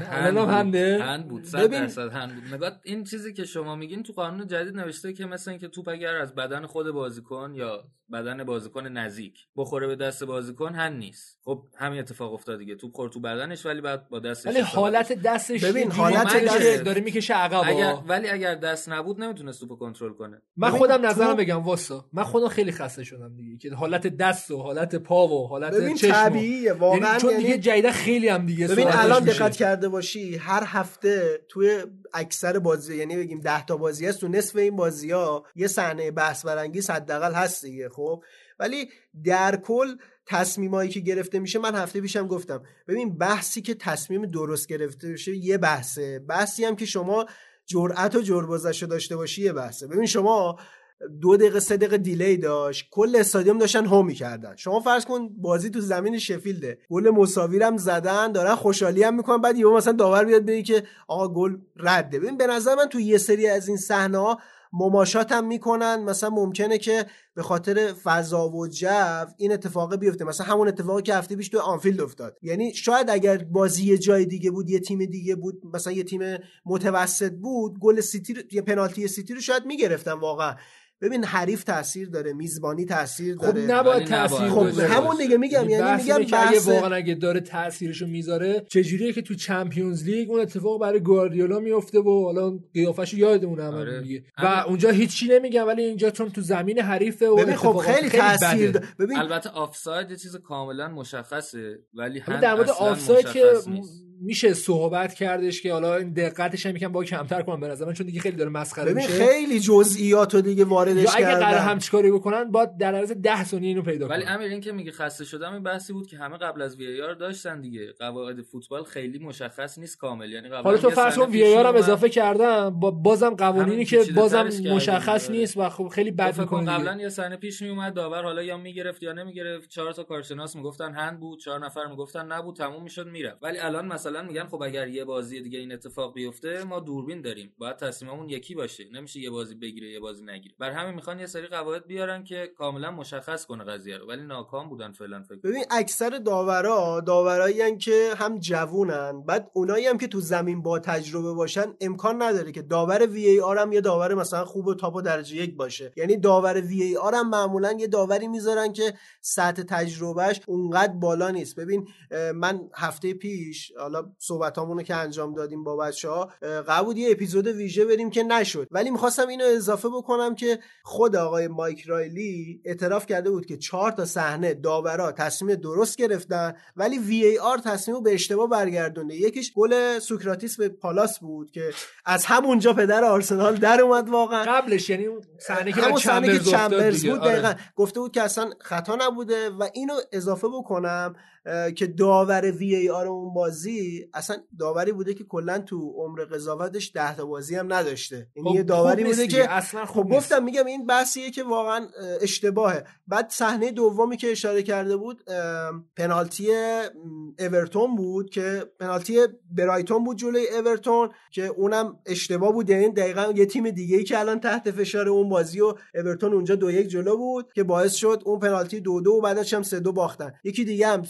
هند بود 100% هند بود. نگاه این چیزی که شما میگین تو قانون جدید نوشته که مثلا اینکه توپ اگر از بدن خود بازیکن یا بدن بازیکن نزدیک بخوره به دست بازیکن هند نیست. خب همین اتفاق افتاد دیگه، توپ خورد تو بدنش ولی بعد با دستش، ولی حالت دستش ببین حالت دست داره میکشه عقب، ولی اگر دست نبود نمیتونست توپو کنترل کنه. من خودم نظرم بگم واسه من خودم خیلی خسته شدم دیگه که حالت دست و حالت پا و حالت چشم طبیعیه واقعا، یعنی چون دیگه جیده خیلی هم دیگه. ببین الان دقت کرده باشی هر هفته توی اکثر بازی یعنی بگیم 10 تا بازی هست، تو نصف این بازی‌ها یه صحنه بحث برانگیز حداقل هست دیگه. خب ولی در کل تصمیمایی که گرفته میشه، من هفته پیشم گفتم ببین بحثی که تصمیم درست گرفته بشه یه بحثه، بحثی هم که شما جرأت و جربزشو داشته باشی یه بحثه. ببین شما 2 دقیقه 3 دقیقه دیلی داشت، کل استادیوم داشتن هو می‌کردن. شما فرض کن بازی تو زمین شفیلده، گل مساوی هم زدن، دارن خوشحالی هم میکنن، بعد یهو مثلا داور بیاد بگه که آقا گل رده. ببین به نظر من تو یه سری از این صحنه‌ها مماشات هم میکنن، مثلا ممکنه که به خاطر فضا و جو این اتفاق بیفته، مثلا همون اتفاقی که هفته پیش تو آنفیلد افتاد. یعنی شاید اگر بازی یه جای دیگه بود، یه تیم دیگه بود، مثلا یه تیم متوسط بود، گل سیتی یا پنالتی سیتی رو شاید میگرفتن واقعا. ببین حریف تاثیر داره، میزبانی تاثیر داره. خب نباید تاثیر خب همون دیگه میگم، یعنی میگم بحث واقعا اگه داره تاثیرشو میذاره چجوریه که تو چمپیونز لیگ اون اتفاق برای گواردیولا میفته و حالا قیافش یادمونه همون دیگه و اونجا هیچی نمیگم، ولی اینجا چون تو زمین حریفه و ببین خب خیلی تاثیر داره. ببین البته آفساید یه چیز کاملا مشخصه، ولی هم در مورد آفساید که میشه صحبت کردش که حالا این دقتش هم یکم با کمتر کنم به نظر من، چون دیگه خیلی داره مسخره میشه. ببین خیلی جزئیاتو دیگه واردش کردن. اگه قرار هم چیکاری بکنن باید در عرض 10 ثانیه اینو پیدا کنن. ولی امیر این که میگه خسته شدم این بحثی بود که همه قبل از وی آر داشتن دیگه. قواعد فوتبال خیلی مشخص نیست کامل، یعنی قبلا حالا تو فرض کن وی آر هم اضافه کردن بازم قوانینی که بازم مشخص نیست و خب خیلی بد میکنه. قبلا یه صحنه پیش میومد داور حالا یا میگرفت یا نمیگرفت، 4 تا کارشناس میگفتن هند بود، 4 نفر میگفتن نبود، تموم میشد میرفت. ولی الان مثلا مثلا میگن خب اگر یه بازی دیگه این اتفاق بیفته ما دوربین داریم، باید تصمیممون یکی باشه، نمیشه یه بازی بگیره یه بازی نگیره. بر همین میخوان یه سری قواعد بیارن که کاملا مشخص کنه قضیه رو، ولی ناکام بودن فعلا. فکر ببین اکثر داورایین که هم جوونن، بعد اونایی هم که تو زمین با تجربه باشن امکان نداره که داور وی ای آر هم یه داور مثلا خوب و تاپ و درجه یک باشه. یعنی داور وی ای آر هم معمولا یه داوری میذارن که سطح تجربهش اونقدر بالا نیست. ببین من هفته پیش حالا صحبتامونو که انجام دادیم با بچه‌ها قرار بود یه اپیزود ویژه بریم که نشد، ولی می‌خواستم اینو اضافه بکنم که خود آقای مایک رایلی اعتراف کرده بود که 4 تا صحنه داورا تصمیم درست گرفتن ولی وی ای آر تصمیمو به اشتباه برگردونده. یکیش گل سوکراتیس به پالاس بود که از همونجا پدر آرسنال در اومد واقعا. قبلش یعنی صحنه که چمبرز بود دقیقاً گفته بود که اصلا خطا نبوده. و اینو اضافه بکنم که داور وی ای آر اون بازی اصلا داوری بوده که کلا تو عمر قضاوتش 10 تا بازی هم نداشته. یعنی یه داوری بوده که خب گفتم میگم این بحثیه که واقعا اشتباهه. بعد صحنه دومی که اشاره کرده بود پنالتی اورتون بود که پنالتی برایتون بود جلوی اورتون که اونم اشتباه بود. یعنی دقیقاً یه تیم دیگه‌ای که الان تحت فشار اون بازی و اورتون اونجا 2-1 جلو بود که باعث شد اون پنالتی 2-2 و بعدش هم 3-2 باختن. یکی دیگه هم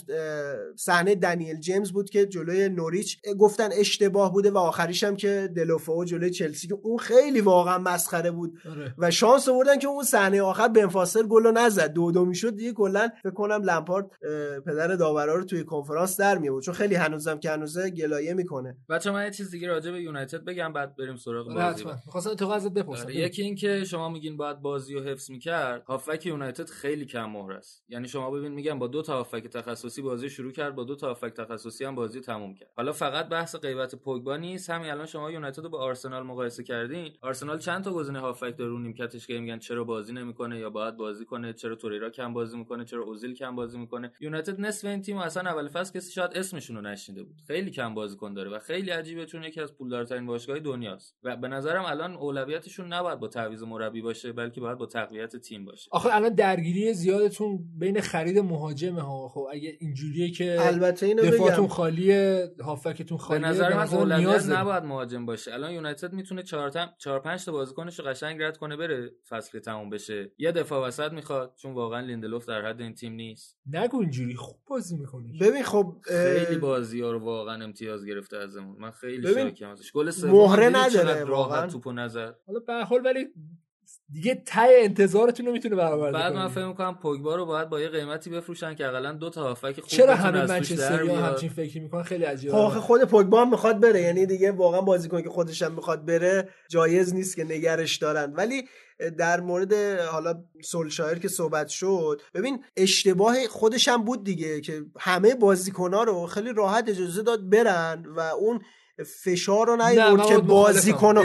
صحنه دنیل جیمز بود که جلوی نوریچ گفتن اشتباه بوده و آخریش هم که دلوفو جلوی چلسی که اون خیلی واقعا مسخره بود و شانس آوردن که اون صحنه آخر بنفاستر گل نزد 2-2 میشد دیگه. کلا فکر کنم لمپارد پدر داورا رو توی کنفرانس در میآورد چون خیلی هنوزم که هنوزه گلایه میکنه. بچه‌ها من یه چیز دیگه راجع به یونایتد بگم بعد بریم سراغ بازی. می‌خواستم تو ازت بپرسم. یکی این که شما میگین باید بازی رو حفظ می‌کرد، هافک یونایتد خیلی کم مهره است. یعنی شما ببین میگم با 2 تا هافک تخصصی بازی شروع کرد، با 2 تا هافک تخصصی هم بازی تموم کرد. حالا فقط بحث غیبت پوگبا نیست، همین الان شما یونایتد رو با آرسنال مقایسه کردین. آرسنال چند تا گزینه هافک داره رو نیمکتش که میگن چرا بازی نمیکنه یا باید بازی کنه، چرا توریرا کم بازی میکنه، چرا اوزیل کم بازی میکنه. یونایتد نصف این تیم اصلا اول فصل کسی شاید اسمشون رو نشنیده بود. خیلی کم بازیکن داره و خیلی عجیبه چون یکی از پولدارترین باشگاه‌های دنیاست و به نظرم الان اولویتشون نباید با تعویض مربی باشه بلکه باید با تقویت تیم باشه. آخه الان درگیری زیادتون بین خرید مهاجمه ها. خب اگه اینجوریه که البته اینو دفاعتون خالیه، هافکتون خالیه، به نظر من اولویت نباید مهاجم باشه. الان یونایتد میتونه 4-5 تا بازیکنش رو قشنگ رد کنه بره فصل تموم بشه. یه دفاع وسط میخواد چون واقعا لیندلوف در حد این تیم نیست. نگو اینجوری خوب بازی میکنه. ببین خب خیلی بازی‌ها رو واقعا امتیاز گرفته ازمون. من خیلی شاکم ازش. گل سوم مهره نداره راحت توپو نزد. حالا به هر حال ولی دیگه ته انتظارتون رو میتونه برآورده کنه. بعد من فکر می‌کنم پوگبا رو باید با یه قیمتی بفروشن که حداقل 2 تا هافک خوب چرا همین منچستریا همچین فکر می‌کنن؟ خیلی عجیبه. آخه خود پوگبا هم میخواد بره، یعنی دیگه واقعا بازیکن که خودش هم میخواد بره جایز نیست که نگرش دارن. ولی در مورد حالا سولشایر که صحبت شد، ببین اشتباه خودش هم بود دیگه که همه بازیکن‌ها رو خیلی راحت اجازه داد برن و اون فشار رو نیورد که بازیکنو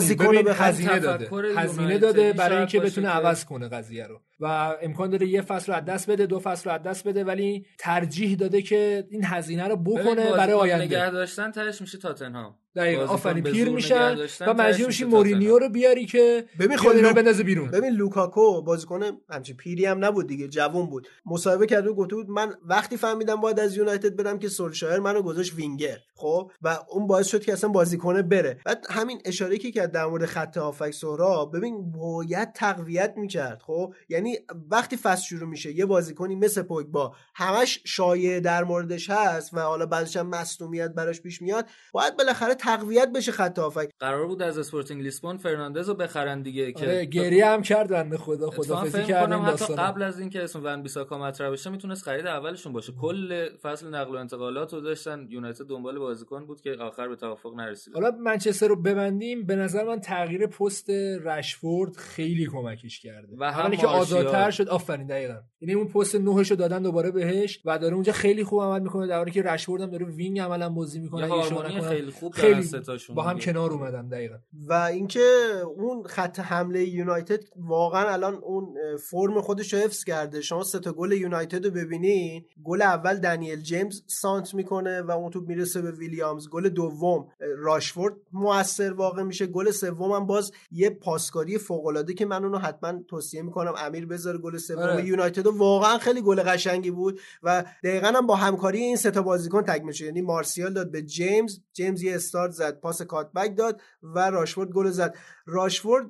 به هزینه داده برای اینکه بتونه عوض کنه قضیه رو و امکان داره یه فصل رو از دست بده، 2 فصل رو از دست بده، ولی ترجیح داده که این هزینه رو بکنه برای آینده. نگه داشتن تهش میشه تاتنهام. دقیقاً آفرین پیر میشن و مجبور میشی مورینیو رو بیاری که ببین خود بندازه بیرون. ببین لوکاکو بازیکن همچین پیری هم نبود دیگه، جوان بود. مصاحبه کرد و گفت بود من وقتی فهمیدم باید از یونایتد برم که سولشایر منو گذاشت وینگر. خب و اون باعث شد که اصلا بازیکن بره. بعد همین اشاره که کرد در مورد خط هافک سهراب، ببین باید تقویت میکرد. خب یعنی وقتی فصل شروع میشه یه بازیکنی مثل پوگبا همش شایعه در موردش هست و حالا بعدش هم مصدومیت براش پیش میاد، باید بالاخره تقویت بشه خط هافک. قرار بود از اسپورتینگ لیسبون فرناندز رو بخرن دیگه که گریه هم کرد بنده خدافظی کردن. حتی قبل از اینکه اسم ون بیساکا مطرح بشه میتونست خرید اولشون باشه. کل فصل نقل و انتقالات رو داشتن یونایتد دنبال بازیکن بود که آخر به توافق نرسید. حالا منچستر رو ببندیم، به نظر من تغییر پست رشفورد خیلی کمکش کرده و همین که آزادتر شد. آفرین دقیقاً، یعنی اون پست 9 رو دادن دوباره بهش و داره اونجا خیلی خوب عمل میکنه، در حالی که رشفورد هم داره وینگ عملا بازی میکنه. خیلی خوب خیلی با هم کنار اومدن دقیقاً. و اینکه اون خط حمله یونایتد واقعا الان اون فرم خودش رو حفظ کرده. شما 3 تا گل یونایتد رو ببینین، گل اول دنیل جیمز سانت میکنه و اون توپ میرسه به ویلیامز، گل دوم راشفورد موثر واقع میشه، گل سوم هم باز یه پاسکاری فوق العاده که من اونو حتما توصیه میکنم امیر بذاره. گل سوم یونایتد واقعا خیلی گل قشنگی بود و دقیقاً هم با همکاری این 3 تا بازیکن تکمیل شد. یعنی مارسیال داد به جیمز یه استارت زد، پاس کاتبک داد و راشفورد گل زد. راشفورد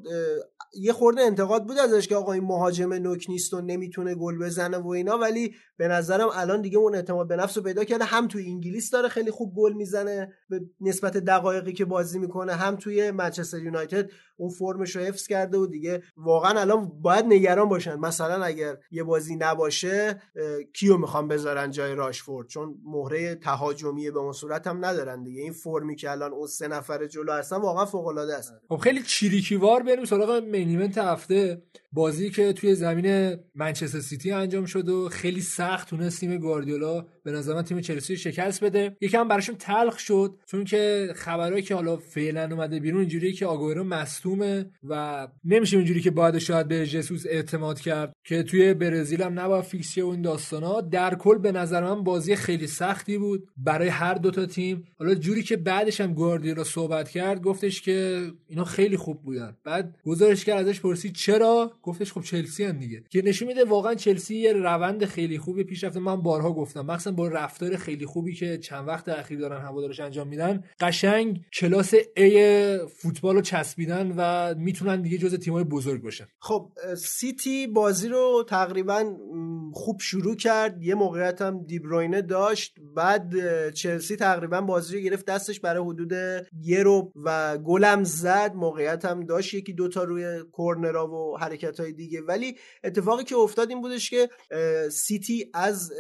یه خورده انتقاد بود ازش که آقا این مهاجم نوک نیست و نمیتونه گل بزنه و اینا، ولی به نظرم الان دیگه اون اعتماد به نفس رو پیدا کرده. هم توی انگلیس داره خیلی خوب گل میزنه به نسبت دقایقی که بازی میکنه، هم توی منچستر یونایتد اون فرمش رو حفظ کرده و دیگه واقعا الان باید نگران باشن مثلا اگر یه بازی نباشه کیو میخوام بذارن جای راشفورد، چون مهره تهاجمی به اون صورت هم ندارن دیگه. این فرمی که الان اون 3 نفر جلو هستن واقعا فوق العاده است. خب خیلی چیریکیوار بریم سراغ مین ایونت هفته، بازی که توی زمین منچستر سیتی انجام شد و خیلی سخت تونست تیم گواردیولا به نظر من تیم چلسی شکست بده. یکم براشون تلخ شد چون که خبرایی که حالا فعلا اومده بیرون اینجوریه که آگوئرو مصدومه و نمیشه اینجوری که باید شاید به ژسوس اعتماد کرد که توی برزیل هم نباید فیکس شه و این داستانا. در کل به نظر من بازی خیلی سختی بود برای هر دو تا تیم. حالا جوری که بعدش هم گواردیولا صحبت کرد گفتش که اینا خیلی خوب بودن، بعد گزارشگر ازش پرسید چرا، گفتش خب چلسی ان دیگه، که نشون میده واقعا چلسی یه روند خیلی خوبی پیش رفته. من بارها گفتم مثلا با رفتار خیلی خوبی که چند وقت اخیر دارن هوادارش انجام میدن قشنگ کلاس A فوتبال رو چسبیدن و میتونن دیگه جزو تیم‌های بزرگ باشن. خب سیتی بازی رو تقریبا خوب شروع کرد، یه موقعیت هم دیبروینه داشت، بعد چلسی تقریبا بازی رو گرفت دستش برای حدود 1 رو و گلم زد، موقعیت هم داشت 1-2 تا روی کورنرها و حرکت‌های دیگه. ولی اتفاقی که افتاد این بودش که سیتی از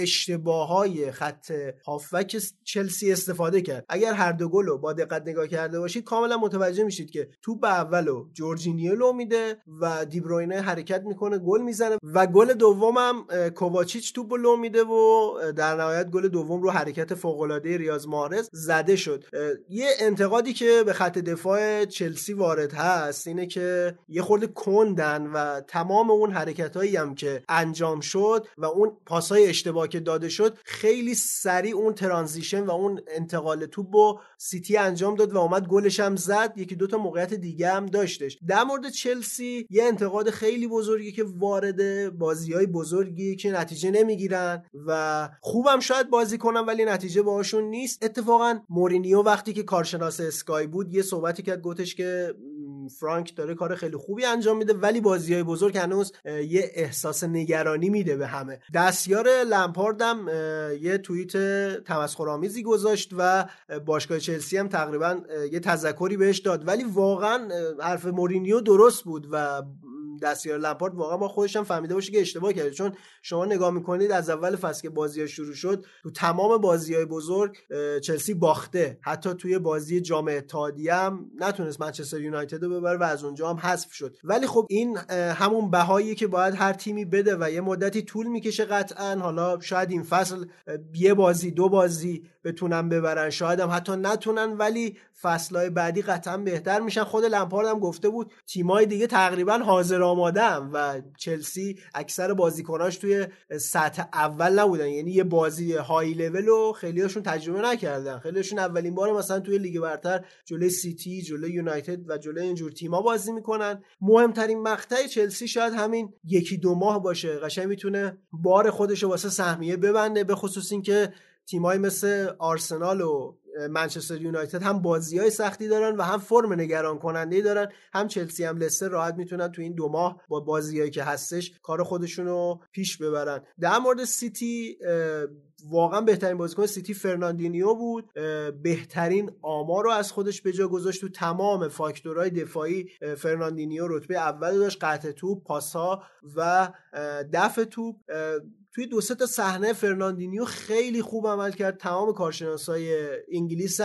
اشتباهات خط هافبک چلسی استفاده کرد. اگر هر دو گل رو با دقت نگاه کرده باشید کاملا متوجه میشید که توپ اولو جورجینیو لو میده و دیبروینه حرکت میکنه گل میزنه و گل دومم کوواچیچ توپ لو میده و در نهایت گل دوم رو حرکت فوق العاده ریاض محرز زده شد. یه انتقادی که به خط دفاع چلسی وارد هست اینه که یه خورده کندن و تمام اون حرکتایی هم که انجام شد و اون پاسای اشتباه که داده شد خیلی سریع اون ترانزیشن و اون انتقال توپ رو سیتی انجام داد و اومد گلش هم زد. 1-2 تا موقعیت دیگه هم داشتش. در مورد چلسی یه انتقاد خیلی بزرگی که وارد بازی‌های بزرگی که نتیجه نمیگیرن و خوبم شاید بازی کنن ولی نتیجه باهاشون نیست. اتفاقا مورینیو وقتی که کارشناس اسکای بود یه صحبتی کرد، گفتش که فرانک داره کار خیلی خوبی انجام میده ولی بازی‌های بزرگ هنوز یه احساس نگرانی میده به همه. دستیار لمپارد هم یه توییت تمسخرآمیزی گذاشت و باشگاه چلسی هم تقریبا یه تذکری بهش داد، ولی واقعا حرف مورینیو درست بود و دستیار لمپارد واقعا ما خودش هم فهمیده باشه که اشتباه کرده. چون شما نگاه میکنید از اول فصل که بازی‌ها شروع شد تو تمام بازی‌های بزرگ چلسی باخته، حتی توی بازی جام اتحادیه هم نتونست منچستر یونایتد رو ببره و از اونجا هم حذف شد. ولی خب این همون بهاییه که باید هر تیمی بده و یه مدتی طول میکشه قطعا. حالا شاید این فصل یه بازی 2 بازی بتونن ببرن، شاید هم حتی نتونن، ولی فصل‌های بعدی قطعا بهتر میشن. خود لمپارد هم گفته بود تیم‌های دیگه تقریبا حاضر آماده‌ام و چلسی اکثر بازیکناش توی سطح اول نبودن، یعنی یه بازی های لول رو خیلیاشون تجربه نکردن. خیلیاشون اولین بار مثلا توی لیگ برتر جلوی سیتی، جلوی یونایتد و جلوی اینجور تیم‌ها بازی میکنن. مهمترین مقطع چلسی شاید همین 1-2 ماه باشه، قشنگ میتونه بار خودش رو واسه سهمیه ببنده، به خصوص اینکه تیمایی مثل آرسنال و منچستر یونایتد هم بازی‌های سختی دارن و هم فرم نگران کننده دارن. هم چلسی هم لستر راحت میتونن تو این 2 ماه با بازیایی که هستش کار خودشونو پیش ببرن. در مورد سیتی واقعا بهترین بازیکن سیتی فرناندینیو بود، بهترین آمار رو از خودش به جا گذاشت تو تمام فاکتورهای دفاعی. فرناندینیو رتبه اول داشت، قطع توپ، پاس‌ها و دفع توپ. توی 2-3 تا صحنه فرناندینیو خیلی خوب عمل کرد. تمام کارشناسای انگلیس هم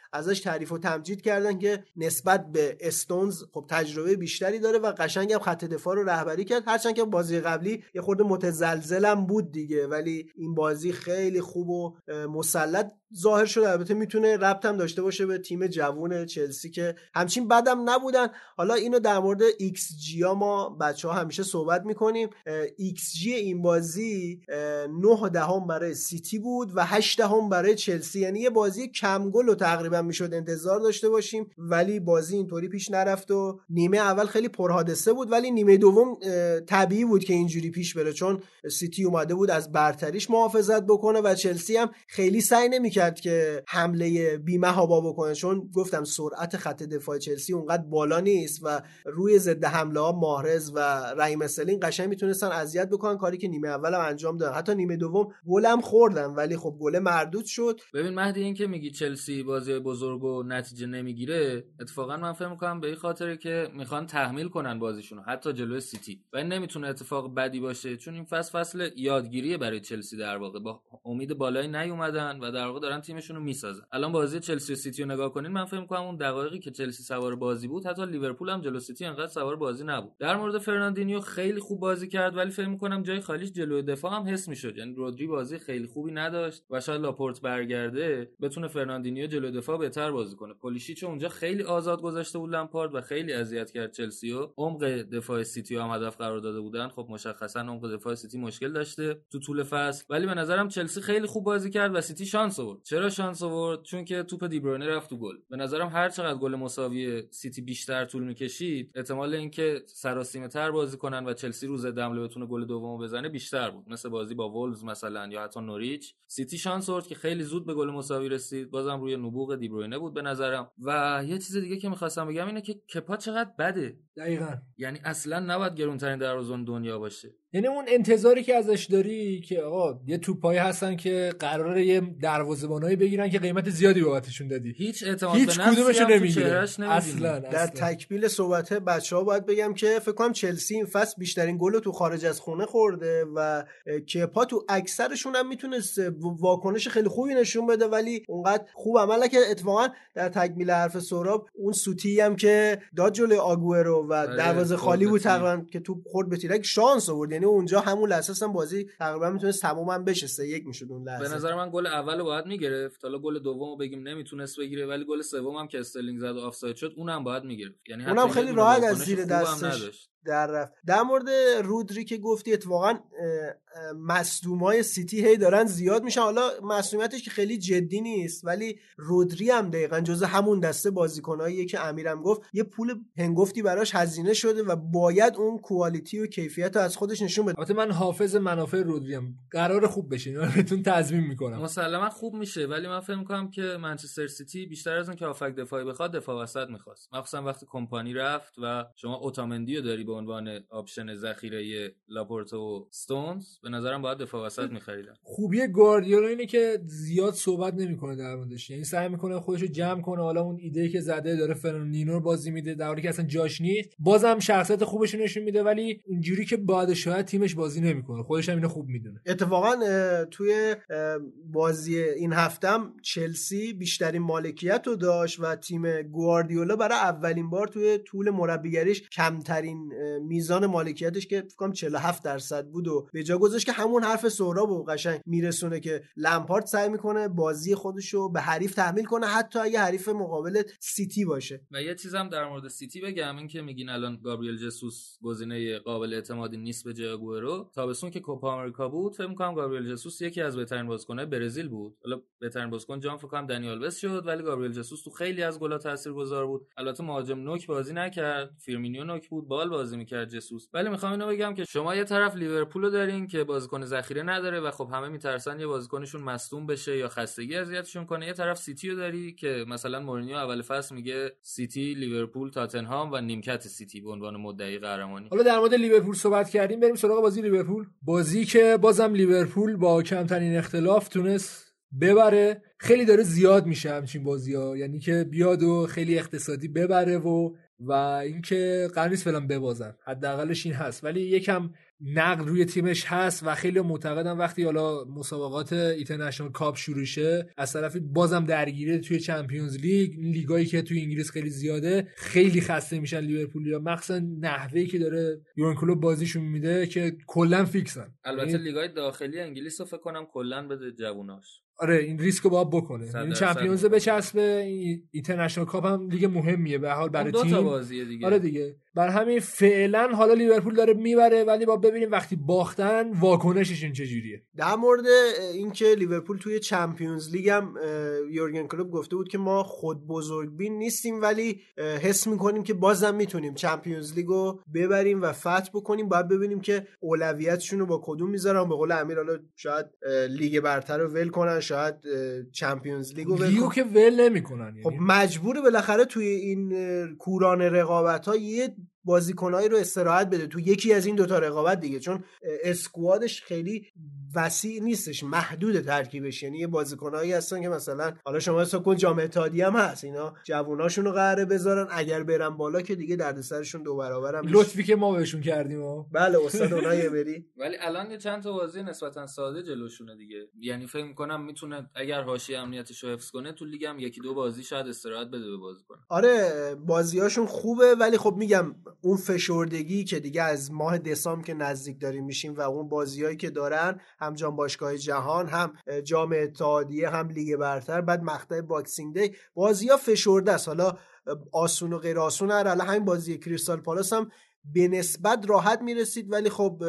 ازش تعریف و تمجید کردن که نسبت به استونز خب تجربه بیشتری داره و قشنگ هم خط دفاع رو رهبری کرد، هرچند که بازی قبلی یه خورده متزلزلم بود دیگه، ولی این بازی خیلی خوب و مسلط ظاهر شد. البته میتونه ربط هم داشته باشه به تیم جوون چلسی که همچین بدم نبودن. حالا اینو در مورد ایکس جی ها ما بچه‌ها همیشه صحبت میکنیم. ایکس جی این بازی 9.1 برای سیتی بود و 8 برای چلسی، یعنی یه بازی کم گل رو تقریبا میشد انتظار داشته باشیم، ولی بازی اینطوری پیش نرفت و نیمه اول خیلی پرحادثه بود، ولی نیمه دوم طبیعی بود که اینجوری پیش بره چون سیتی اومده بود از برتریش محافظت بکنه و چلسی هم خیلی سعی نمی‌کرد که حمله بی‌محابا بکنه، چون گفتم سرعت خط دفاع چلسی اونقدر بالا نیست و روی ضد حمله ها محرز و رحیم استرلینگ قشنگ میتونستن اذیت بکنن، کاری که نیمه اول هم انجام دادن. حتی نیمه دوم گل هم خوردن ولی خب گل مردود شد. ببین مهدی، این که میگی چلسی بازی بزرگو نتیجه نمیگیره، اتفاقا من فکر می‌کنم به این خاطره که میخوان تحمیل کنن بازیشونو حتی جلوی سیتی و این نمیتونه اتفاق بدی باشه، چون این فصل یادگیریه برای چلسی، در واقع با امید بالایی نیومدن و در واقع دارن تیمشون رو میسازن. الان بازی چلسی و سیتی رو نگاه کنین، من فکر می‌کنم اون دقایقی که چلسی سوار بازی بود حتی لیورپول هم جلوی سیتی انقدر سوار بازی نبود. در مورد فرناندینیو خیلی خوب بازی کرد ولی فکر می‌کنم جای خالیش جلوی دفاع هم حس می‌شد، یعنی رودری بازی خیلی خوبی نداشت و شاید لاپورت برگرده بتونه فرناندینیو جلوی دفاع بهتر بازی کنه. پولیشیچ اونجا خیلی آزاد گذاشته بود لمپارد و خیلی اذیت کرد چلسی و عمق دفاع سیتی هم هدف قرار داده بودن. خب مشخصا عمق دفاع سیتی مشکل داشته تو طول فصل، ولی به نظرم چلسی خیلی خوب بازی کرد و سیتی شانس آورد. چرا شانس آورد؟ چون که توپ دیبروینه رفت تو گل. به نظرم هر چقدر گل مساوی سیتی بیشتر طول می‌کشید، احتمال اینکه سراسیمه‌تر بازی کنن و چلسی روز دمله بتونه گل دومو بزنه بیشتر بود، مثل بازی با وولز مثلا یا حتی نوریچ. سیتی شانس آورد که خیلی زود به گل مساوی رسید، بازم روی نبوغ دیبروینه بود به نظرم. و یه چیز دیگه که می‌خواستم بگم اینه که کپا چقدر بده. دقیقاً، یعنی اصلا نباید گرونترین دروازه‌بان دنیا باشه. یعنی اون انتظاری که ازش داری که آقا یه توپایی هستن که قراره یه دروازه‌بانایی بگیرن که قیمت زیادی بابتشون دادی، هیچ اعتماد به کدومشو نمیگیره اصلا. در تکمیل صحبت بچه‌ها باید بگم که فکر کنم چلسی این فصل بیشترین گل رو تو خارج از خونه خورده و کپا تو اکثرشون هم میتونست واکنش خیلی خوبی نشون بده ولی اونقدر خوب عمل که اتفاقا در تکمیل حرف سهراب اون سوتی هم که داد جلوی آگورو و دروازه خالی بود تقریبا که توپ خورد به تیرک شانس آورد، یعنی اونجا همون لحظه هم بازی تقریبا میتونست تموما بشه، 3-1 میشد اون لحظه. به نظر من گل اولو باید میگرفت، حالا گل دومو بگیم نمیتونست بگیره، ولی گل سوم هم که استرلینگ زد و آفساید شد اونم باید میگرفت، یعنی اونم خیلی راحت از زیر دستش در رفت. در مورد رودری که گفتی، اتفاقا مصدومای سیتی هی دارن زیاد میشن، حالا مصدومیتش که خیلی جدی نیست ولی رودری هم دقیقاً جزو همون دسته بازیکناییه که امیرم گفت یه پول هنگفتی براش هزینه شده و باید اون کوالیتی و کیفیت رو از خودش نشون بده. البته من حافظ منافع رودری ام قرار خوب بشه، اینا بهتون تضمین میکنم مسلما خوب میشه، ولی من فکر میکنم که منچستر سیتی بیشتر از اون که هافک دفاعی بخواد دفاع وسط میخواست، مخصوصا وقتی کمپانی رفت و شما اوتامندی رو داری به عنوان آپشن ذخیره لاپورتو و استونز، به نظرم باید دفاع وسط می‌خریدن. خوبی گواردیولا اینه که زیاد صحبت نمی‌کنه در موردش، یعنی سعی می‌کنه خودش رو جمع کنه، حالا اون ایده که زده داره فرناندینو رو بازی میده در حالی که اصلا جاش نیست، بازم شخصیت خوبش رو نشون میده ولی اونجوری که باید شاید تیمش بازی نمی‌کنه، خودش هم اینو خوب میدونه. اتفاقا توی بازی این هفتم چلسی بیشترین مالکیت رو داشت و تیم گواردیولا برای اولین بار توی طول مربیگریش کمترین میزان مالکیتش که فکر کنم 47% بود و به جا گذاشت که همون حرف سهرابو قشنگ میرسونه که لمپارد سعی میکنه بازی خودشو به حریف تحمیل کنه حتی اگه حریف مقابل سیتی باشه. و یه چیزم در مورد سیتی بگم، این که میگین الان گابریل جسوس گزینه قابل اعتمادی نیست به جای آگوئرو، تابستون که کوپا آمریکا بود فکر میکنم گابریل جسوس یکی از بهترین بازیکن‌های برزیل بود، حالا بهترین بازیکن جام فکر کنم دنیال وست شد ولی گابریل جسوس تو خیلی از گل‌ها تاثیرگذار بود. البته مهاجم نوک بازی نکرد، فیرمینیو نوک بود، بال بازی میکرد جسوس. ولی میخوام اینو بگم که شما یه طرف لیورپول رو دارین که بازیکن ذخیره نداره و خب همه میترسن یه بازیکنشون مصدوم بشه یا خستگی اذیتشون کنه، یه طرف سیتی رو داری که مثلا مورینیو اول فصل میگه سیتی، لیورپول، تاتنهام و نیمکت سیتی به عنوان مدعی قهرمانی. حالا در مورد لیورپول صحبت کردیم، بریم سراغ بازی لیورپول، بازی که بازم لیورپول با کمترین اختلاف تونست ببره. خیلی داره زیاد میشه همچین بازی‌ها، یعنی که بیاد و خیلی اقتصادی ببره و و اینکه قرار نیست فعلا ببازن، حداقلش این هست. ولی یکم نقد روی تیمش هست و خیلی معتقدم وقتی حالا مسابقات اینترنشنال کاپ شروع شه، از طرفی بازم درگیری توی چمپیونز لیگ، لیگایی که توی انگلیس خیلی زیاده، خیلی خسته میشن لیورپولیا، مخصوصا نحوهی که داره یورگن کلوپ بازیشون میده که کلا فیکسن. البته لیگای داخلی انگلیس رو فکر کنم کلا بده جووناش. آره این ریسک رو باید بکنه، یعنی چمپیونز بچسبه، اینترنشنال کاپ هم لیگ مهمیه به حال برای تیم، 2 تا بازیه دیگه. آره دیگه، برای همین فعلا حالا لیورپول داره میبره، ولی با ببینیم وقتی باختن واکنششون چجوریه. در مورد اینکه لیورپول توی چمپیونز لیگ هم یورگن کلوپ گفته بود که ما خود بزرگبین نیستیم ولی حس میکنیم که بازم میتونیم چمپیونز لیگو ببریم و فتح بکنیم. باید ببینیم که اولویتشون رو با کدوم میذارن. به قول امیر حالا شاید لیگ برتر رو ول کنن، شاید چمپیونز لیگو ول کنن، که ول نمیکنن. خب مجبوره بالاخره توی این کوران رقابت‌ها یه بازیکنایی رو استراحت بده تو یکی از این دوتا رقابت دیگه، چون اسکوادش خیلی وسیع نیستش، محدود ترکیبش. یعنی یه بازیکنایی هستن که مثلا حالا شما حساب کن جام اتحادیه هم هست، اینا جووناشون رو قراره بذارن، اگر برن بالا که دیگه دردسرشون 2 برابرم لطفی که ما بهشون کردیم. بله استاد اونایی بری. ولی الان یه چند تا بازی نسبتا ساده جلوشونه دیگه، یعنی فکر می‌کنم میتونه اگر حاشیه امنیتش رو حفظ کنه تو لیگ هم 1-2 بازی شاید استراحت بده به بازیکن. آره بازیاشون خوبه، ولی خب میگم اون فشردگی که دیگه از ماه دسامبر که نزدیک داریم میشیم و اون بازیایی که دارن، هم جام باشگاه جهان، هم جام اتحادیه، هم لیگ برتر، بعد مقطع باکسینگ دی، بازی‌ها فشرده است. حالا آسون و غیر آسون هر حالا همین بازی کریستال پالاس هم به نسبت راحت میرسید، ولی خب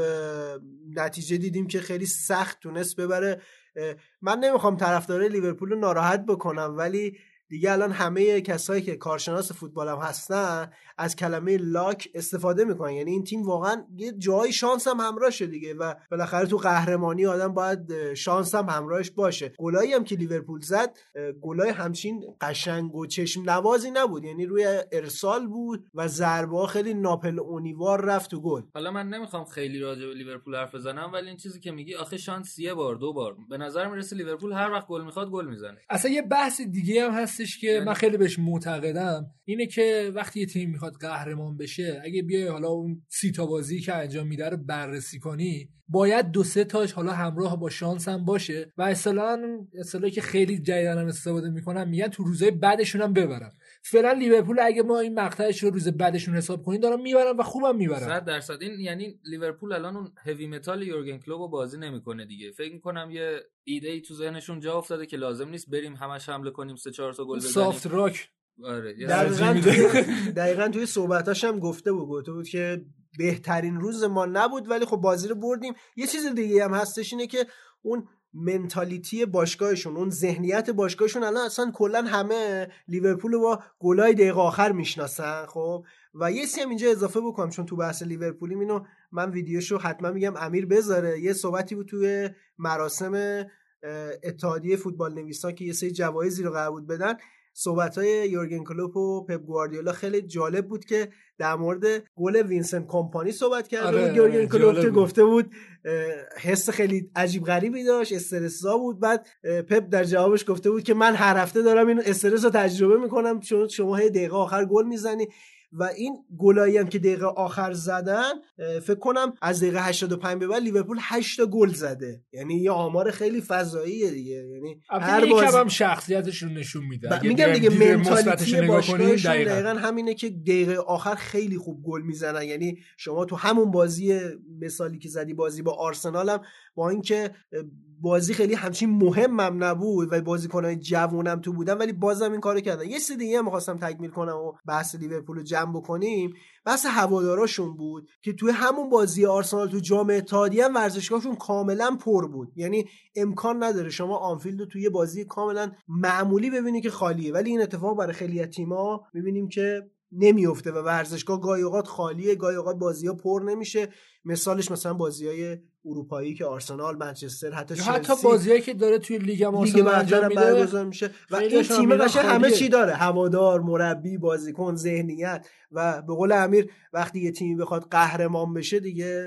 نتیجه دیدیم که خیلی سخت تونست ببره. من نمیخوام طرفدارای لیورپول رو ناراحت بکنم، ولی دیگه الان همه کسایی که کارشناس فوتبال هم هستن از کلمه لاک استفاده میکنن. یعنی این تیم واقعا یه جای شانس هم همراهشه دیگه و بالاخره تو قهرمانی آدم باید شانس هم همراهش باشه. گلایی هم که لیورپول زد گلای همچین قشنگ و چشم نوازی نبود، یعنی روی ارسال بود و ضربه‌ها خیلی ناپل اونیوار رفت تو گل. حالا من نمیخوام خیلی راجع به لیورپول حرف بزنم، ولی این چیزی که میگی آخه شانس 1 بار 2 بار، به نظر میرسه لیورپول هر وقت گل میخواد گل میزنه. اصلا یه بحث دیگه هم هستش که من خیلی بهش معتقدم، اینه که وقتی یه تیم میخواد قهرمان بشه، اگه بیای حالا اون 30 تا بازی که انجام میده رو بررسی کنی، باید 2-3 تاش حالا همراه با شانس هم باشه و اصطلاحی که خیلی جدیدن هم استفاده میکنن میگن تو روزای بعدشون هم ببرن. فعلا لیورپول اگه ما این مقطعش رو روز بعدشون حساب کنیم دارن میبرن و خوبم میبرن 100%. این یعنی لیورپول الان اون هوی متال یورگن کلوپ رو بازی نمیکنه دیگه. فکر میکنم یه ایده‌ای تو ذهنشون جا افتاده که لازم نیست بریم همش حمله کنیم 3-4 تا گل بزنیم. سافت راک. آره دقیقاً توی صحبتاش هم گفته بود که بهترین روز ما نبود ولی خب بازی رو بردیم. یه چیز دیگه هم هستش اینه که اون منتالیتی باشگاهشون، اون ذهنیت باشگاهشون، الان اصلا کلا همه لیورپول رو با گلای دقیقه آخر میشناسن. خب و یه سی هم اینجا اضافه بکنم چون تو بحث لیورپولیم، اینو من ویدیوشو حتما میگم امیر بذاره. یه صحبتی بود توی مراسم اتحادیه فوتبال نویسان که یه سری جوایزی رو قرار بود بدن، صحبت‌های یورگن کلوپ و پپ گواردیولا خیلی جالب بود که در مورد گل وینسنت کمپانی صحبت کرده بود یورگن کلوپ که گفته بود حس خیلی عجیب غریبی داشت، استرس‌زا بود. بعد پپ در جوابش گفته بود که من هر هفته دارم این استرس رو تجربه میکنم چون شما هی دقیقه آخر گل میزنی. و این گلایی هم که دقیقه آخر زدن، فکر کنم از دقیقه 85 به بعد لیورپول 8 تا گل زده، یعنی یه آمار خیلی فضاییه دیگه. یعنی هر بازی هم شخصیتش رو نشون میده. میگم دیگه منتالیتی باشگاهشون دقیقاً همینه که دقیقه آخر خیلی خوب گل میزنن. یعنی شما تو همون بازی مثالی که زدی، بازی با آرسنال هم با اینکه بازی خیلی همچین مهمم نبود و بازیکنای جوونم تو بودن، ولی بازم این کارو کردن. یه چیز دیگه هم می‌خواستم تکمیل کنم و بحث لیورپول رو جمع بکنیم، بحث هواداراشون بود که توی همون بازی آرسنال تو جام اتحادیه هم ورزشگاهشون کاملا پر بود. یعنی امکان نداره شما آنفیلد رو توی بازی کاملا معمولی ببینی که خالیه، ولی این اتفاق برای خیلی از تیم‌ها می‌بینیم که نمیفته و ورزشگاه گاهی اوقات خالیه، گاهی اوقات بازی‌ها پر نمیشه. مثالش مثلا بازی‌های اروپایی که آرسنال، منچستر، حتی بازیایی که داره توی لیگ انجام میشه و این تیم قشنگ همه چی داره، هوادار، مربی، بازیکن، ذهنیت. و به قول امیر وقتی یه تیمی بخواد قهرمان بشه دیگه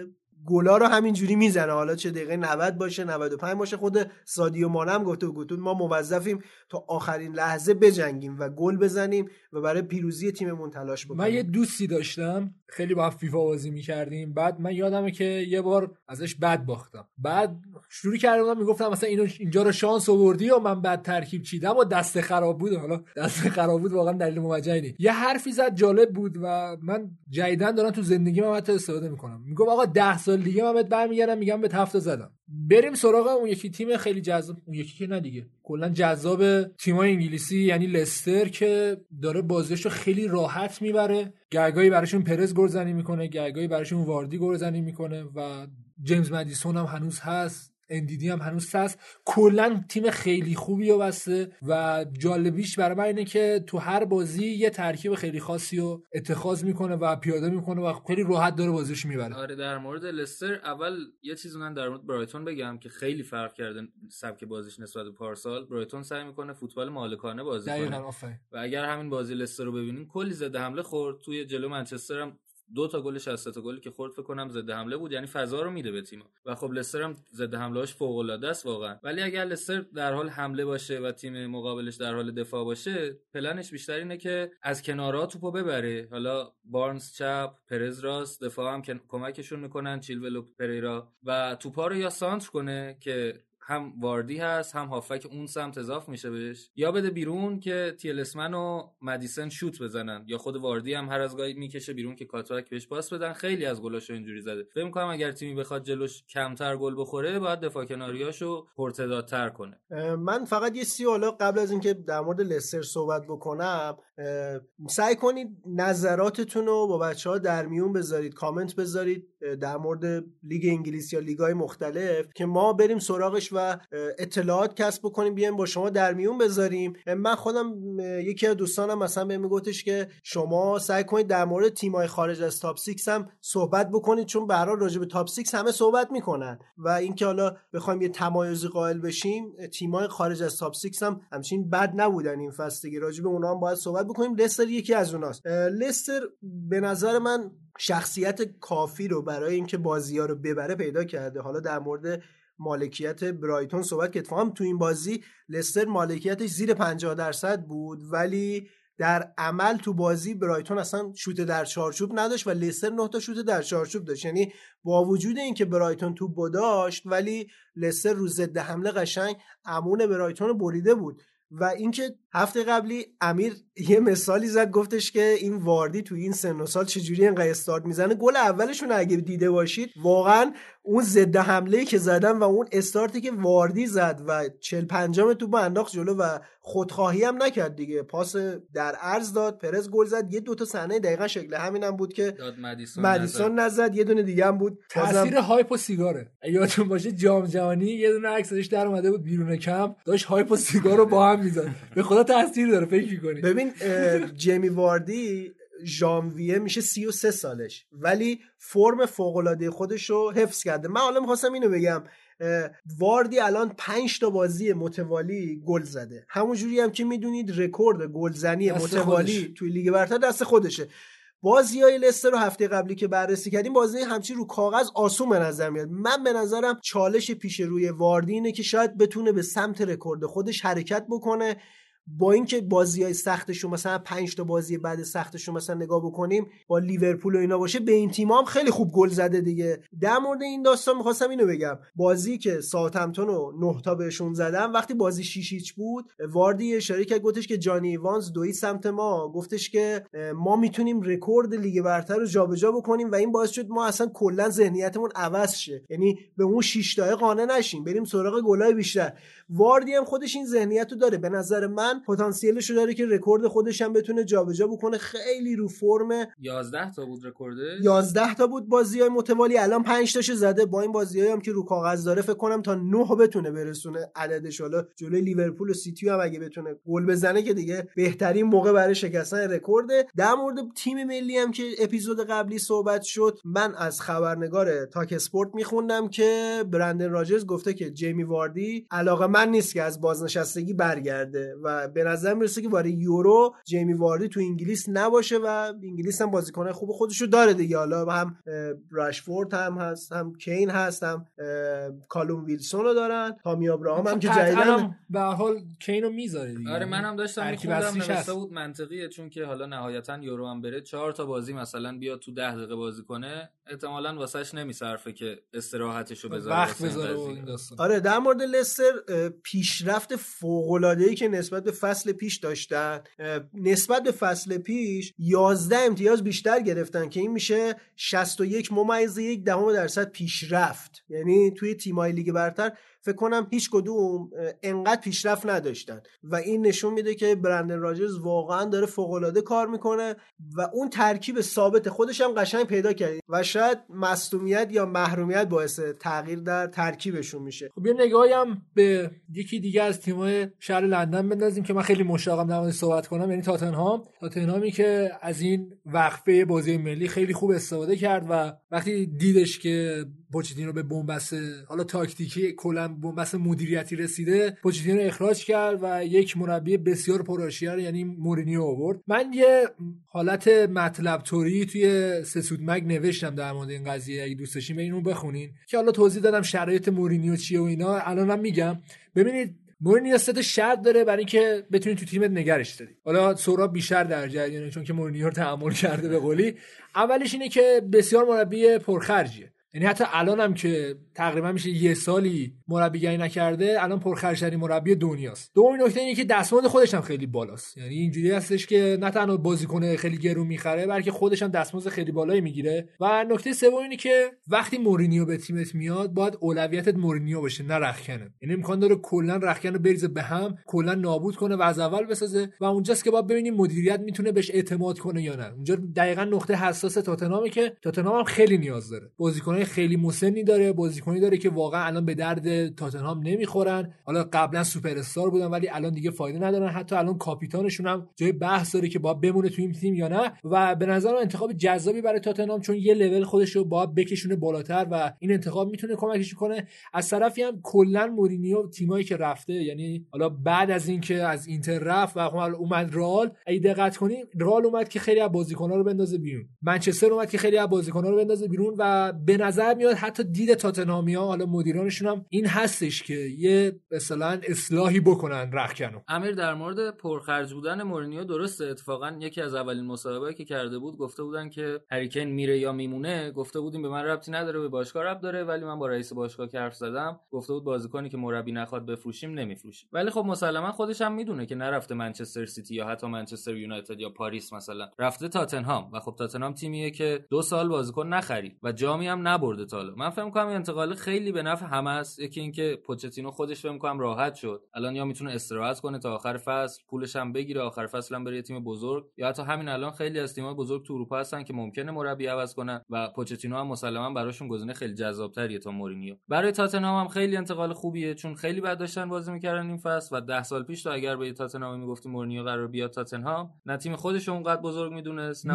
گلا رو همینجوری میزنه، حالا چه دقیقه 90 باشه 95 باشه. خود سادیو مانه هم گفته ما موظفیم تا آخرین لحظه بجنگیم و گل بزنیم و برای پیروزی تیممون تلاش بکنیم. من یه دوستی داشتم خیلی با فیفا بازی می‌کردیم، بعد من یادمه که یه بار ازش بد باختم، بعد شروع کردم میگفتم مثلا اینجا رو شانس آوردی و من بعد ترکیب چیدم و دست خراب بود. حالا دست خراب بود واقعا دلیل موجهی نیست. یه حرفی زد جالب بود و من جدیداً دارم تو زندگیم حتی استفاده میکنم. میگم آقا 10 سال دیگه من بهت برمیگردم میگم بهت 7 زدم. بریم سراغ اون یکی تیم خیلی جذاب، اون یکی که نه دیگه کلا جذاب تیمای انگلیسی، یعنی لستر که داره بازیشو خیلی راحت میبره. گرگایی براشون پرز گلزنی میکنه، گرگایی براشون واردی گلزنی میکنه و جیمز مدیسون هم هنوز هست، اندیدی هم هنوز هست. کلا تیم خیلی خوبی و بسته و جالبیش برای من اینه که تو هر بازی یه ترکیب خیلی خاصی رو اتخاذ میکنه و پیاده میکنه و خیلی راحت داره بازیش میبره. آره در مورد لستر اول یه چیزی من در مورد برایتون بگم که خیلی فرق کرده سبک بازیش نسبت به پارسال. برایتون سعی میکنه فوتبال مالکانه بازی کنه و اگر همین بازی لستر رو ببینین کلی ضد حمله خورد. توی جلو منچستر هم 2 تا گلش از 3 تا گلی که خورد فکر کنم ضد حمله بود، یعنی فضا رو میده به تیم و خب لستر هم ضد حمله‌اش فوق العاده است واقعا. ولی اگر لستر در حال حمله باشه و تیم مقابلش در حال دفاع باشه، پلنش بیشتر اینه که از کنارها توپو ببره. حالا بارنز چپ، پرز راست، دفاع هم که کمکشون میکنن، چیلول و پریرا، و توپا رو یا سانتر کنه که هم واردی هست هم هافک اون سمت اضاف میشه بهش، یا بده بیرون که تیلسمن و مدیسن شوت بزنن، یا خود واردی هم هر از گاهی میکشه بیرون که کاتبک بهش پاس بدن. خیلی از گلاشو اینجوری زده. فکر می‌کنم اگر تیمی بخواد جلوش کمتر گل بخوره باید دفاع کناریاشو پرتدادتر کنه. من فقط یه سوالا قبل از اینکه در مورد لستر صحبت بکنم، سعی کنید نظراتتون رو با بچه‌ها در میون بذارید، کامنت بذارید در مورد لیگ انگلیس یا لیگ‌های مختلف که ما بریم سراغش و اطلاعات کسب بکنیم بیایم با شما در میون بذاریم. من خودم یکی از دوستانم مثلا بهم میگفتش که شما سعی کنید در مورد تیم‌های خارج از تاپ 6 هم صحبت بکنید، چون به هر حال راجع به تاپ 6 همه صحبت میکنن و اینکه حالا بخوایم یه تمایزی قائل بشیم، تیم‌های خارج از تاپ 6 هم همچین بد نبودن این فصل دیگه، راجع به اونها هم باید صحبت بکنیم. لستر یکی از اوناست. لستر به نظر من شخصیت کافی رو برای اینکه بازی‌ها رو ببره پیدا کرده. حالا در مورد مالکیت برایتون صحبت که اتفاقا تو این بازی لستر مالکیتش زیر 50% بود، ولی در عمل تو بازی برایتون اصلا شوت در چارچوب نداشت و لستر 9 تا شوت در چارچوب داشت. یعنی با وجود اینکه برایتون توپ داشت ولی لستر رو ضد حمله قشنگ امون برایتون رو بریده بود. و اینکه هفته قبلی امیر یه مثالی زد، گفتش که این واردی تو این سن و سال چجوری اینقدر استارت میزنه. گل اولشون اگه دیده باشید واقعا اون ضد حمله که زدن و اون استارتی که واردی زد و 40-50 توپ انداخت جلو و خودخواهی هم نکرد دیگه، پاس در عرض داد، پرز گل زد. یه 2 تا صحنه دقیقاً شکل همینم بود که مدیسون نزد. یه دونه دیگه هم بود تاثیر هایپ و سیگاره. یادتون باشه جام جهانی یه دونه عکسش در اومده بود بیرون کمپ، داشت هایپ و سیگار رو با هم میزد. به خدا تاثیر داره، فکر می‌کنی؟ ببین جیمی واردی ژانویه میشه 33 سالش ولی فرم فوق‌العاده خودش رو حفظ کرده. من حالا می‌خواستم اینو بگم، واردی الان 5 تا بازی متوالی گل زده، همون جوری هم که میدونید رکورد گلزنی متوالی توی لیگ برتر دست خودشه. بازی‌های لستر رو هفته قبلی که بررسی کردیم بازی همچین رو کاغذ آسون به نظر میاد. من به نظرم چالش پیش روی واردی اینه که شاید بتونه به سمت رکورد خودش حرکت بکنه. با اینکه بازی‌های سختشون مثلا 5 تا بازی بعد سختشون مثلا نگاه بکنیم با لیورپول و اینا باشه، به این تیم‌ها هم خیلی خوب گل زده دیگه. در مورد این داستان می‌خواستم اینو بگم، بازی که ساوثهمپتون رو 9 تا بهشون زدن، وقتی بازی 6-0 بود، واردی اشاره کرد گفتش که جانی ایوانز دوی سمت ما، گفتش که ما میتونیم رکورد لیگ برتر رو جابجا بکنیم و این باعث شد ما اصلا کلا ذهنیتمون عوض شه، یعنی به اون 6 تا قانع نشیم، بریم سراغ گلای بیشتر. واردی هم خودش این ذهنیت رو داره، به نظر من پتانسیلش رو داره که رکورد خودش هم بتونه جابجا بکنه. خیلی رو فرم. 11 تا بود رکوردش، 11 تا بود بازی‌های متوالی، الان 5 تاشو زده. با این بازی‌هایی هم که رو کاغذ داره فکر کنم تا 9 بتونه برسونه عددش. حالا جلوی لیورپول و سیتی هم اگه بتونه گل بزنه که دیگه بهترین موقع برای شکستن رکورد. در مورد تیم ملی هم که اپیزود قبلی صحبت شد، من از خبرنگار تاک اسپورت میخوندم که برندن راجرز گفته که جیمی واردی علاقه‌مند نیست که از بازنشستگی برگرده و و به نظر میرسه که برای یورو جیمی واردی تو انگلیس نباشه و انگلیس هم بازیکن خوب خودشو داره دیگه، حالا هم راشفورد هم هست، هم کین هست، هم کالوم ویلسون رو دارن، تامی ابراهام هم که جدیدن به هر حال کینو میذاره دیگه. آره منم داشتم میخوندم نوشته بود منطقیه، چون که حالا نهایتا یورو هم بره 4 تا بازی مثلا بیاد تو 10 دقیقه بازی کنه، احتمالاً واسش نمیصرفه که استراحتشو بذاره وقت بذاره. آره در مورد لستر پیشرفت فوق‌العاده‌ای که نسبت به فصل پیش داشتن، نسبت به فصل پیش 11 امتیاز بیشتر گرفتن که این میشه 61.1% پیشرفت. یعنی توی تیم‌های لیگ برتر فکر کنم هیچ کدوم انقدر پیشرفت نداشتن و این نشون میده که برندن راجرز واقعا داره فوق‌العاده کار میکنه و اون ترکیب ثابت خودش هم قشنگ پیدا کرد و شاید مصدومیت یا محرومیت باعث تغییر در ترکیبشون میشه. خب یه نگاهی هم به یکی دیگه از تیم‌های شهر لندن بندازیم که من خیلی مشتاقم در موردش صحبت کنم، یعنی تاتنهامی که از این وقفه بازی ملی خیلی خوب استفاده کرد و وقتی دیدش که پوچتینو به بنبست حالا تاکتیکی کلا بنبست مدیریتی رسیده، پوچتینو اخراج کرد و یک مربی بسیار پرحاشیه یعنی مورینیو آورد. من یه حالت مطلب توری توی سسود مگ نوشتم در مورد این قضیه، اگه دوست داشتین اینو بخونین که حالا توضیح دادم شرایط مورینیو چیه و اینا. الانم میگم ببینید مورینیو سه تا شرط داره برای اینکه بتونید تو تیمت نگرش داری. حالا سورا بیشتر در جریانه چون که مورینیو رو تحمل کرده به قولی. اولش اینه که بسیار مربی پرخرجیه، یعنی حتی الان هم که تقریبا میشه یه سالی مربیگری نکرده الان پرخرج‌ترین مربی دنیاست. دومین نکته اینه که دستمزد خودش هم خیلی بالاست، یعنی اینجوری هستش که نه تنها بازیکن خیلی گرون میخره بلکه خودش هم دستمزد خیلی بالایی میگیره. و نکته سوم اینه که وقتی مورینیو به تیمت میاد باید اولویتت مورینیو باشه نه رخکنه، یعنی امکان داره کلا رخکن رو بریزه به هم، کلا نابود کنه و از اول بسازه و اونجاست که باید ببینیم مدیریت میتونه بهش اعتماد کنه یا نه. اونجا دقیقاً نقطه حساس تاتنهامه که تاتنهام هم خیلی نیاز داره، بازیکنای خیلی مسنی داره، بازیکنی داره که واقعا الان به درد تاتنهام نمیخورن. حالا قبلا سوپر استار بودن ولی الان دیگه فایده ندارن، حتی الان کاپیتانشون هم جای بحث داره که باید بمونه تو این تیم یا نه. و به نظر من انتخاب جذابی برای تاتنهام چون یه لول خودش رو باید بکشونه بالاتر و این انتخاب میتونه کمکش کنه. از طرفی هم کلا مورینیو تیمایی که رفته، یعنی حالا بعد از اینکه از اینتر رفت و اومد رئال، اگه دقت کنی رئال اومد که خیلی از بازیکن‌ها رو بندازه بیرون، منچستر اومد که خیلی از بازیکن‌ها رو بندازه بیرون و به نظر میاد حتی دید تاتنهامیا حالا مدیرانشون هم این هستش که یه مثلا اصلاحی بکنن رخکنو. امیر در مورد پرخرج بودن مورینیو درسته، اتفاقا یکی از اولین مصاحبه‌ای که کرده بود گفته بودن که هری کین میره یا میمونه، گفته بودیم به من ربطی نداره به باشگاه ربط داره، ولی من با رئیس باشگاه حرف زدم، گفته بود بازیکنی که مربی نخواد بفروشیم نمیفروشیم. ولی خب مسلما خودش هم میدونه که نرفته منچستر سیتی یا حتی منچستر یونایتد یا پاریس مثلا، رفته تاتنهام و خب تاتنهام تیمیه که 2 سال بازیکن نخرید و جامی هم نبرده تا حالا. من فکر می‌کنم این انتقال خیلی به نفع همه است. یکی این که پوچتینو خودش فکر می‌کنم راحت شد، الان یا میتونه استراحت کنه تا آخر فصل، پولش هم بگیره آخر فصل هم بره تیم بزرگ، یا حتی همین الان خیلی از تیم‌های بزرگ تو اروپا هستن که ممکنه مربی عوض کنن و پوچتینو هم مسلماً براشون گزینه خیلی جذاب‌تریه تا مورینیو. برای تاتنهام هم خیلی انتقال خوبیه چون خیلی بد داشتن بازی می‌کردن این فصل و 10 سال پیش تو اگر به تاتنهام میگفتی مورینیو قرار بیاد تاتنهام، نه تیم خودش رو اونقدر بزرگ میدونست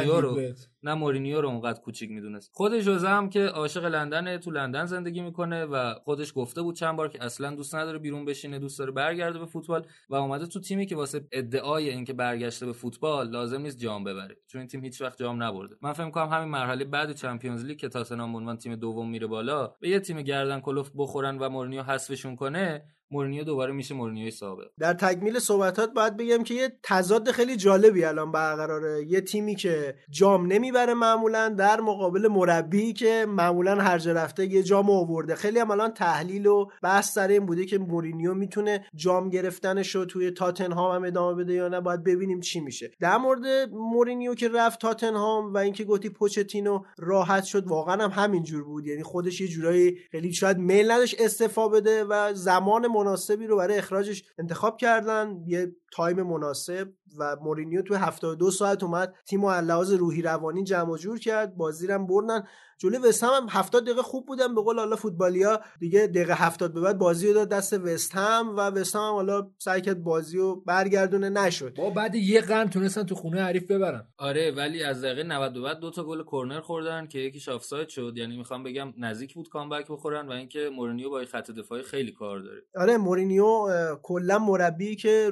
نه مورینیو رو اونقدر کوچیک میدونست. خود ژوزه هم که عاشق لندن، تو لندن زندگی میکنه و خودش گفته بود چند بار که اصلا دوست نداره بیرون بشینه، دوست داره برگرده به فوتبال و اومده تو تیمی که واسه ادعای اینکه برگشته به فوتبال لازم نیست جام ببره، چون این تیم هیچ وقت جام نبرده. من فکر می‌کنم همین مرحله بعد چمپیونز لیگ که تاتنهام به عنوان تیم دوم میره بالا، به یه تیم گردن کلفت بخورن و مورینیو حذفشون کنه، مورینیو دوباره میشه مورینیوی سابق. در تکمیل صحبتات باید بگم که یه تضاد خیلی جالبی الان برقراره، یه تیمی که جام نمیبره معمولا در مقابل مربی که معمولا هر جا رفته یه جام آورده. خیلی هم الان تحلیل و بحث سر این بوده که مورینیو میتونه جام گرفتنشو توی تاتنهام هم ادامه بده یا نه، باید ببینیم چی میشه. در مورد مورینیو که رفت تاتنهام و اینکه گفتی پوچتینو راحت شد، واقعا هم همینجور بود، یعنی خودش یه جورایی خیلی شاید میل نداشت استعفا بده و زمان مناسبی رو برای اخراجش انتخاب کردن، یه تایم مناسب، و مورینیو تو 72 ساعت اومد تیمو از لحاظ روحی روانی جمع جور کرد، بازی رو بردن جلوی وست هم 70 دقیقه خوب بودن، به قول حالا فوتبالیا دیگه دقیقه 70 به بعد بازی رو داد دست وست هم و وست هم حالا سعی کرد بازی رو برگردونه، نشد. با بعد یه قرن تونستن تو خونه حریف ببرن. آره ولی از دقیقه 90 به بعد 2 تا گل کرنر خوردن که یکیش آفساید شد، یعنی میخوام بگم نزدیک بود کامبک بخورن و اینکه مورینیو با خط دفاعی خیلی کار داره. آره مورینیو کلا مربی که روی دفاع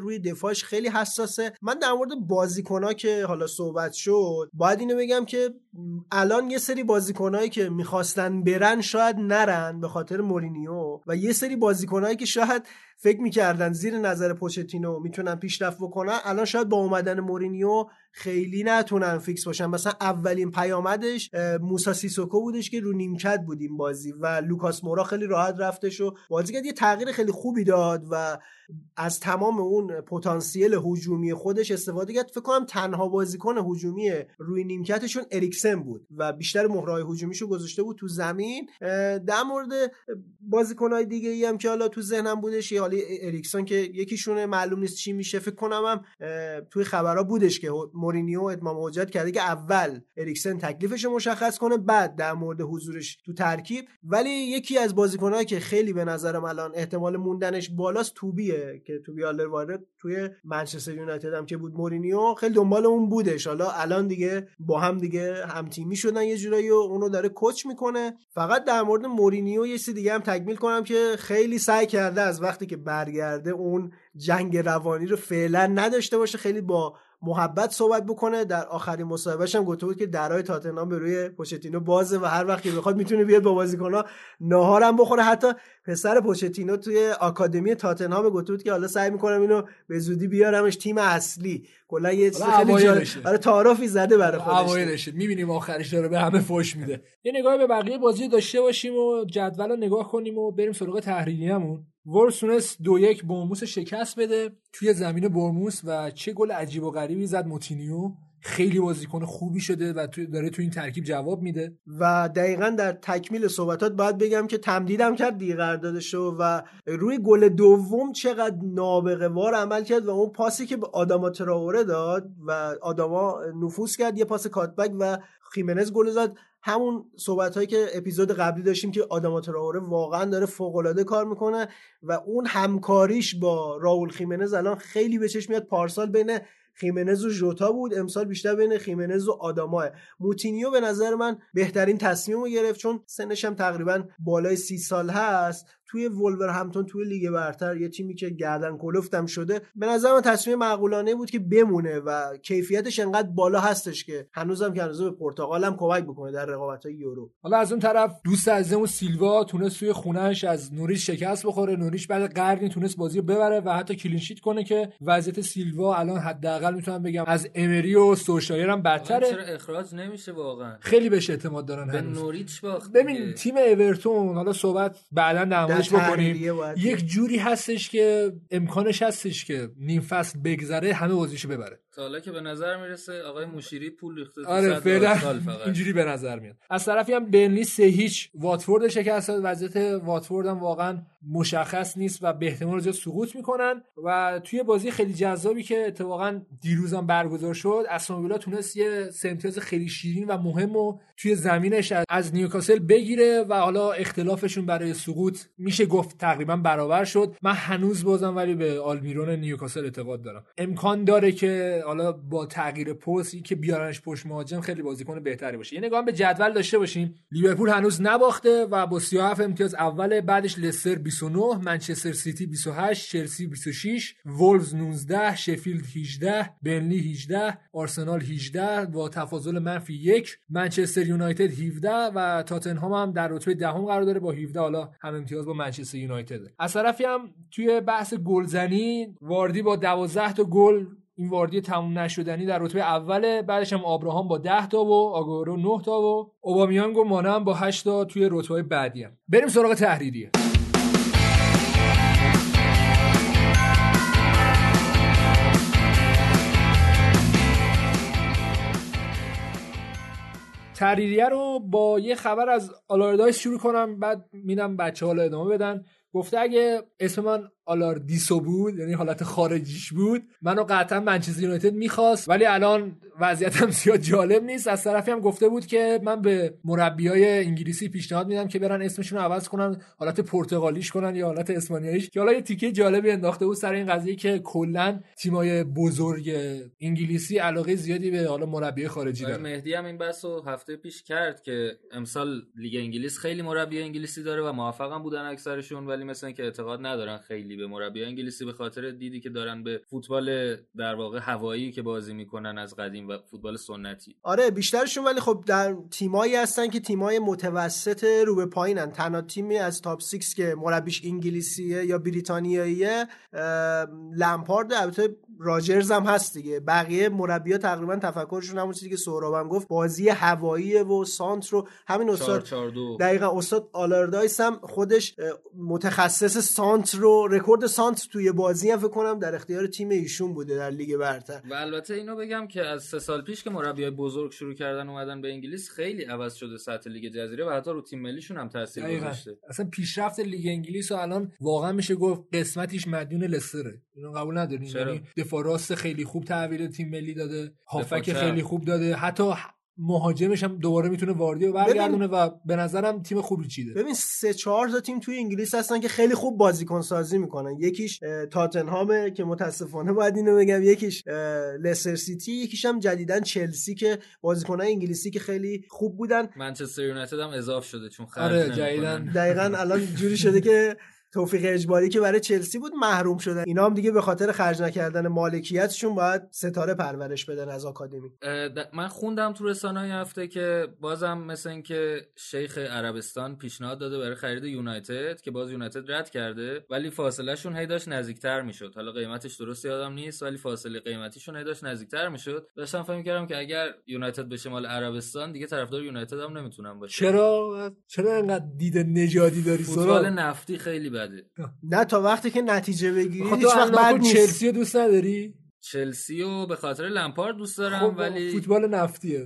انتخابش خیلی حساسه. من در مورد بازیکن‌ها که حالا صحبت شد باید اینو بگم که الان یه سری بازیکنایی که میخواستن برن شاید نرن به خاطر مورینیو و یه سری بازیکنایی که شاید فکر میکردن زیر نظر پوچتینو میتونن پیشرفت بکنن الان شاید با اومدن مورینیو خیلی نتونن فیکس باشن. مثلا اولین پیامدش موسی سیسوکو بودش که رو نیمکت بود این بازی و لوکاس مورا خیلی راحت رفتش و بازی کرد، یه تغییر خیلی خوبی داد و از تمام اون پتانسیل هجومی خودش استفاده کرد. فکر کنم تنها بازیکن هجومی روی نیمکتشون اریکسن بود و بیشتر مهرهای هجومیشو گذاشته بود تو زمین. در مورد بازیکن‌های دیگه‌ای هم که حالا تو ذهنم بودش، حالا اریکسون که یکیشونه معلوم نیست چی میشه. فکر کنم هم توی خبرها بودش که مورینیو اتمام حجت کرده که اول اریکسن تکلیفش رو مشخص کنه بعد در مورد حضورش تو ترکیب. ولی یکی از بازیکن‌هایی که خیلی به نظرم الان احتمال موندنش بالاست توبیه که توبی آلدروایرد توی منچستر یونایتد هم که بود مورینیو خیلی دنبال اون بودش. حالا الان دیگه با هم دیگه هم تیمی شدن یه جورایی و اونو داره کوچ میکنه. فقط در مورد مورینیو یه چیز دیگه هم تکمیل کنم که خیلی سعی کرده از وقتی که برگرده اون جنگ روانی رو فعلا نداشته باشه، خیلی با محبت صحبت بکنه. در آخرین مصاحبهش هم گفته بود که درای تاتنهام به روی پوچتینو بازه و هر وقتی بخواد میتونه بیاد با بازیکن‌ها ناهارم بخوره. حتی پسر پوچتینو توی آکادمی تاتنهام گفته بود که حالا سعی می‌کنم اینو به زودی بیارمش تیم اصلی. کلا یه چیز خیلی برای تعارفی زده برای خودش. اوایلش می‌بینیم آخرش داره به همه فوش میده. یه نگاهی به بقیه بازی داشته باشیم و جدول رو نگاه کنیم و بریم سراغ تحلیلیمون. وولفز تونست 2-1 برموس شکست بده توی زمین برموس و چه گل عجیب و غریبی زد موتینیو. خیلی بازیکن خوبی شده و داره تو این ترکیب جواب میده. و دقیقاً در تکمیل صحبتات باید بگم که تمدیدم کرد دیگه قراردادشو و روی گل دوم چقدر نابغه وار عمل کرد و اون پاسی که به آداما تراوره داد و آداما نفوذ کرد، یه پاس کاتبک و خیمنز گل زد. همون صحبتایی که اپیزود قبلی داشتیم که آداما تراوره واقعا داره فوق‌العاده کار میکنه و اون همکاریش با راول خیمنز الان خیلی به چشم میاد. پارسال بین خیمنز و ژوتا بود، امسال بیشتر بین خیمنز و آداماه. موتینیو به نظر من بهترین تصمیمو گرفت چون سنش هم تقریبا بالای 30 سال هست. توی ولورهمپتون توی لیگ برتر یه تیمی که گردن کلفتم شده، به نظر من تصمیم معقولانه بود که بمونه و کیفیتش انقدر بالا هستش که هنوزم که هنوز به پرتغال هم کمک بکنه در رقابت‌های یورو. حالا از اون طرف دوست عزیزمون سیلوا تونست توی خونه‌اش از نوریچ شکست بخوره. نوریچ بعد قرنی تونست بازی رو ببره و حتی کلین شیت کنه که وضعیت سیلوا الان حداقل میتونم بگم از امری و سوشایر هم برتره. چرا اخراج نمیشه واقعا؟ خیلی بهش اعتماد دارن به نوریچ باخت. ببین تیم اورتون، حالا صحبت بعداً در موردش بکنیم، یک جوری هستش که امکانش هستش که نیم فصل بگذره همه بازیشو ببره. تا حالا که به نظر میرسه آقای مشیری پول ریخته. آره فعلا اینجوری به نظر میاد. از طرفی هم بنلی 3-0 واتفورد شکست داد. وضعیت واتفورد هم واقعا مشخص نیست و به احتمال زیاد سقوط میکنن. و توی بازی خیلی جذابی که اتفاقا دیروز هم برگزار شد، استون ویلا تونست یه امتیاز خیلی شیرین و مهمو توی زمینش از نیوکاسل بگیره و حالا اختلافشون برای سقوط میشه گفت تقریبا برابر شد. من هنوز بازم ولی به آلمیرون نیوکاسل اعتقاد دارم. امکان داره که حالا با تغییر پستی که بیارنش پشت مهاجم خیلی بازیکن بهتری باشه. یه نگاه به جدول داشته باشیم. لیورپول هنوز نباخته و با 37 امتیاز اوله، بعدش لستر 29، منچستر سیتی 28، چلسی 26، وولفز 19، شفیلد 18، بنلی 18، آرسنال 18 با تفاضل -1، منچستر یونایتد 17 و تاتنهام هم در رتبه دهم قرار داره با 17، حالا هم امتیاز با منچستر یونایتد. از طرفی هم توی بحث گلزنی واردی با 12 تا گل، این واردی تموم نشدنی، در رتبه اوله. بعدش هم آبراهام با 10 تا و آگورو 9 تا و اوبامیانگ و مانا هم با 8 تا توی رتبه بعدی هم. بریم سراغ تحریریه. تحریریه رو با یه خبر از آلاردایس شروع کنم، بعد میدم بچه‌ها رو ادامه بدن. گفته اگه اسم من آلاردیسو بود، یعنی حالت خارجیش بود، منو قطعا منچستر یونایتد میخواست، ولی الان وضعیتم زیاد جالب نیست. از طرفی هم گفته بود که من به مربیای انگلیسی پیشنهاد میدم که برن اسمشون رو عوض کنن، حالت پرتغالیش کنن یا حالت اسپانیاییش. که حالا یه تیکه جالبی انداخته بود سر این قضیه که کلا تیمای بزرگ انگلیسی علاقه زیادی به حالا مربی خارجی دارن. مهدی هم این بحثو هفته پیش کرد که امسال لیگ انگلیس خیلی مربی انگلیسی داره و موفقم بودن اکثرشون، ولی مثلا که اعتقاد ندارن خیلی ملی به مربیای انگلیسی به خاطر دیدی که دارن به فوتبال در واقع هوایی که بازی میکنن از قدیم و فوتبال سنتی. آره بیشترشون، ولی خب در تیمایی هستن که تیمای متوسط رو به پایینن. تنها تیمی از تاپ 6 که مربیش انگلیسیه یا بریتانیاییه لمپارد، البته راجرز هم هست دیگه. بقیه مربی‌ها تقریبا تفکرشون همون چیزی که سهراب هم گفت، بازی هوایی و سانت رو. همین استاد دقیقاً استاد آلاردایس هم خودش متخصص سانت رو، رکورد سانت توی بازی هم فکر کنم در اختیار تیم ایشون بوده در لیگ برتر. و البته اینو بگم که از 3 سال پیش که مربیای بزرگ شروع کردن اومدن به انگلیس خیلی عوض شده سطح لیگ جزیره و حتی رو تیم ملیشون هم تاثیر گذاشته. اصلا پیشرفت لیگ انگلیس و الان واقعا میشه گفت قسمتیش مدیون لستره. اینو قبول ندارین؟ یعنی دفاع راست خیلی خوب تحویل تیم ملی داده، هافک خیلی خوب داده، حتی مهاجمش هم دوباره میتونه واردی رو برگردونه و به نظرم تیم خوبی چیده. ببین 3-4 تا تیم توی انگلیس هستن که خیلی خوب بازیکن سازی میکنن. یکیش تاتنهامه که متاسفانه باید اینو بگم، یکیش لستر سیتی، یکیش هم جدیدن چلسی که بازیکنای انگلیسی که خیلی خوب بودن. منچستر یونایتد هم اضافه شده چون خرج نمیکنن. دقیقاً الان جوری شده که توفیق اجباری که برای چلسی بود محروم شدن. اینا هم دیگه به خاطر خرج نکردن مالکیتشون باید ستاره پرورش بدن از آکادمی. من خوندم تو رسانه‌های هفته که بازم مثل این که شیخ عربستان پیشنهاد داده برای خرید یونایتد که باز یونایتد رد کرده، ولی فاصله شون هی داشت نزدیکتر میشد. حالا قیمتش درست یادم نیست ولی فاصله قیمتیشون هی داشت نزدیکتر میشد. داشتم فکر می‌کردم که اگر یونایتد بشه مال عربستان دیگه طرفدار یونایتد هم نمیتونم باشه. چرا انقدر دید نژادی داری؟ فوتبال نفتی خیلی بده. نه تا وقتی که نتیجه بگیری هیچ وقت بد نیست. چلسی رو دوست نداری؟ چلسی رو به خاطر لمپارد دوست دارم ولی فوتبال نفتیه.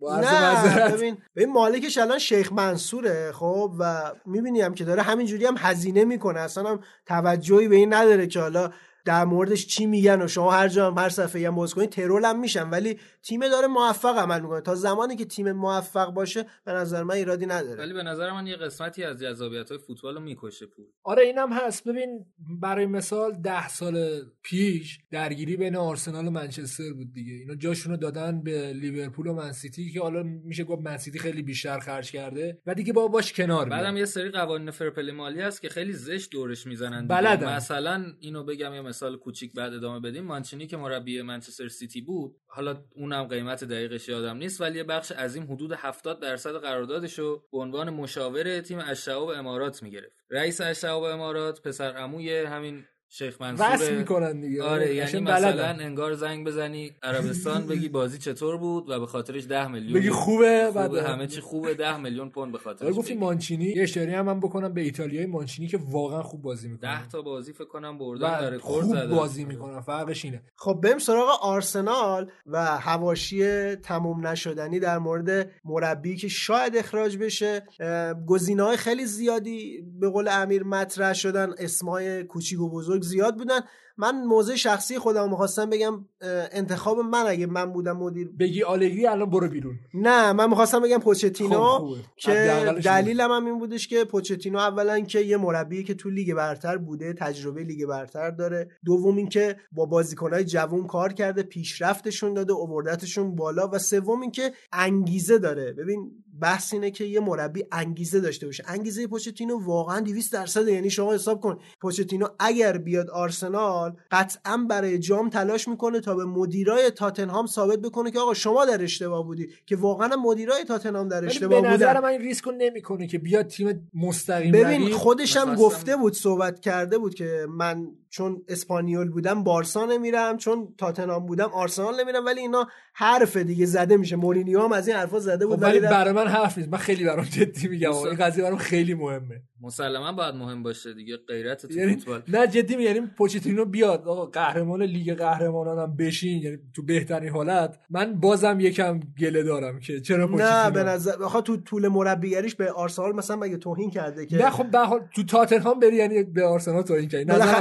نه ببین مالکش الان شیخ منصوره خب، و میبینی هم که داره همینجوری هم هزینه میکنه، اصلا هم توجهی به این نداره که حالا در موردش چی میگن و شما هر جا هم هر صفحه‌ای هم باز کنید ترول هم میشن، ولی تیم داره موفق عمل میکنه. تا زمانی که تیم موفق باشه به نظر من ایرادی نداره. ولی به نظر من یه قسمتی از جذابیت‌های فوتبال رو میکشه پول. آره اینم هست. ببین برای مثال 10 سال پیش درگیری بین آرسنال و منچستر بود دیگه. اینا جاشونو دادن به لیورپول و منسیتی که حالا میشه گفت منسیتی خیلی بیشتر خرج کرده و دیگه باش کنار. بعدم یه سری قوانین فرپلی مالی هست که خیلی زشت دورش میزنن. مثلا اینو بگم یه مثال کوچیک بعد ادامه بدیم. مانچینی که مربی منچستر سیتی بود، حالا اونم قیمت دقیقش یادم نیست ولی یه بخش عظیم حدود 70% قراردادشو به عنوان مشاور تیم الشباب امارات میگرفت. رئیس الشباب امارات پسر عموی همین شیخ منصور واسه میکنن دیگه. آره یعنی مثلا انگار زنگ بزنی عربستان بگی بازی چطور بود و به خاطرش 10 میلیون بگی خوبه بعد همه چی خوبه 10 میلیون پوند به خاطرش. گفتی مانچینی یه اشاره هم بکنم به ایتالیای مانچینی که واقعا خوب بازی میکنه. 10 تا بازی فکر کنم بردن و رکورد زدن. خوب بازی میکنن، فرقش اینه. خب بریم سراغ آرسنال و حواشی تموم نشدنی در مورد مربی که شاید اخراج بشه. گزینه‌های خیلی زیادی به قول امیر مطرح شدن، اسمای کوچیک و بزرگ زیاد بودن. من موضع شخصی خودم می‌خواستم بگم انتخاب من اگه من بودم مدیر بگی آلگری الان برو بیرون. نه من می‌خواستم بگم پوچتینو که دلیلم هم این بودش که پوچتینو اولا که یه مربی که تو لیگ برتر بوده، تجربه لیگ برتر داره، دوم این که با بازیکن‌های جوان کار کرده، پیشرفتشون داده، آوردتشون بالا، و سوم این که انگیزه داره. ببین بحث اینه که یه مربی انگیزه داشته باشه. انگیزه پوچتینو واقعا 200%، یعنی شما حساب کن پوچتینو اگر بیاد آرسنال قطعا برای جام تلاش میکنه تا به مدیرای تاتنهام ثابت بکنه که آقا شما در اشتباه بودی، که واقعا مدیرای تاتنهام در اشتباه بودن. به نظر من این ریسکو نمیکنه که بیاد تیم مستقیم. ببین خودش هم گفته بود، صحبت کرده بود که من چون اسپانیول بودم بارسا نمیرم، چون تاتنهام بودم آرسنال نمیرم، ولی اینا حرف دیگه زده میشه. مورینیو هم از این حرفا زده بود. ولی برای من حرف نیست. من خیلی برام جدی میگم این قضیه برام خیلی مهمه. مسلما باید مهم باشه دیگه، غیرت تو فوتبال. نه جدی میگم، یعنی پوچتینو بیاد آقا قهرمان لیگ قهرمانان هم بشین، یعنی تو بهترین حالت. من بازم یکم گله دارم که چرا پوچتینو. نه به نظر بخواد تو طول مربیگریش به آرسنال مثلا مگه توهین کرده که؟ نه خب به حال تو تاتنهام بری یعنی به آرسنال توهین کردی. اگه بیاد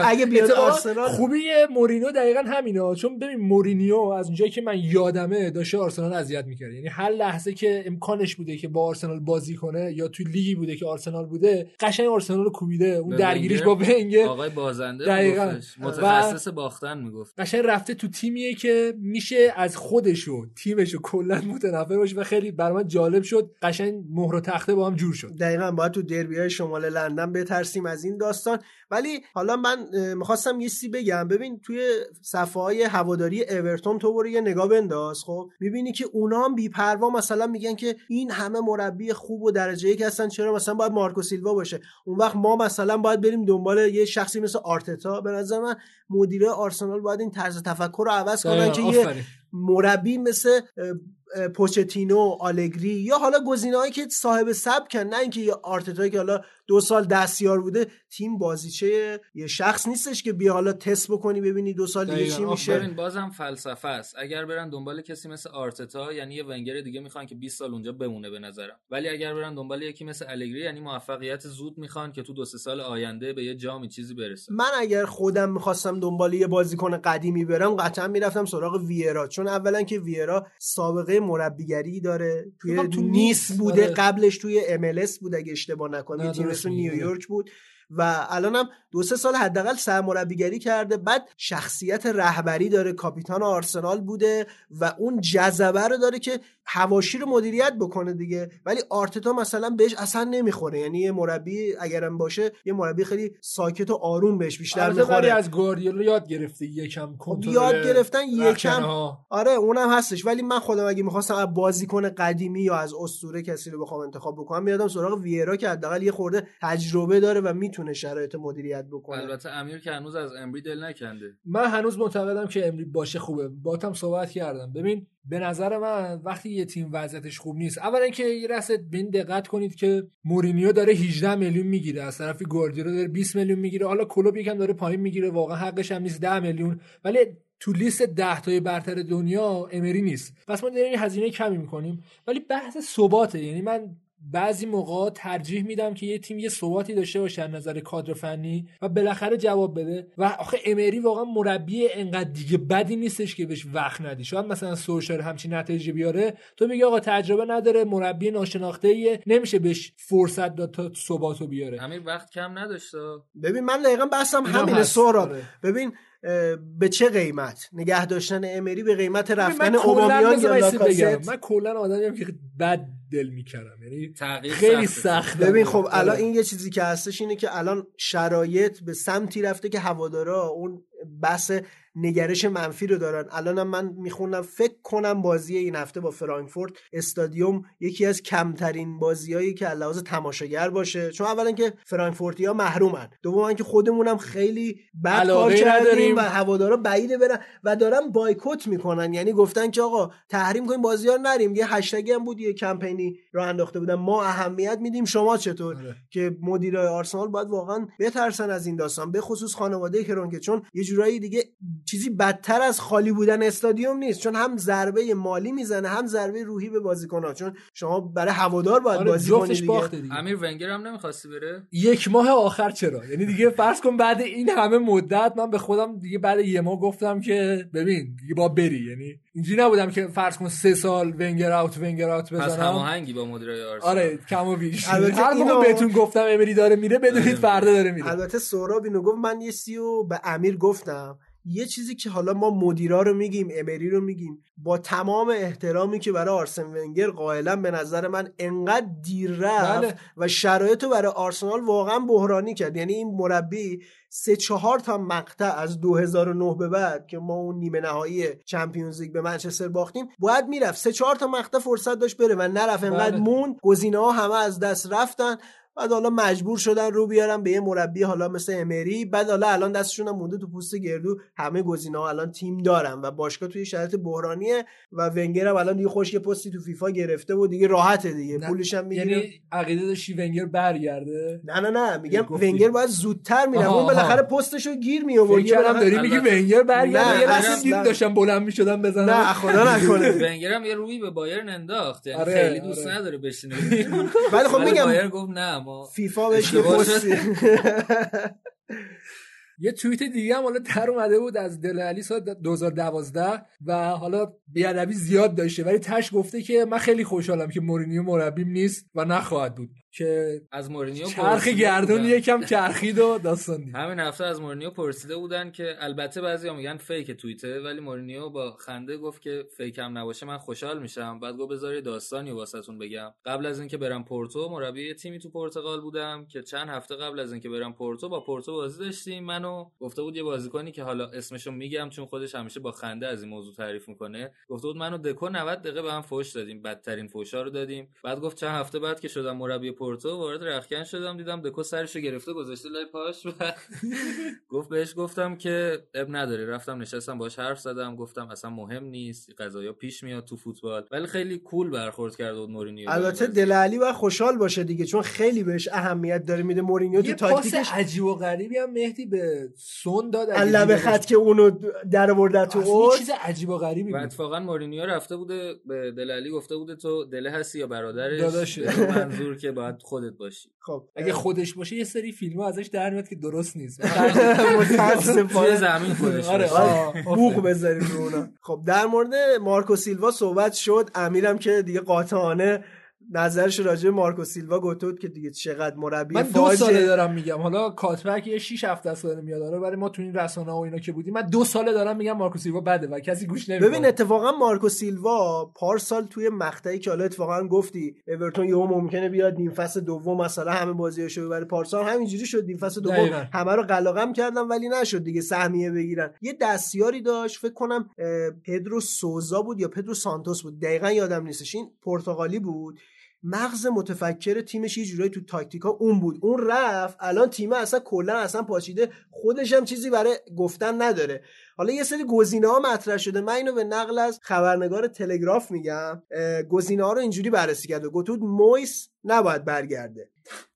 آرسنال. خوبی مورینیو دقیقاً همینه، چون ببین مورینیو از اونجایی که من یادمه داشته آرسنال اذیت می‌کرد، یعنی هر لحظه که امکانش بوده که با آرسنال بازی کنه یا توی لیگی بوده که آرسنال بوده قشنگ آرسنال رو کوبیده. اون درگیریش با ونگر آقای بازنده میگفتش، متخصص باختن میگفت. قشنگ رفته تو تیمیه که میشه از خودش و تیمش کلا متنفر باشه و خیلی برام جالب شد. قشنگ مهر و تخته با هم جور شد. دقیقاً باید تو دربی‌های شمال لندن بترسیم از این داستان. ولی حالا من می‌خواستم یه چیزی بگم. ببین توی صفحه‌های هواداری اورتون تو برو یه نگاه بنداز، خب می‌بینی که اونا هم بی‌پروا مثلا میگن که این همه مربی خوب و درجه یک هستن، چرا مثلا باید مارکو سیلوا باشه؟ اون وقت ما مثلا باید بریم دنبال یه شخصی مثل آرتتا. به نظر من مدیر آرسنال باید این طرز تفکر رو عوض کنن که یه مربی مثل پوچتینو، آلگری یا حالا گزینه‌هایی که صاحب سبکن، نه اینکه یه آرتتایی که حالا 2 سال دستیار بوده. تیم بازیچه یه شخص نیستش که بیا حالا تست بکنی ببینی 2 سال دیگه چی میشه. ببین بازم فلسفه است. اگر برن دنبال کسی مثل آرتتا یعنی یه ونگر دیگه میخوان که 20 سال اونجا بمونه به نظرم. ولی اگر برن دنبال یکی مثل آلگری یعنی موفقیت زود میخوان که تو 2-3 سال آینده به یه جامی چیزی برسه. من اگر خودم میخواستم دنبال یه بازیکن قدیمی برم قطعا میرفتم سراغ ویرا، چون اولا که ویرا سابقه مربیگری داره، توی نیس بوده، قبلش توی MLS بود اگه اشتباه نکنم، تیمش نیویورک بود و الانم 2-3 سال حداقل سرمربیگری کرده. بعد شخصیت رهبری داره، کاپیتان آرسنال بوده و اون جذبه رو داره که حواشی رو مدیریت بکنه دیگه. ولی آرتتا مثلا بهش اصلا نمیخوره، یعنی یه مربی اگرم باشه یه مربی خیلی ساکت و آروم بهش بیشتر میخوره. ولی از گواردیولا یاد گرفته یکم کنترل، یاد گرفتن یکم، آره اونم هستش. ولی من خودم اگه میخواستم از بازیکن قدیمی یا از اسطوره کسی رو بخوام انتخاب بکنم میادم سراغ ویرا که حداقل یه خورده تجربه داره و میتونه شرایط مدیریت بکنه. البته امیر که هنوز از امری دل نکنده. من هنوز معتقدم که امری باشه خوبه. باهاتم صحبت کردم. ببین به نظر من وقتی یه تیم وضعیتش خوب نیست، اولا که یه راسته ببین دقت کنید که مورینیو داره 18 میلیون میگیره، از طرف گواردیولا داره 20 میلیون میگیره، حالا کلوب یکم داره پایین میگیره، واقعا حقش هم نیست 10 میلیون، ولی تو لیست 10 تای برتر دنیا امری نیست. پس ما داریم هزینه کمی میکنیم. ولی بحث ثباته، یعنی من بعضی موقع ترجیح میدم که یه تیم یه ثباتی داشته باشه از نظر کادر فنی و بالاخره جواب بده. و آخه امری واقعا مربی انقدر دیگه بدی نیستش که بهش وقت ندی. شاید مثلا سولشر همچین نتیجه بیاره، تو میگی آقا تجربه نداره، مربی ناشناخته‌ایه، نمیشه بهش فرصت داد تا ثباتو بیاره. امیر وقت کم نداشته. ببین من دقیقاً بحثم همینه سورا. ببین به چه قیمت نگه داشتن امری به قیمت رفتن اوبامیان یا لاکازت؟ من کلا آدمیم که بد دل میکردم، یعنی خیلی سخت. ببین خب الان این یه چیزی که هستش اینه که الان شرایط به سمتی رفته که هوادارا اون بحث نگرش منفی رو دارن. الانم من میخونم فکر کنم بازی این هفته با فرانکفورت استادیوم یکی از کمترین بازیایی که علاوه تماشاگر باشه، چون اولا که فرانکفورتیا محرومن، دوما که خودمونم خیلی بد کار کردیم و هوادارا بعیده برن و دارن بایکوت میکنن، یعنی گفتن که آقا تحریم کنیم بازی‌ها نریم. یه هشتگی هم بود، یه کمپینی راه انداخته بودن ما اهمیت میدیم شما چطور که مدیرای آرسنال باید واقعا بترسن از این داستان، به خصوص خانواده کرونکه، چون یه جورایی دیگه چیزی بدتر از خالی بودن استادیوم نیست، چون هم ضربه مالی میزنه هم ضربه روحی به بازیکن‌ها، چون شما برای هوادار باید بازی کنی دیگه. امیر ونگر هم نمی‌خواستی بره یک ماه آخر چرا؟ یعنی دیگه فرض کن بعد این همه مدت من به خودم دیگه بعد یه ماه گفتم که ببین دیگه با بری، یعنی اینجوری نبودم که فرض کن 3 سال ونگر اوت بزنم. پس هماهنگی با مدیرای آرسنال. آره کم و بیش. هر موقع بهتون گفتم امری داره میره بدونید فردا داره میره. البته سهراب اینو گفت، من یه سیو به امیر گفتم، یه چیزی که حالا ما مدیرا رو میگیم، امری رو میگیم، با تمام احترامی که برای آرسن ونگر قائلم، به نظر من انقدر دیر رفت و شرایطو برای آرسنال واقعا بحرانی کرد. یعنی این مربی 3-4 تا مقطع از 2009 به بعد که ما اون نیمه نهایی چمپیونز لیگ به منچستر باختیم باید میرفت، 3-4 تا مقطع فرصت داشت بره و نرفت، انقدر مون، گزینه‌ها همه از دست رفتن. بعد حالا مجبور شدن رو بیارن به یه مربی حالا مثل امری. بعد حالا الان دستشون هم مونده تو پوست گردو، همه گزینه‌ها الان تیم دارن و باشگاه توی شرایط بحرانیه و ونگر هم الان دیگه خوش پستی تو فیفا گرفته و دیگه راحته دیگه، پولش هم میگیره. یعنی عقیده داشتی ونگر برگرده؟ نه میگم ونگر باید زودتر میره، اون بالاخره پستشو گیر می آورد. فکر کردم داری میگی ونگر برگرده، یه لحظه دید داشتم بلند میشدم بزنم. نه خدا نکنه. ونگر هم یه روی به بایرن انداخت، یعنی خیلی دوست نداره بشینه. ولی خب میگم بایرن گفت نه ما فیفا بهش یه پستی یه توییت دیگه هم حالا در اومده بود از دل علی سال 2012 و حالا بی‌ادبی زیاد داشته ولی تش گفته که من خیلی خوشحالم که مورینیو مربیم نیست و نخواهد بود، که از مورینیو چرخ گردون یکم چرخید و داستان دید. همین هفته از مورینیو پرسیده بودن که البته بعضیا میگن فیک توییته ولی مورینیو با خنده گفت که فیک هم نباشه من خوشحال میشم. بعد گفت بذارید داستانی واسهتون بگم. قبل از اینکه برم پورتو مربی یه تیمی تو پرتغال بودم که چند هفته قبل از اینکه برم پورتو با پورتو بازی داشتیم. منو گفته بود یه بازیکنی که حالا اسمشو میگم چون خودش همیشه با خنده از این موضوع تعریف میکنه، گفته بود منو دکو 90 دقیقه به هم فوش دادیم، بدترین فوشا رو دادیم. بعد گفت چند هفته بعد که شدم مربی پورتو وارد رختکن شدم دیدم دکو سرشو گرفته گذاشته لای پاش و گفت بهش گفتم که اب نداره، رفتم نشستم باهاش حرف زدم، گفتم اصلا مهم نیست، قضایا پیش میاد تو فوتبال. ولی خیلی کول برخورد کرد بود مورینیو. البته دل علی باید خوشحال باشه دیگه چون خیلی بهش اهمیت داره میده مورینیو تو تاکتیکش. یه پاس عجیب و غریبی هم مهدی به سون داد لب خط که اونو در آورد تو اوت، چیز عجیب و غریبی بود. اتفاقا مورینیو رفته بوده به دل علی گفته بوده تو دله هستی یا برادرش؟ داداشه. منظور که باید خودت باشی. خب اگه خودش باشه یه سری فیلم‌ها ازش در میاد که درست نیست. متأسفانه زمین خودش. آره بوق بذاریم رو اونا. خب در مورد مارکو سیلوا صحبت شد. امیرم که دیگه قاطعانه نظرش راجع به مارکو سیلوا گفت که دیگه چقدر مربی من 2 ساله دارم میگم، حالا کاتبک یه 6 هفته است داره میاد آره، ولی ما تو این رسانه ها و اینا که بودیم من 2 ساله دارم میگم مارکو سیلوا بده و کسی گوش نمیکنه. ببین اتفاقا مارکو سیلوا پارسال توی مقطعی که حالا اتفاقا گفتی اورتون یهو ممکنه بیاد نیم فصل دوم مثلا همه بازیاشو ببره، پارسال همینجوری شد نیم فصل دوم همه رو قلقم کردن ولی نشد دیگه سهمیه بگیرن. یه دستیاری داشت فکر کنم پدرو سوزا بود یا پدرو سانتوس بود دقیقاً یادم نیستش، این پرتغالی بود، مغز متفکر تیمش یه جورایی تو تاکتیکا اون بود، اون رفت الان تیم اصلا کلا اصلا پاشیده، خودش هم چیزی برای گفتن نداره. حالا یه سری گزینه‌ها مطرح شده، من اینو به نقل از خبرنگار تلگراف میگم، گزینه‌ها رو اینجوری بررسی کرده، گفت مویس نباید برگرده،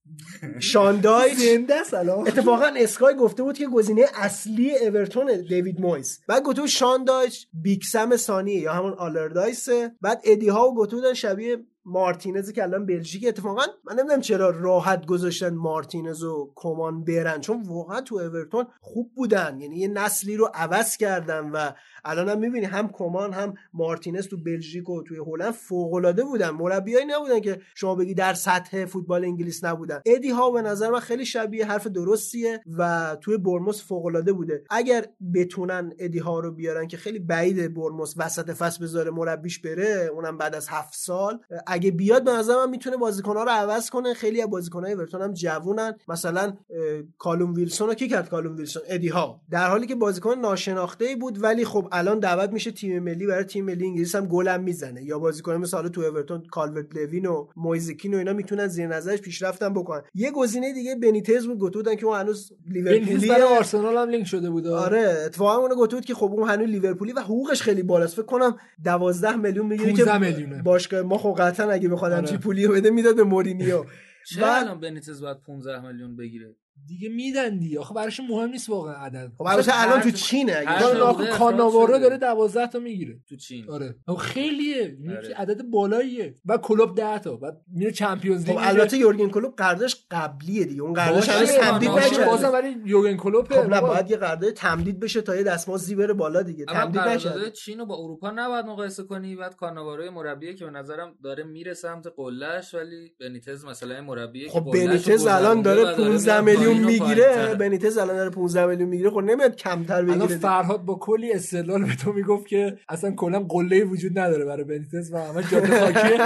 شاندایچ زنده سلام. اتفاقا اسکای گفته بود که گزینه اصلی اورتون دیوید مویس، بعد گفت شاندایچ بیکسم ثانی یا همون آلردایس، بعد ادی ها گفت بود شبیه مارتینز که الان بلژیک. اتفاقا من نمیدونم چرا راحت گذاشتن مارتینز و کومان برن چون واقعا تو اورتون خوب بودن، یعنی یه نسلی رو عوض کردن و الان هم میبینی هم کومان هم مارتینز تو بلژیک و توی هلند فوق العاده بودن، مربیایی نبودن که شما بگی در سطح فوتبال انگلیس نبودن. ادی ها به نظر من خیلی شبیه حرف درستیه و توی برموس فوق العاده بوده. اگر بتونن ادی ها رو بیارن که خیلی بعیده برموس وسط فصل بذاره مربیش بره، اونم بعد از 7 سال، اگه بیاد به نظر من میتونه بازیکن‌ها رو عوض کنه. خیلی از بازیکن‌های اورتون هم جوونن، مثلا کالوم ویلسون رو کی کرد؟ کالوم ویلسون ادی ها، در حالی که بازیکن ناشناخته‌ای بود ولی خب الان دعوت میشه تیم ملی، برای تیم ملی انگلیس هم گل هم میزنه. یا بازیکن مثلا تو اورتون کالورت لوین و مویزکین و اینا میتونن زیر نظرش پیشرفتن بکنن. یه گزینه دیگه بنیتز بود، گفت بودن که اون هنوز لیورپولی، برای آرسنال هم لینک شده بود. آره اتفاقا اون گفت بود که خب اون هنوز لیورپولی و حقوقش خیلی بالاست، فکر کنم 12 میلیون میگیره که باشگاه ما خب قطعا اگه بخواد همچین پولی بده میداد به مورینیو. چرا الان بنیتز باید 15 میلیون بگیره دیگه؟ میدن دیگه، آخه براش مهم نیست واقعا عدد. خب البته الان تو چینه، اگه کاناوارو داره 12 تا میگیره تو چین. آره خیلیه، عدد بالاییه. بعد کلوب 10 تا، بعد میره چمپیونز لیگ. خب البته یورگن کلوب قراردادش قبلیه دیگه، اون قراردادش هنوز تمدید نشده. بازم ولی یورگن کلوب خب نه باید یه قرارداد تمدید بشه تا یه دستمزدی بره بالا دیگه، تمدید نشده. قرارداد چین رو با اروپا نباید مقایسه کنی. بعد کاناوارو مربیه که به نظرم داره میره سمت قلهش، ولی بنیتز مثلا مربیه که بنیتز الان داره 15 میلیون میگیره، بنیتز الان داره 15 میلیون میگیره، خب نمیاد کمتر بگیره. الان فرهاد با کلی استدلال به تو میگفت که اصلا کلا قله‌ای وجود نداره برای بنیتز و همه جاده خاکیه.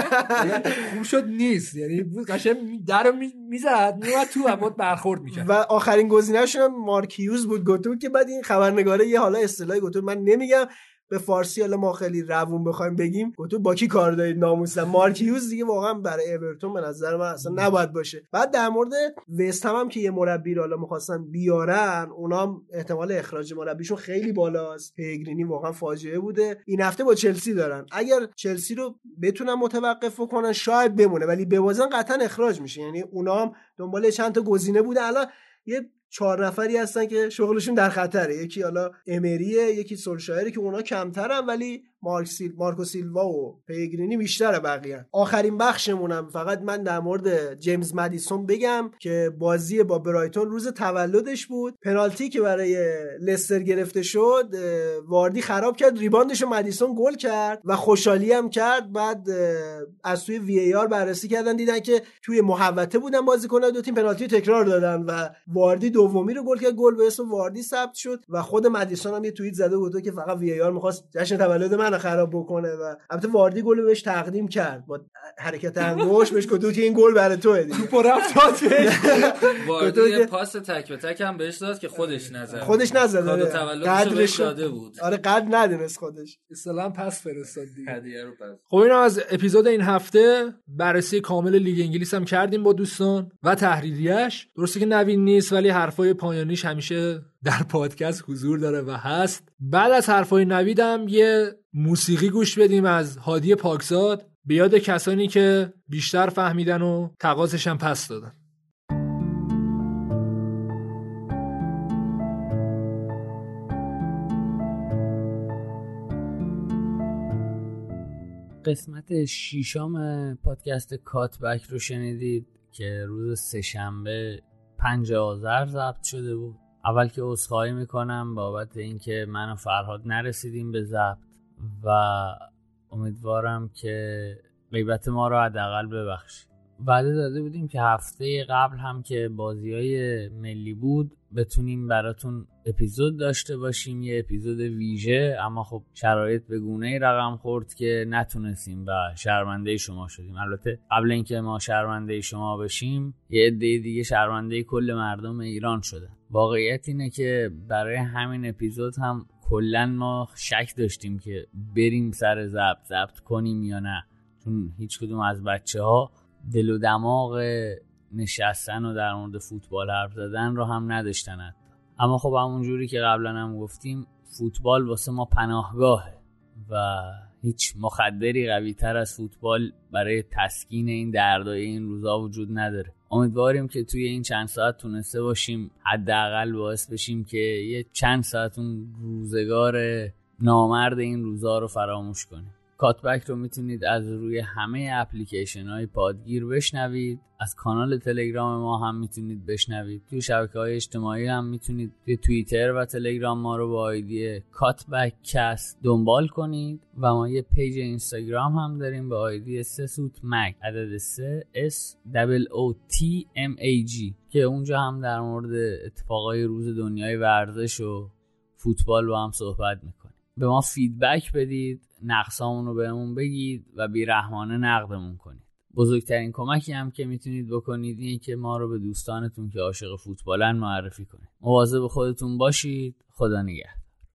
خوب شد نیست، یعنی قشنگ درو میزد میومد تو و بود برخورد میکرد. و آخرین گزینه‌شون هم مارکیوز بود، گفت که بعد این خبرنگاره یه حالا اصطلاحی گفت من نمیگم به فارسی، حالا ما خیلی روون بخوایم بگیم، گفت با کی کار دارید ناموسن. مارکیوز دیگه واقعا برای اورتون به نظر من اصلا نباید باشه. بعد در مورد وست هم که یه مربی رو حالا می‌خواستن بیارن، اونام احتمال اخراج مربیشون خیلی بالاست. پیگرینی واقعا فاجعه بوده. این هفته با چلسی دارن، اگر چلسی رو بتونن متوقف کنن شاید بمونه، ولی ببازن قطعا اخراج میشه. یعنی اونام دنبال چند تا گزینه بوده، الان یه 4 نفری هستن که شغلشون در خطره، یکی حالا امریه، یکی سولشایره که اونا کمترن ولی مارکو سیلوا و پیگرینی بیشتره بقیه. آخرین بخشمونم فقط من در مورد جیمز مدیسون بگم که بازی با برایتون روز تولدش بود. پنالتی که برای لستر گرفته شد واردی خراب کرد، ریباندشو مدیسون گل کرد و خوشحالی هم کرد. بعد از توی وی آر بررسی کردن دیدن که توی محوطه بودن بازیکن‌ها دو تیم، پنالتی تکرار دادن و واردی دومی رو گل کرد، گل به اسم واردی ثبت شد و خود مدیسون هم یه توییت زده بود که فقط وی آر می‌خواست جشن تولد منو خراب بکنه و البته واردی گل رو بهش تقدیم کرد با حرکت انگشت، بهش گفت که این گل برای توئه دیگه. توپ رفت واردی یه پاس تک به تک هم بهش داد که خودش نزد. کادو تولدش داده بود. آره قد ندونست خودش. اصلا پس فرستاد دیگه. هدیه رو پس. خب اینا از اپیزود این هفته. بررسی کامل لیگ انگلیس هم کردیم با دوستان و تحلیلیش. درسته که نوین نیست ولی حرفای پایانیش همیشه در پادکست حضور داره و هست. بعد از حرفای نویدم یه موسیقی گوش بدیم از هادی پاکزاد به یاد کسانی که بیشتر فهمیدن و تقاضاش هم پس دادن. قسمت 6 پادکست کاتبک رو شنیدید که روز سه‌شنبه 5 آذر ضبط شده بود. اول که عذرخواهی میکنم بابت اینکه من و فرهاد نرسیدیم به ضبط و امیدوارم که غیبت ما رو حداقل ببخشید. وعده داده بودیم که هفته قبل هم که بازی‌های ملی بود بتونیم براتون اپیزود داشته باشیم، یه اپیزود ویژه، اما خب شرایط به گونه‌ای رقم خورد که نتونستیم و شرمنده شما شدیم. البته قبل اینکه ما شرمنده شما بشیم یه عده دیگه شرمنده کل مردم ایران شدن. واقعیت اینه که برای همین اپیزود هم کلاً ما شک داشتیم که بریم سر ضبط کنیم یا نه، چون هیچ کدوم از بچه‌ها دل و دماغ نشستن و در مورد فوتبال حرف زدن رو هم نداشتن. اما خب همونجوری که قبلا هم گفتیم فوتبال واسه ما پناهگاهه و هیچ مخدری قوی تر از فوتبال برای تسکین این دردای این روزا وجود نداره. امیدواریم که توی این چند ساعت تونسته باشیم حداقل باعث بشیم که یه چند ساعت اون روزگار نامرد این روزا رو فراموش کنیم. کاتبک رو میتونید از روی همه اپلیکیشن های پادگیر بشنوید، از کانال تلگرام ما هم میتونید بشنوید، توی شبکه‌های اجتماعی هم میتونید توی توییتر و تلگرام ما رو با آیدی کاتبک‌کست دنبال کنید و ما یه پیج اینستاگرام هم داریم با آیدی سسوتمگ عدد 3 SOOTMAG که اونجا هم در مورد اتفاقای روز دنیای ورزش و فوتبال با هم صحبت میکنیم. به ما فیدبک بدید، نقصامون رو بهمون بگید و بیرحمانه نقدمون کنید. بزرگترین کمکی هم که میتونید بکنید اینه که ما رو به دوستانتون که عاشق فوتبالن معرفی کنید. مواظب خودتون باشید. خدا نگهدار.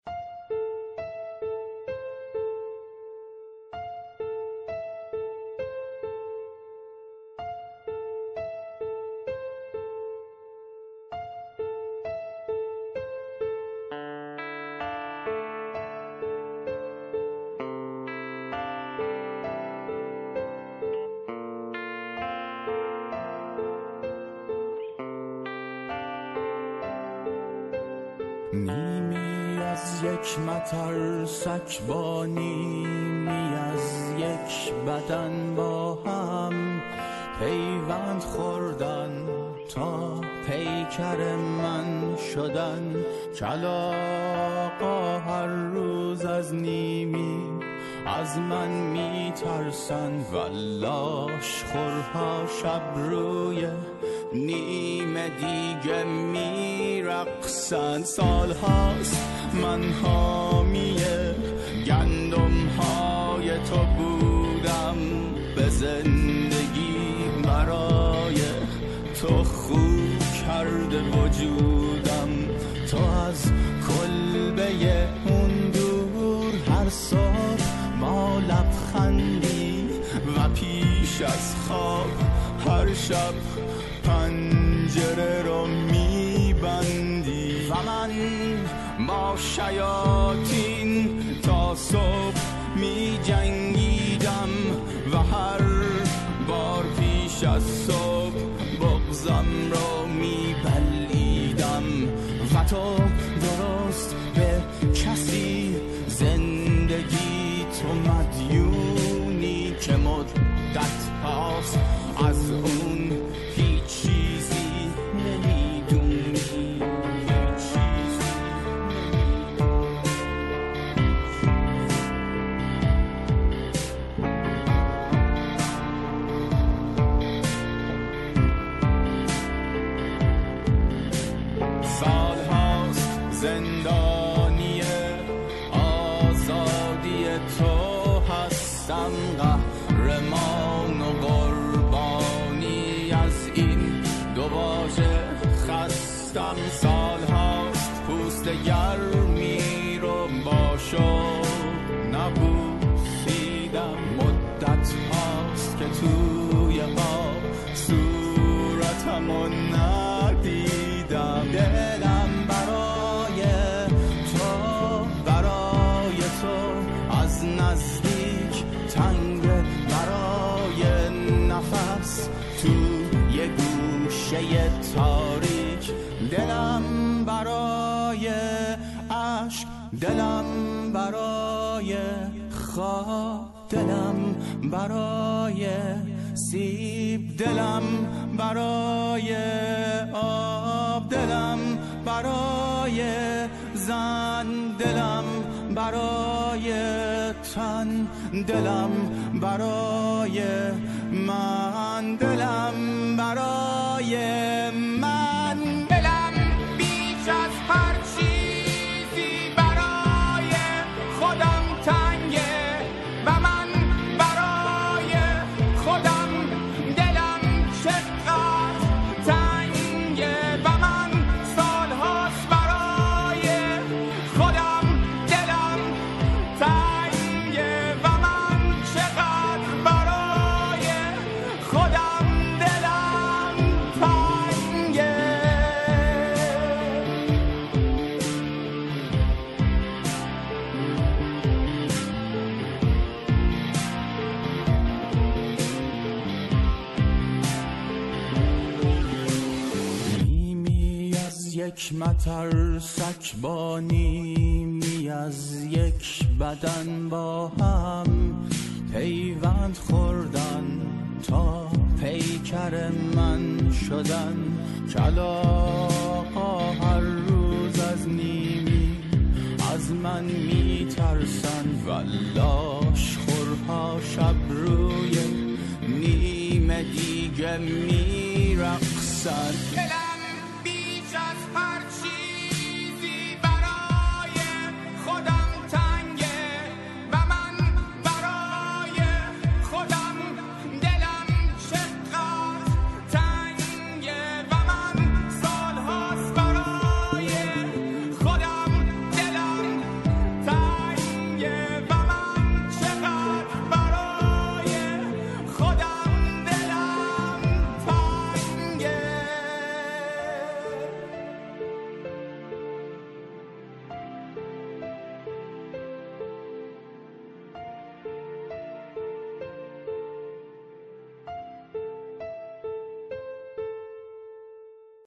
نیمی از یک مترسک با نیمی از یک بدن با هم پیوند خوردن تا پیکر من شدن. کلاغا هر روز از نیمی از من میترسن و لاشخورها شب روی نیم دیگه میرقصن. سال هاست من حامی گندم های تو بودم، به زندگی برای تو خوب کرده وجودم. تو از کلبه اون دور هر صبح با لبخندی و پیش از خواب هر شب پنجره رو میبندی و من با شیاطین تا صبح میجنگیدم و هر بار پیش از صبح بغضم رو میبلیدم و تو درست به کسی زندگیت هاست از اون هیچ چیزی نمیدونی سال هاست زندانی آزادی تو هستم قهرمان و قربانی از این دو واژه خستم سال هاست پوست گرمی رو باشو نبوسیدم مدت هاست که توی آب صورتمو ندیدم دلم برای تو از نزدیک تنگ برای نفس تو یه گوشه تاریک دلم برای عشق دلم برای خواب دلم برای سیب دلم برای آب دلم برای زن دلم برای تن دلم برای من دلم برای من دلم بیش از هر چیزی برای خودم تنگه و من برای خودم دلم چقدر تنگه و من سالهاست برای خودم دلم تنگه و من چقدر برای خودم دلم تنگه نیمی از یک مترسک با نیمی از یک بدن با هم پیوند خوردن تا پیکر من شدن کلاغا هر روز از نیمی از من میترسن ولاش خورها شب روی نیمه دیگه میرقصن دلم بیش از هر